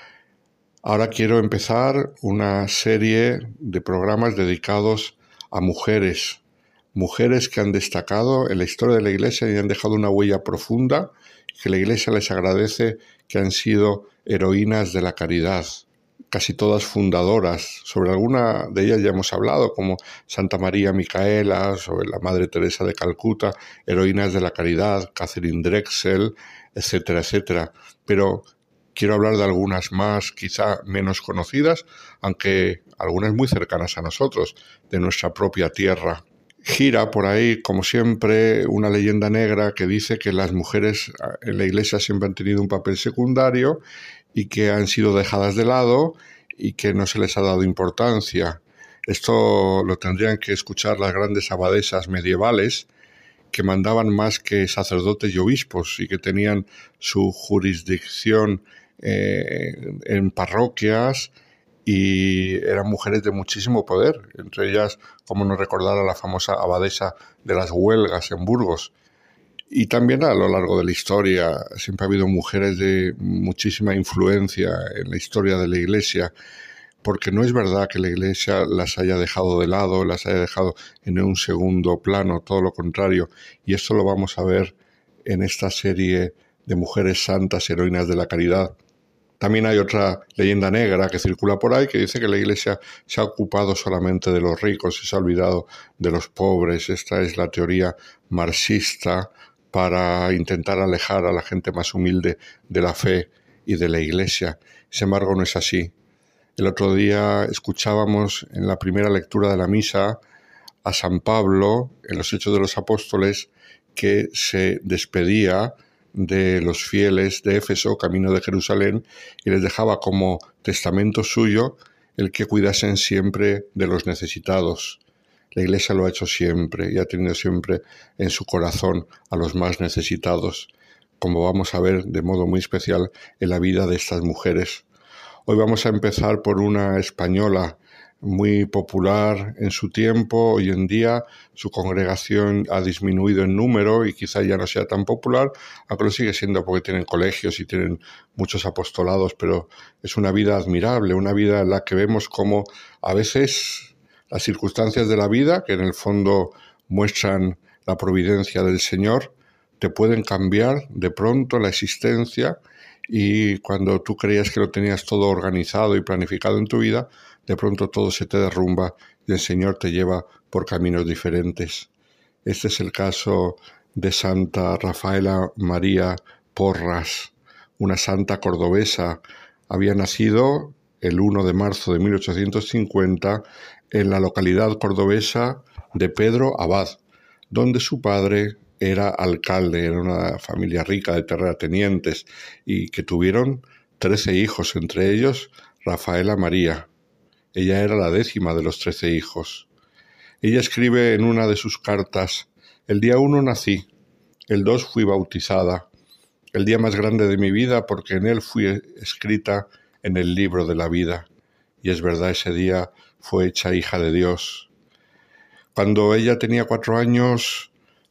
Ahora quiero empezar una serie de programas dedicados a mujeres, mujeres que han destacado en la historia de la Iglesia y han dejado una huella profunda, que la Iglesia les agradece, que han sido heroínas de la caridad, casi todas fundadoras. Sobre alguna de ellas ya hemos hablado, como Santa María Micaela, sobre la Madre Teresa de Calcuta, heroínas de la caridad, Catherine Drexel, etcétera, etcétera. Pero quiero hablar de algunas más, quizá menos conocidas, aunque algunas muy cercanas a nosotros, de nuestra propia tierra. Gira por ahí, como siempre, una leyenda negra que dice que las mujeres en la Iglesia siempre han tenido un papel secundario y que han sido dejadas de lado y que no se les ha dado importancia. Esto lo tendrían que escuchar las grandes abadesas medievales, que mandaban más que sacerdotes y obispos y que tenían su jurisdicción eh, en parroquias, y eran mujeres de muchísimo poder, entre ellas, como nos recordara, la famosa abadesa de las Huelgas en Burgos. Y también a lo largo de la historia siempre ha habido mujeres de muchísima influencia en la historia de la Iglesia, porque no es verdad que la Iglesia las haya dejado de lado, las haya dejado en un segundo plano, todo lo contrario. Y esto lo vamos a ver en esta serie de mujeres santas, heroínas de la caridad. También hay otra leyenda negra que circula por ahí que dice que la Iglesia se ha ocupado solamente de los ricos y se ha olvidado de los pobres. Esta es la teoría marxista para intentar alejar a la gente más humilde de la fe y de la Iglesia. Sin embargo, no es así. El otro día escuchábamos en la primera lectura de la misa a San Pablo, en los Hechos de los Apóstoles, que se despedía de los fieles de Éfeso, camino de Jerusalén, y les dejaba como testamento suyo el que cuidasen siempre de los necesitados. La Iglesia lo ha hecho siempre y ha tenido siempre en su corazón a los más necesitados, como vamos a ver de modo muy especial en la vida de estas mujeres. Hoy vamos a empezar por una española muy popular en su tiempo. Hoy en día su congregación ha disminuido en número y quizá ya no sea tan popular, aunque lo sigue siendo porque tienen colegios y tienen muchos apostolados, pero es una vida admirable, una vida en la que vemos cómo a veces las circunstancias de la vida, que en el fondo muestran la providencia del Señor, te pueden cambiar de pronto la existencia, y cuando tú creías que lo tenías todo organizado y planificado en tu vida, de pronto todo se te derrumba y el Señor te lleva por caminos diferentes. Este es el caso de Santa Rafaela María Porras, una santa cordobesa. Había nacido el primero de marzo de mil ochocientos cincuenta en la localidad cordobesa de Pedro Abad, donde su padre era alcalde, era una familia rica de terratenientes y que tuvieron trece hijos, entre ellos Rafaela María. Ella era la décima de los trece hijos. Ella escribe en una de sus cartas: el día uno nací, el dos fui bautizada, el día más grande de mi vida porque en él fui escrita en el libro de la vida. Y es verdad, ese día fue hecha hija de Dios. Cuando ella tenía cuatro años,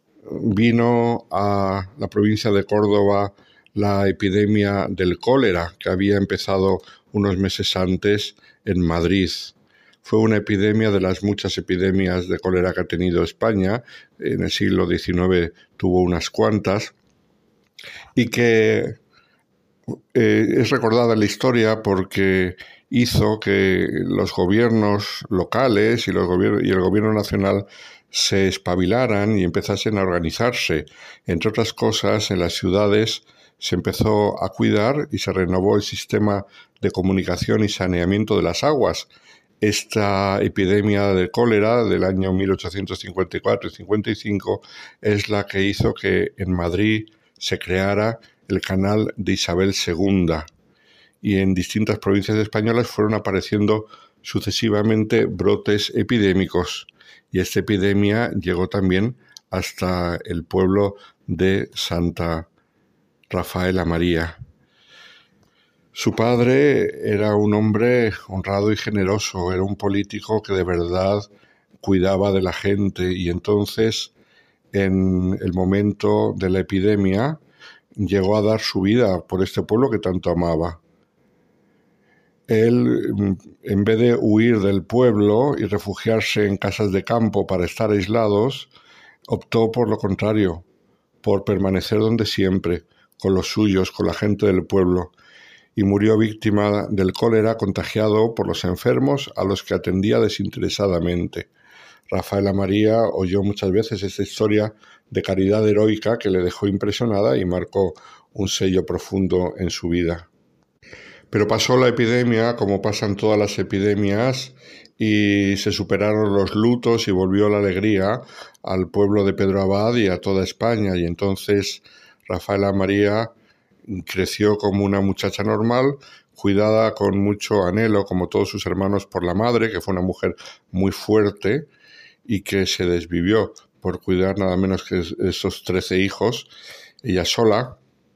vino a la provincia de Córdoba la epidemia del cólera, que había empezado unos meses antes en Madrid. Fue una epidemia de las muchas epidemias de cólera que ha tenido España. En el siglo diecinueve tuvo unas cuantas, y que eh, es recordada en la historia porque hizo que los gobiernos locales y, los gobier- y el gobierno nacional se espabilaran y empezasen a organizarse. Entre otras cosas, en las ciudades se empezó a cuidar y se renovó el sistema de comunicación y saneamiento de las aguas. Esta epidemia de cólera del año mil ochocientos cincuenta y cuatro y cincuenta y cinco es la que hizo que en Madrid se creara el canal de Isabel segunda, y en distintas provincias españolas fueron apareciendo sucesivamente brotes epidémicos, y esta epidemia llegó también hasta el pueblo de Santa Rafaela María. Su padre era un hombre honrado y generoso, era un político que de verdad cuidaba de la gente, y entonces, en el momento de la epidemia, llegó a dar su vida por este pueblo que tanto amaba. Él, en vez de huir del pueblo y refugiarse en casas de campo para estar aislados, optó por lo contrario, por permanecer donde siempre, con los suyos, con la gente del pueblo, y murió víctima del cólera contagiado por los enfermos a los que atendía desinteresadamente. Rafaela María oyó muchas veces esta historia de caridad heroica que le dejó impresionada y marcó un sello profundo en su vida. Pero pasó la epidemia, como pasan todas las epidemias, y se superaron los lutos y volvió la alegría al pueblo de Pedro Abad y a toda España. Y entonces Rafaela María creció como una muchacha normal, cuidada con mucho anhelo, como todos sus hermanos, por la madre, que fue una mujer muy fuerte y que se desvivió por cuidar nada menos que esos trece hijos, ella sola.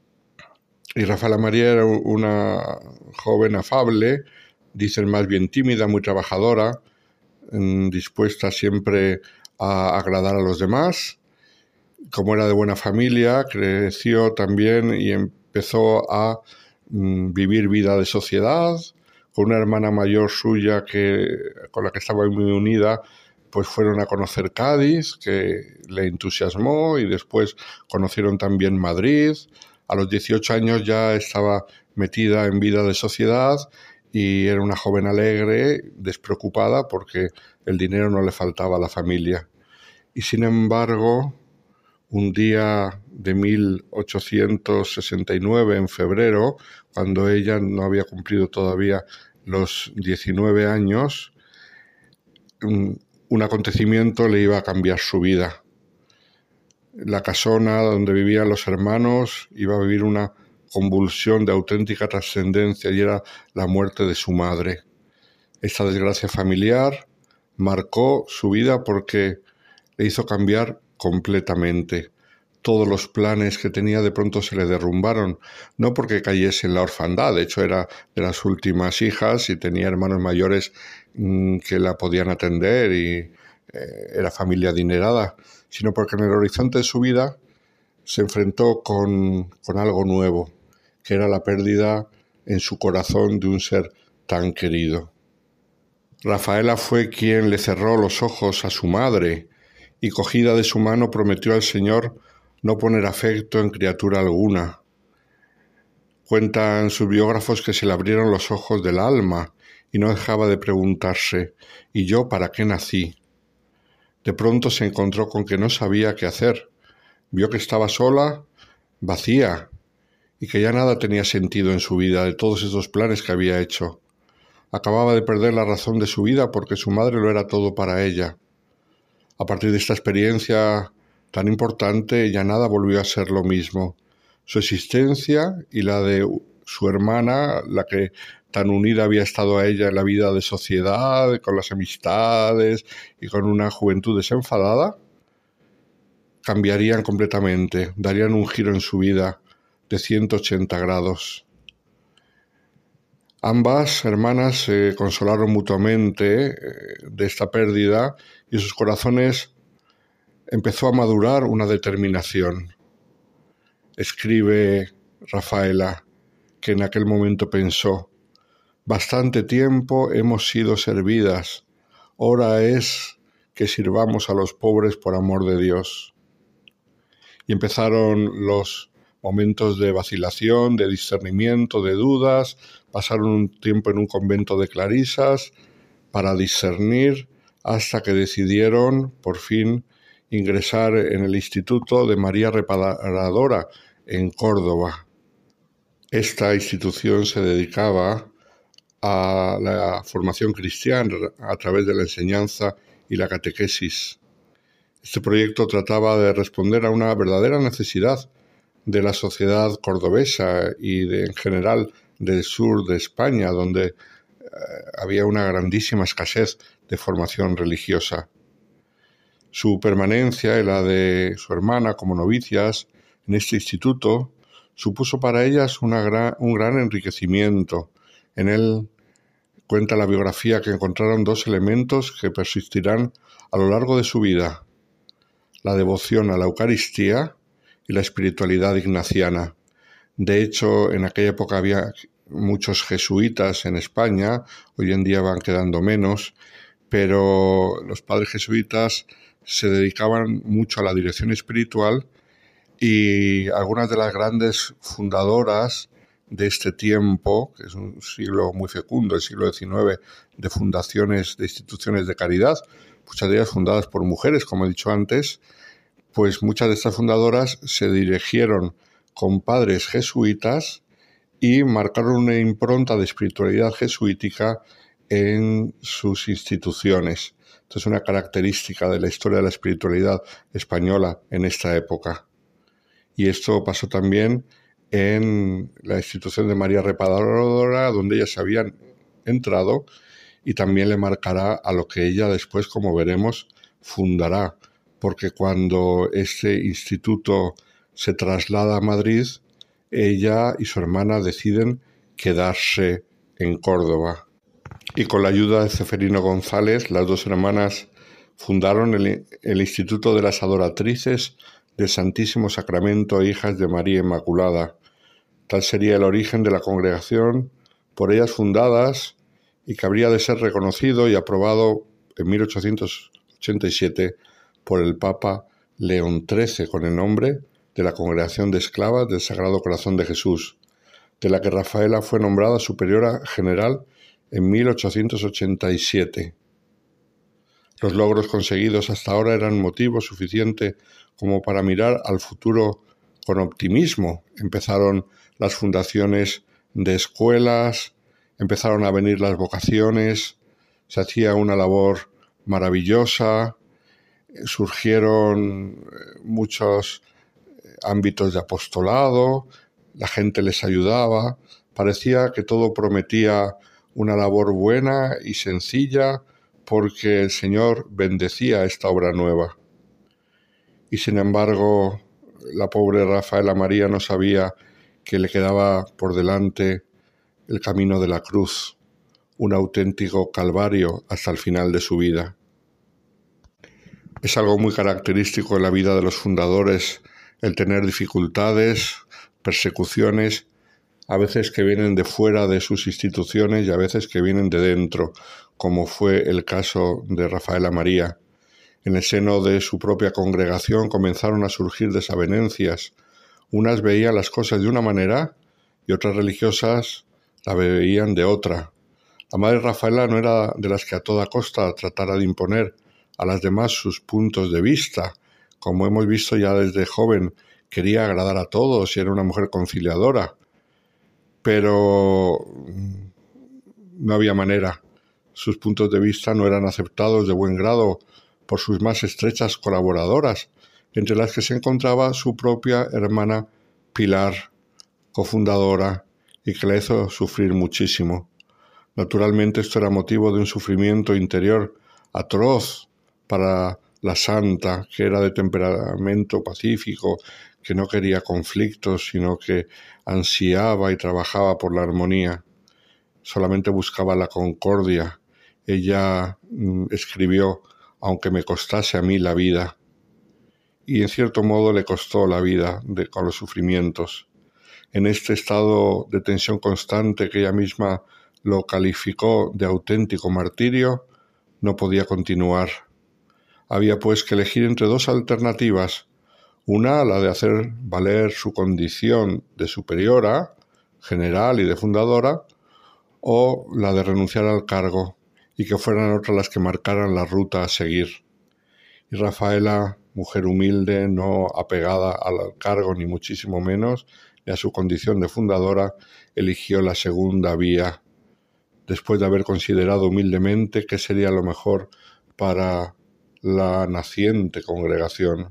Y Rafaela María era una joven afable, dicen más bien tímida, muy trabajadora, dispuesta siempre a agradar a los demás. Como era de buena familia, creció también y empezó a mm, vivir vida de sociedad, con una hermana mayor suya que, con la que estaba muy unida, pues fueron a conocer Cádiz, que le entusiasmó, y después conocieron también Madrid. A los dieciocho años ya estaba metida en vida de sociedad y era una joven alegre, despreocupada, porque el dinero no le faltaba a la familia. Y sin embargo, un día de mil ochocientos sesenta y nueve, en febrero, cuando ella no había cumplido todavía los diecinueve años, un, un acontecimiento le iba a cambiar su vida. La casona donde vivían los hermanos iba a vivir una convulsión de auténtica trascendencia, y era la muerte de su madre. Esta desgracia familiar marcó su vida porque le hizo cambiar completamente. Todos los planes que tenía de pronto se le derrumbaron, no porque cayese en la orfandad, de hecho era de las últimas hijas y tenía hermanos mayores mmm, que la podían atender y eh, era familia adinerada, sino porque en el horizonte de su vida se enfrentó con, con algo nuevo, que era la pérdida en su corazón de un ser tan querido. Rafaela fue quien le cerró los ojos a su madre y, cogida de su mano, prometió al Señor no poner afecto en criatura alguna. Cuentan sus biógrafos que se le abrieron los ojos del alma y no dejaba de preguntarse: ¿y yo para qué nací? De pronto se encontró con que no sabía qué hacer. Vio que estaba sola, vacía, y que ya nada tenía sentido en su vida de todos esos planes que había hecho. Acababa de perder la razón de su vida porque su madre lo era todo para ella. A partir de esta experiencia tan importante, ya nada volvió a ser lo mismo. Su existencia y la de su hermana, la que tan unida había estado a ella en la vida de sociedad, con las amistades y con una juventud desenfadada, cambiarían completamente, darían un giro en su vida de ciento ochenta grados. Ambas hermanas se consolaron mutuamente de esta pérdida y en sus corazones empezó a madurar una determinación. Escribe Rafaela que en aquel momento pensó: bastante tiempo hemos sido servidas, hora es que sirvamos a los pobres por amor de Dios. Y empezaron los momentos de vacilación, de discernimiento, de dudas. Pasaron un tiempo en un convento de clarisas para discernir, hasta que decidieron por fin ingresar en el Instituto de María Reparadora en Córdoba. Esta institución se dedicaba a la formación cristiana a través de la enseñanza y la catequesis. Este proyecto trataba de responder a una verdadera necesidad de la sociedad cordobesa y de, en general del sur de España, donde había una grandísima escasez de formación religiosa. Su permanencia y la de su hermana como novicias en este instituto supuso para ellas una gran, un gran enriquecimiento. En él cuenta la biografía que encontraron dos elementos que persistirán a lo largo de su vida: la devoción a la Eucaristía y la espiritualidad ignaciana. De hecho, en aquella época había muchos jesuitas en España, hoy en día van quedando menos, pero los padres jesuitas se dedicaban mucho a la dirección espiritual, y algunas de las grandes fundadoras de este tiempo, que es un siglo muy fecundo, el siglo diecinueve, de fundaciones, de instituciones de caridad, muchas de ellas fundadas por mujeres, como he dicho antes, pues muchas de estas fundadoras se dirigieron con padres jesuitas y marcaron una impronta de espiritualidad jesuítica en sus instituciones. Esto es una característica de la historia de la espiritualidad española en esta época. Y esto pasó también en la institución de María Reparadora, donde ellas habían entrado, y también le marcará a lo que ella después, como veremos, fundará, porque cuando este instituto se traslada a Madrid, ella y su hermana deciden quedarse en Córdoba. Y con la ayuda de Ceferino González, las dos hermanas fundaron el, el Instituto de las Adoratrices del Santísimo Sacramento e Hijas de María Inmaculada. Tal sería el origen de la congregación por ellas fundadas, y que habría de ser reconocido y aprobado en mil ochocientos ochenta y siete por el Papa León trece con el nombre de la Congregación de Esclavas del Sagrado Corazón de Jesús, de la que Rafaela fue nombrada superiora general en mil ochocientos ochenta y siete. Los logros conseguidos hasta ahora eran motivo suficiente como para mirar al futuro con optimismo. Empezaron las fundaciones de escuelas, empezaron a venir las vocaciones, se hacía una labor maravillosa, surgieron muchos ámbitos de apostolado, la gente les ayudaba, parecía que todo prometía una labor buena y sencilla, porque el Señor bendecía esta obra nueva. Y sin embargo, la pobre Rafaela María no sabía que le quedaba por delante el camino de la cruz, un auténtico calvario hasta el final de su vida. Es algo muy característico en la vida de los fundadores el tener dificultades, persecuciones, a veces que vienen de fuera de sus instituciones y a veces que vienen de dentro, como fue el caso de Rafaela María. En el seno de su propia congregación comenzaron a surgir desavenencias. Unas veían las cosas de una manera y otras religiosas la veían de otra. La madre Rafaela no era de las que a toda costa tratara de imponer a las demás sus puntos de vista. Como hemos visto ya desde joven, quería agradar a todos y era una mujer conciliadora. Pero no había manera. Sus puntos de vista no eran aceptados de buen grado por sus más estrechas colaboradoras, entre las que se encontraba su propia hermana Pilar, cofundadora, y que la hizo sufrir muchísimo. Naturalmente esto era motivo de un sufrimiento interior atroz para la santa, que era de temperamento pacífico, que no quería conflictos, sino que ansiaba y trabajaba por la armonía. Solamente buscaba la concordia. Ella mm, escribió: aunque me costase a mí la vida. Y en cierto modo le costó la vida de, con los sufrimientos. En este estado de tensión constante, que ella misma lo calificó de auténtico martirio, no podía continuar. Había pues que elegir entre dos alternativas: una, la de hacer valer su condición de superiora, general y de fundadora, o la de renunciar al cargo y que fueran otras las que marcaran la ruta a seguir. Y Rafaela, mujer humilde, no apegada al cargo ni muchísimo menos, ni a su condición de fundadora, eligió la segunda vía, después de haber considerado humildemente qué sería lo mejor para la naciente congregación.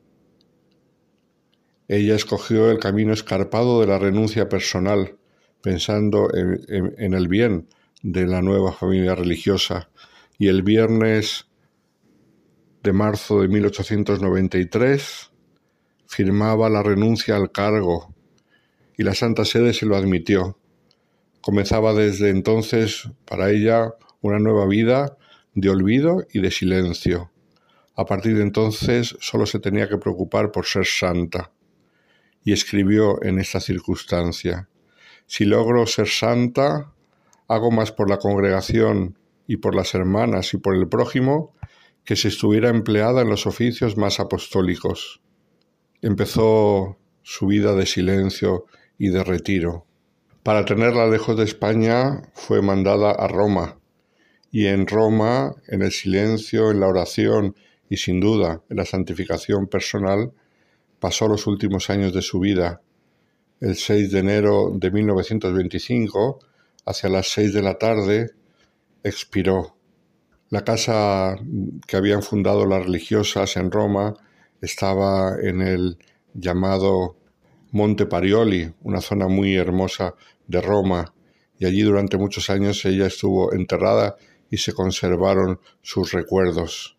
Ella escogió el camino escarpado de la renuncia personal, pensando en, en, en el bien de la nueva familia religiosa, y el viernes de marzo de mil ochocientos noventa y tres firmaba la renuncia al cargo y la Santa Sede se lo admitió. Comenzaba desde entonces para ella una nueva vida de olvido y de silencio. A partir de entonces solo se tenía que preocupar por ser santa. Y escribió en esta circunstancia: si logro ser santa, hago más por la congregación y por las hermanas y por el prójimo que si estuviera empleada en los oficios más apostólicos. Empezó su vida de silencio y de retiro. Para tenerla lejos de España fue mandada a Roma, y en Roma, en el silencio, en la oración y sin duda en la santificación personal, pasó los últimos años de su vida. El seis de enero de mil novecientos veinticinco, hacia las seis de la tarde, expiró. La casa que habían fundado las religiosas en Roma estaba en el llamado Monte Parioli, una zona muy hermosa de Roma, y allí durante muchos años ella estuvo enterrada y se conservaron sus recuerdos.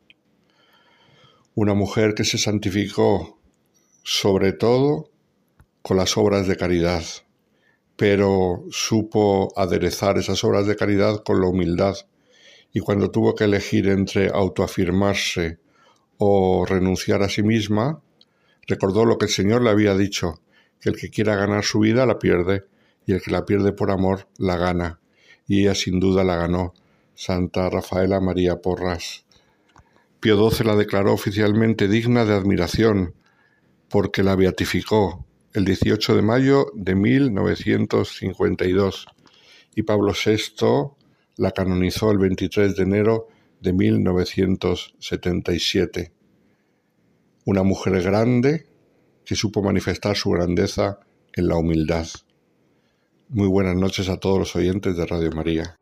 Una mujer que se santificó sobre todo con las obras de caridad, pero supo aderezar esas obras de caridad con la humildad, y cuando tuvo que elegir entre autoafirmarse o renunciar a sí misma, recordó lo que el Señor le había dicho, que el que quiera ganar su vida la pierde, y el que la pierde por amor la gana, y ella sin duda la ganó. Santa Rafaela María Porras. Pío doce la declaró oficialmente digna de admiración, porque la beatificó el dieciocho de mayo de mil novecientos cincuenta y dos, y Pablo sexto la canonizó el veintitrés de enero de mil novecientos setenta y siete. Una mujer grande que supo manifestar su grandeza en la humildad. Muy buenas noches a todos los oyentes de Radio María.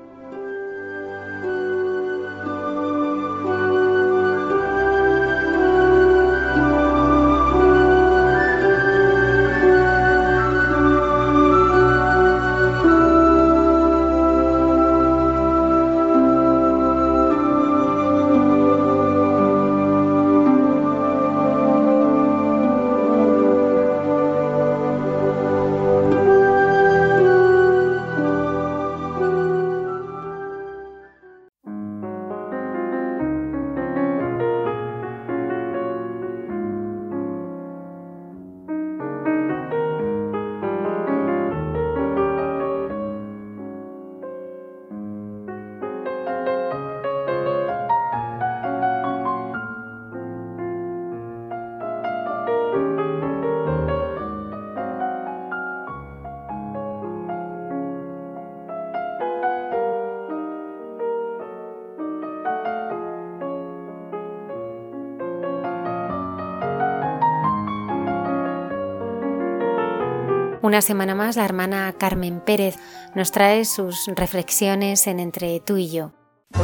Una semana más, la hermana Carmen Pérez nos trae sus reflexiones en Entre tú y yo.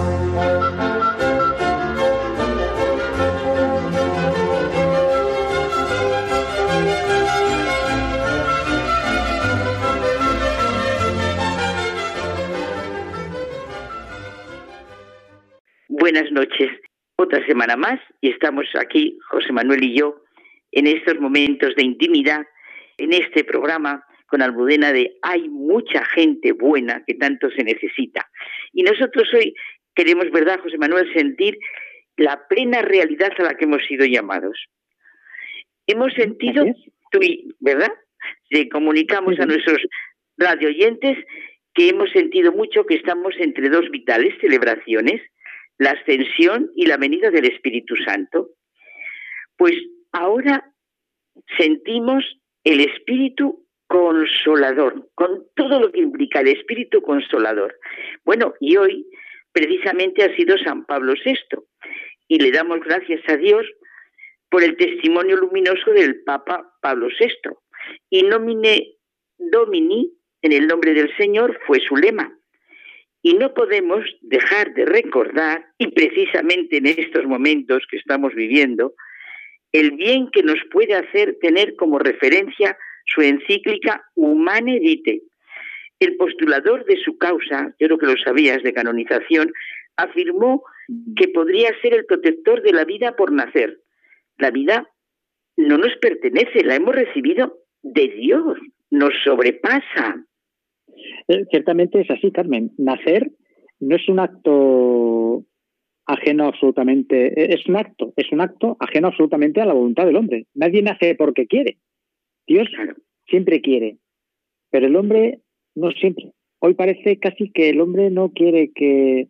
Buenas noches. Otra semana más y estamos aquí, José Manuel y yo, en estos momentos de intimidad, en este programa con Almudena de Hay mucha gente buena que tanto se necesita. Y nosotros hoy queremos, ¿verdad, José Manuel?, sentir la plena realidad a la que hemos sido llamados. Hemos sentido, tú y, ¿verdad?, le comunicamos a nuestros radio oyentes que hemos sentido mucho que estamos entre dos vitales celebraciones, la ascensión y la venida del Espíritu Santo. Pues ahora sentimos el Espíritu Consolador, con todo lo que implica el Espíritu Consolador. Bueno, y hoy precisamente ha sido San Pablo sexto, y le damos gracias a Dios por el testimonio luminoso del Papa Pablo sexto. In nomine Domini, en el nombre del Señor, fue su lema. Y no podemos dejar de recordar, y precisamente en estos momentos que estamos viviendo, el bien que nos puede hacer tener como referencia su encíclica Humane Vitae, el postulador de su causa, yo creo que lo sabías, de canonización, afirmó que podría ser el protector de la vida por nacer. La vida no nos pertenece, la hemos recibido de Dios, nos sobrepasa. Eh, ciertamente es así, Carmen. Nacer no es un acto ajeno absolutamente, es un acto, es un acto ajeno absolutamente a la voluntad del hombre. Nadie nace porque quiere. Dios Claro. siempre quiere, pero el hombre no siempre. Hoy parece casi que el hombre no quiere que,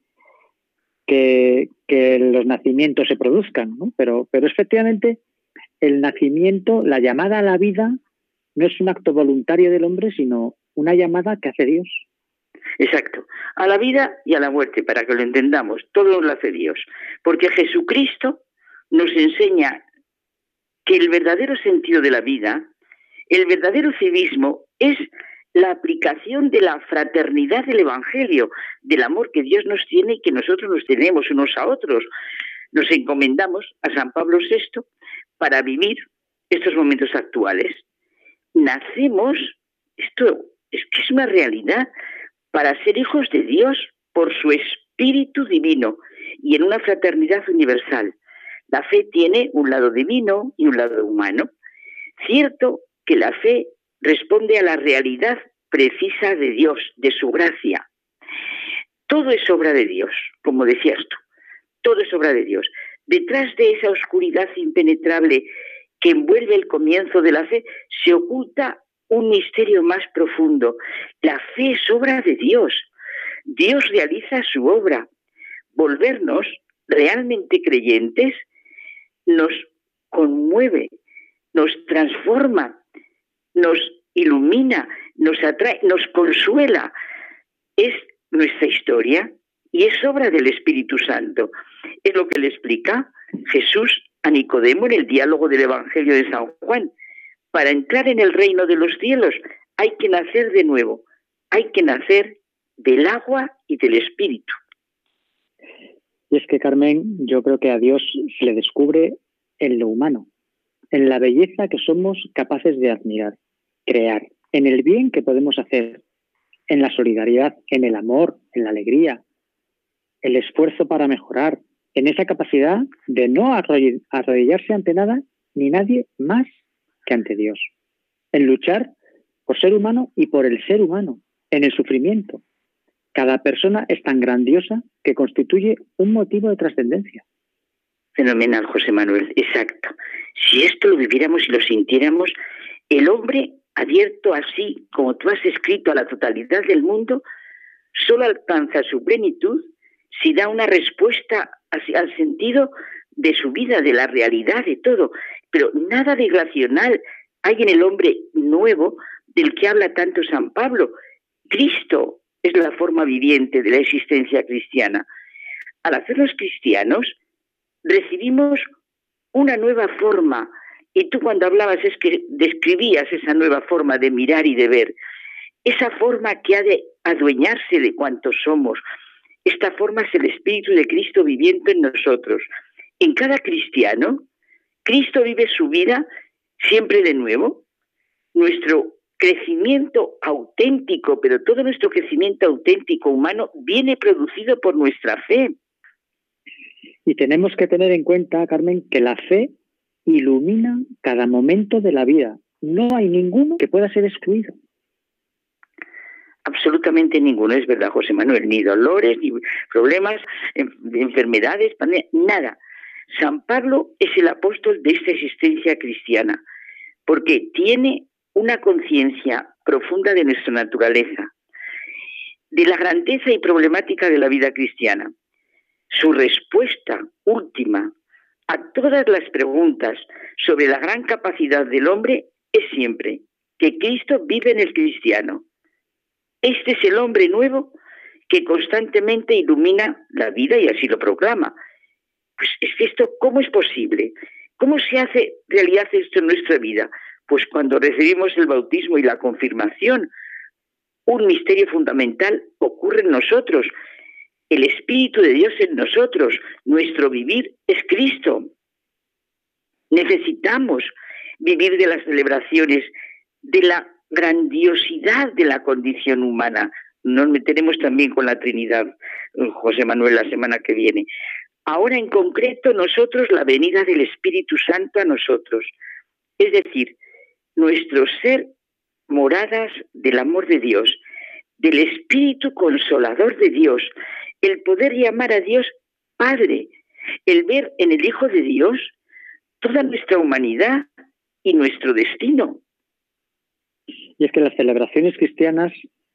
que, que los nacimientos se produzcan, ¿no? Pero, pero efectivamente el nacimiento, la llamada a la vida, no es un acto voluntario del hombre, sino una llamada que hace Dios. Exacto, a la vida y a la muerte, para que lo entendamos, todo lo hace Dios, porque Jesucristo nos enseña que el verdadero sentido de la vida, el verdadero civismo, es la aplicación de la fraternidad del Evangelio, del amor que Dios nos tiene y que nosotros nos tenemos unos a otros. Nos encomendamos a San Pablo sexto para vivir estos momentos actuales. Nacemos, esto es que es una realidad, para ser hijos de Dios por su Espíritu Divino y en una fraternidad universal. La fe tiene un lado divino y un lado humano. Cierto que la fe responde a la realidad precisa de Dios, de su gracia. Todo es obra de Dios, como decías tú. Todo es obra de Dios. Detrás de esa oscuridad impenetrable que envuelve el comienzo de la fe, se oculta un misterio más profundo. La fe es obra de Dios. Dios realiza su obra. Volvernos realmente creyentes nos conmueve, nos transforma, nos ilumina, nos atrae, nos consuela. Es nuestra historia y es obra del Espíritu Santo. Es lo que le explica Jesús a Nicodemo en el diálogo del Evangelio de San Juan. Para entrar en el reino de los cielos hay que nacer de nuevo, hay que nacer del agua y del Espíritu. Y es que, Carmen, yo creo que a Dios se le descubre en lo humano, en la belleza que somos capaces de admirar, crear, en el bien que podemos hacer, en la solidaridad, en el amor, en la alegría, el esfuerzo para mejorar, en esa capacidad de no arrodillarse ante nada ni nadie más que ante Dios, en luchar por ser humano y por el ser humano, en el sufrimiento. Cada persona es tan grandiosa que constituye un motivo de trascendencia. Fenomenal, José Manuel, exacto. Si esto lo viviéramos y lo sintiéramos, el hombre abierto así, como tú has escrito, a la totalidad del mundo, solo alcanza su plenitud si da una respuesta al sentido de su vida, de la realidad, de todo. Pero nada de irracional hay en el hombre nuevo del que habla tanto San Pablo. Cristo es la forma viviente de la existencia cristiana. Al hacernos cristianos, recibimos una nueva forma. Y tú cuando hablabas es que describías esa nueva forma de mirar y de ver. Esa forma que ha de adueñarse de cuantos somos. Esta forma es el Espíritu de Cristo viviendo en nosotros. En cada cristiano, Cristo vive su vida siempre de nuevo. Nuestro crecimiento auténtico, pero todo nuestro crecimiento auténtico humano viene producido por nuestra fe. Y tenemos que tener en cuenta, Carmen, que la fe ilumina cada momento de la vida. No hay ninguno que pueda ser excluido. Absolutamente ninguno, es verdad, José Manuel, ni dolores, ni problemas, enfermedades, pandemias, nada. San Pablo es el apóstol de esta existencia cristiana, porque tiene una conciencia profunda de nuestra naturaleza, de la grandeza y problemática de la vida cristiana. Su respuesta última a todas las preguntas sobre la gran capacidad del hombre es siempre que Cristo vive en el cristiano. Este es el hombre nuevo que constantemente ilumina la vida y así lo proclama. Pues es que esto, ¿cómo es posible? ¿Cómo se hace realidad esto en nuestra vida? Pues cuando recibimos el bautismo y la confirmación, un misterio fundamental ocurre en nosotros. El Espíritu de Dios en nosotros, nuestro vivir es Cristo. Necesitamos vivir de las celebraciones, de la grandiosidad de la condición humana. Nos meteremos también con la Trinidad, José Manuel, la semana que viene. Ahora en concreto nosotros, la venida del Espíritu Santo a nosotros. Es decir, nuestro ser moradas del amor de Dios, del Espíritu Consolador de Dios, el poder llamar a Dios Padre, el ver en el Hijo de Dios toda nuestra humanidad y nuestro destino. Y es que las celebraciones cristianas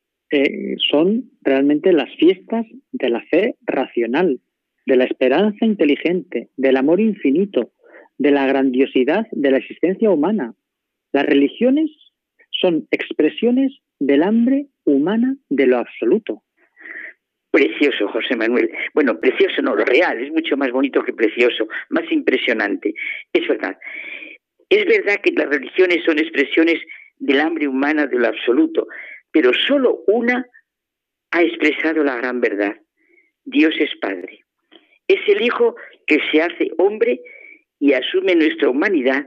eh, son realmente las fiestas de la fe racional, de la esperanza inteligente, del amor infinito, de la grandiosidad de la existencia humana. Las religiones son expresiones del hambre humana de lo absoluto. Precioso, José Manuel. Bueno, precioso no, lo real, es mucho más bonito que precioso, más impresionante. Es verdad. Es verdad que las religiones son expresiones del hambre humana de lo absoluto, pero solo una ha expresado la gran verdad. Dios es Padre. Es el Hijo que se hace hombre y asume nuestra humanidad,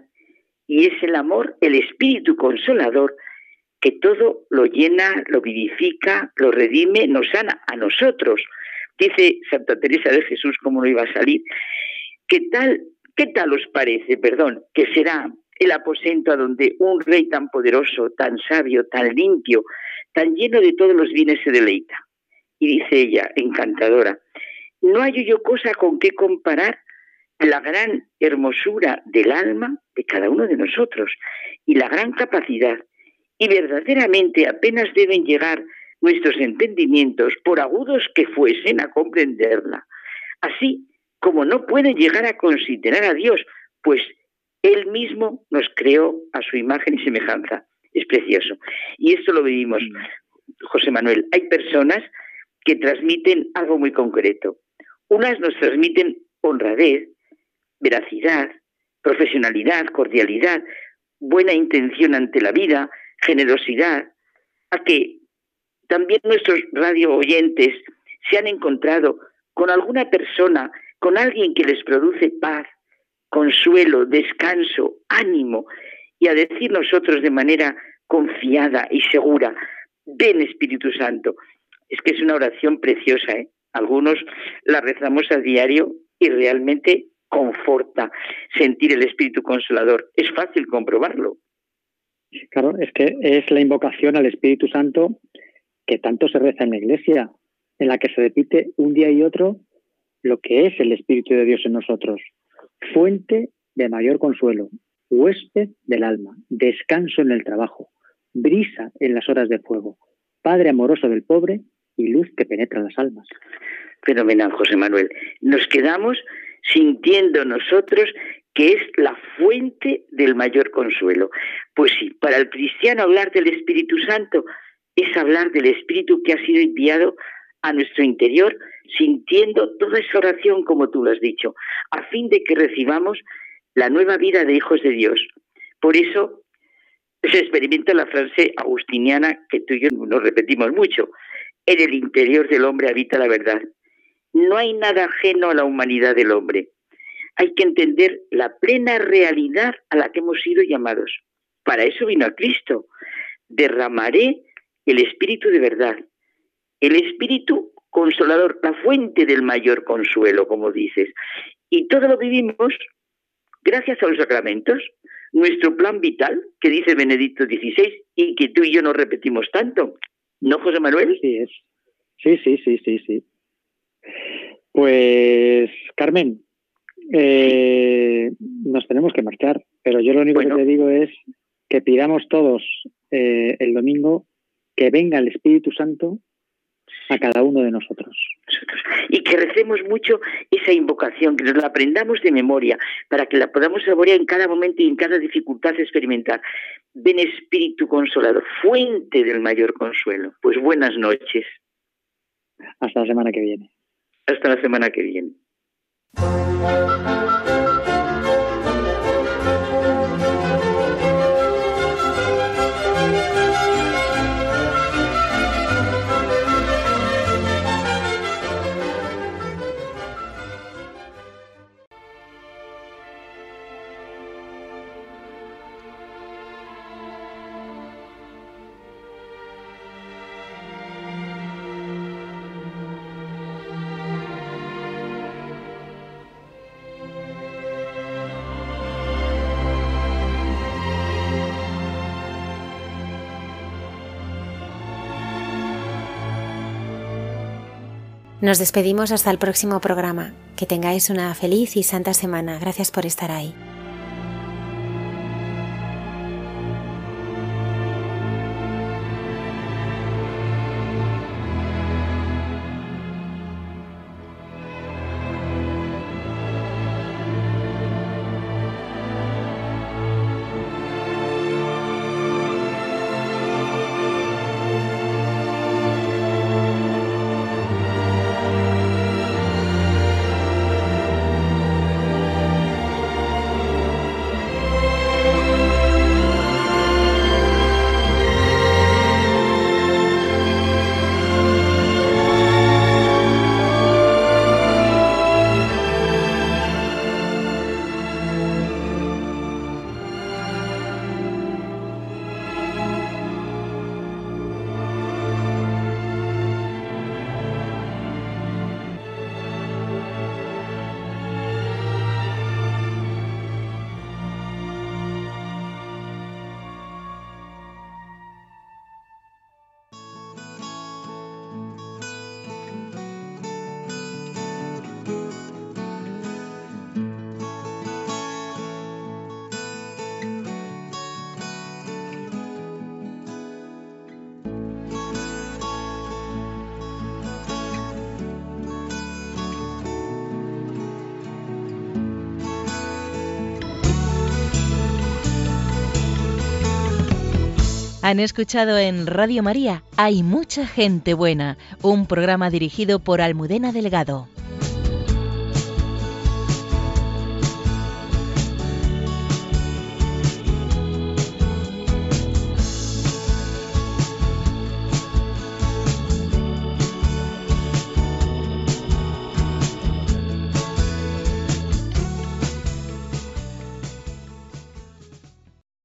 y es el amor, el Espíritu Consolador, que todo lo llena, lo vivifica, lo redime, nos sana a nosotros. Dice Santa Teresa de Jesús, cómo no iba a salir, ¿qué tal, qué tal os parece, perdón, que será el aposento a donde un rey tan poderoso, tan sabio, tan limpio, tan lleno de todos los bienes se deleita? Y dice ella, encantadora, no hay yo cosa con qué comparar la gran hermosura del alma de cada uno de nosotros y la gran capacidad. Y verdaderamente apenas deben llegar nuestros entendimientos, por agudos que fuesen, a comprenderla. Así como no pueden llegar a considerar a Dios, pues Él mismo nos creó a su imagen y semejanza. Es precioso. Y esto lo vivimos, José Manuel. Hay personas que transmiten algo muy concreto. Unas nos transmiten honradez, veracidad, profesionalidad, cordialidad, buena intención ante la vida, generosidad, a que también nuestros radio oyentes se han encontrado con alguna persona, con alguien que les produce paz, consuelo, descanso, ánimo, y a decir nosotros de manera confiada y segura, ven Espíritu Santo. Es que es una oración preciosa, ¿eh? Algunos la rezamos a diario y realmente conforta sentir el Espíritu Consolador. Es fácil comprobarlo. Claro, es que es la invocación al Espíritu Santo que tanto se reza en la Iglesia, en la que se repite un día y otro lo que es el Espíritu de Dios en nosotros. Fuente de mayor consuelo, huésped del alma, descanso en el trabajo, brisa en las horas de fuego, Padre amoroso del pobre y luz que penetra las almas. Fenomenal, José Manuel. Nos quedamos sintiendo nosotros que es la fuente del mayor consuelo. Pues sí, para el cristiano hablar del Espíritu Santo es hablar del Espíritu que ha sido enviado a nuestro interior, sintiendo toda esa oración, como tú lo has dicho, a fin de que recibamos la nueva vida de hijos de Dios. Por eso se experimenta la frase agustiniana que tú y yo nos repetimos mucho: en el interior del hombre habita la verdad. No hay nada ajeno a la humanidad del hombre. Hay que entender la plena realidad a la que hemos sido llamados. Para eso vino a Cristo. Derramaré el Espíritu de verdad, el Espíritu Consolador, la fuente del mayor consuelo, como dices. Y todo lo vivimos gracias a los sacramentos, nuestro plan vital, que dice Benedicto dieciséis, y que tú y yo nos repetimos tanto. ¿No, José Manuel? Sí, es. Sí, sí, sí, sí, sí. Pues, Carmen, eh, nos tenemos que marchar, pero yo lo único bueno. que te digo es que pidamos todos eh, el domingo que venga el Espíritu Santo a cada uno de nosotros. Y que recemos mucho esa invocación, que nos la aprendamos de memoria, para que la podamos saborear en cada momento y en cada dificultad experimentar. Ven Espíritu Consolador, fuente del mayor consuelo. Pues buenas noches. Hasta la semana que viene. Hasta la semana que viene. Nos despedimos hasta el próximo programa. Que tengáis una feliz y santa semana. Gracias por estar ahí. Han escuchado en Radio María Hay mucha gente buena, un programa dirigido por Almudena Delgado.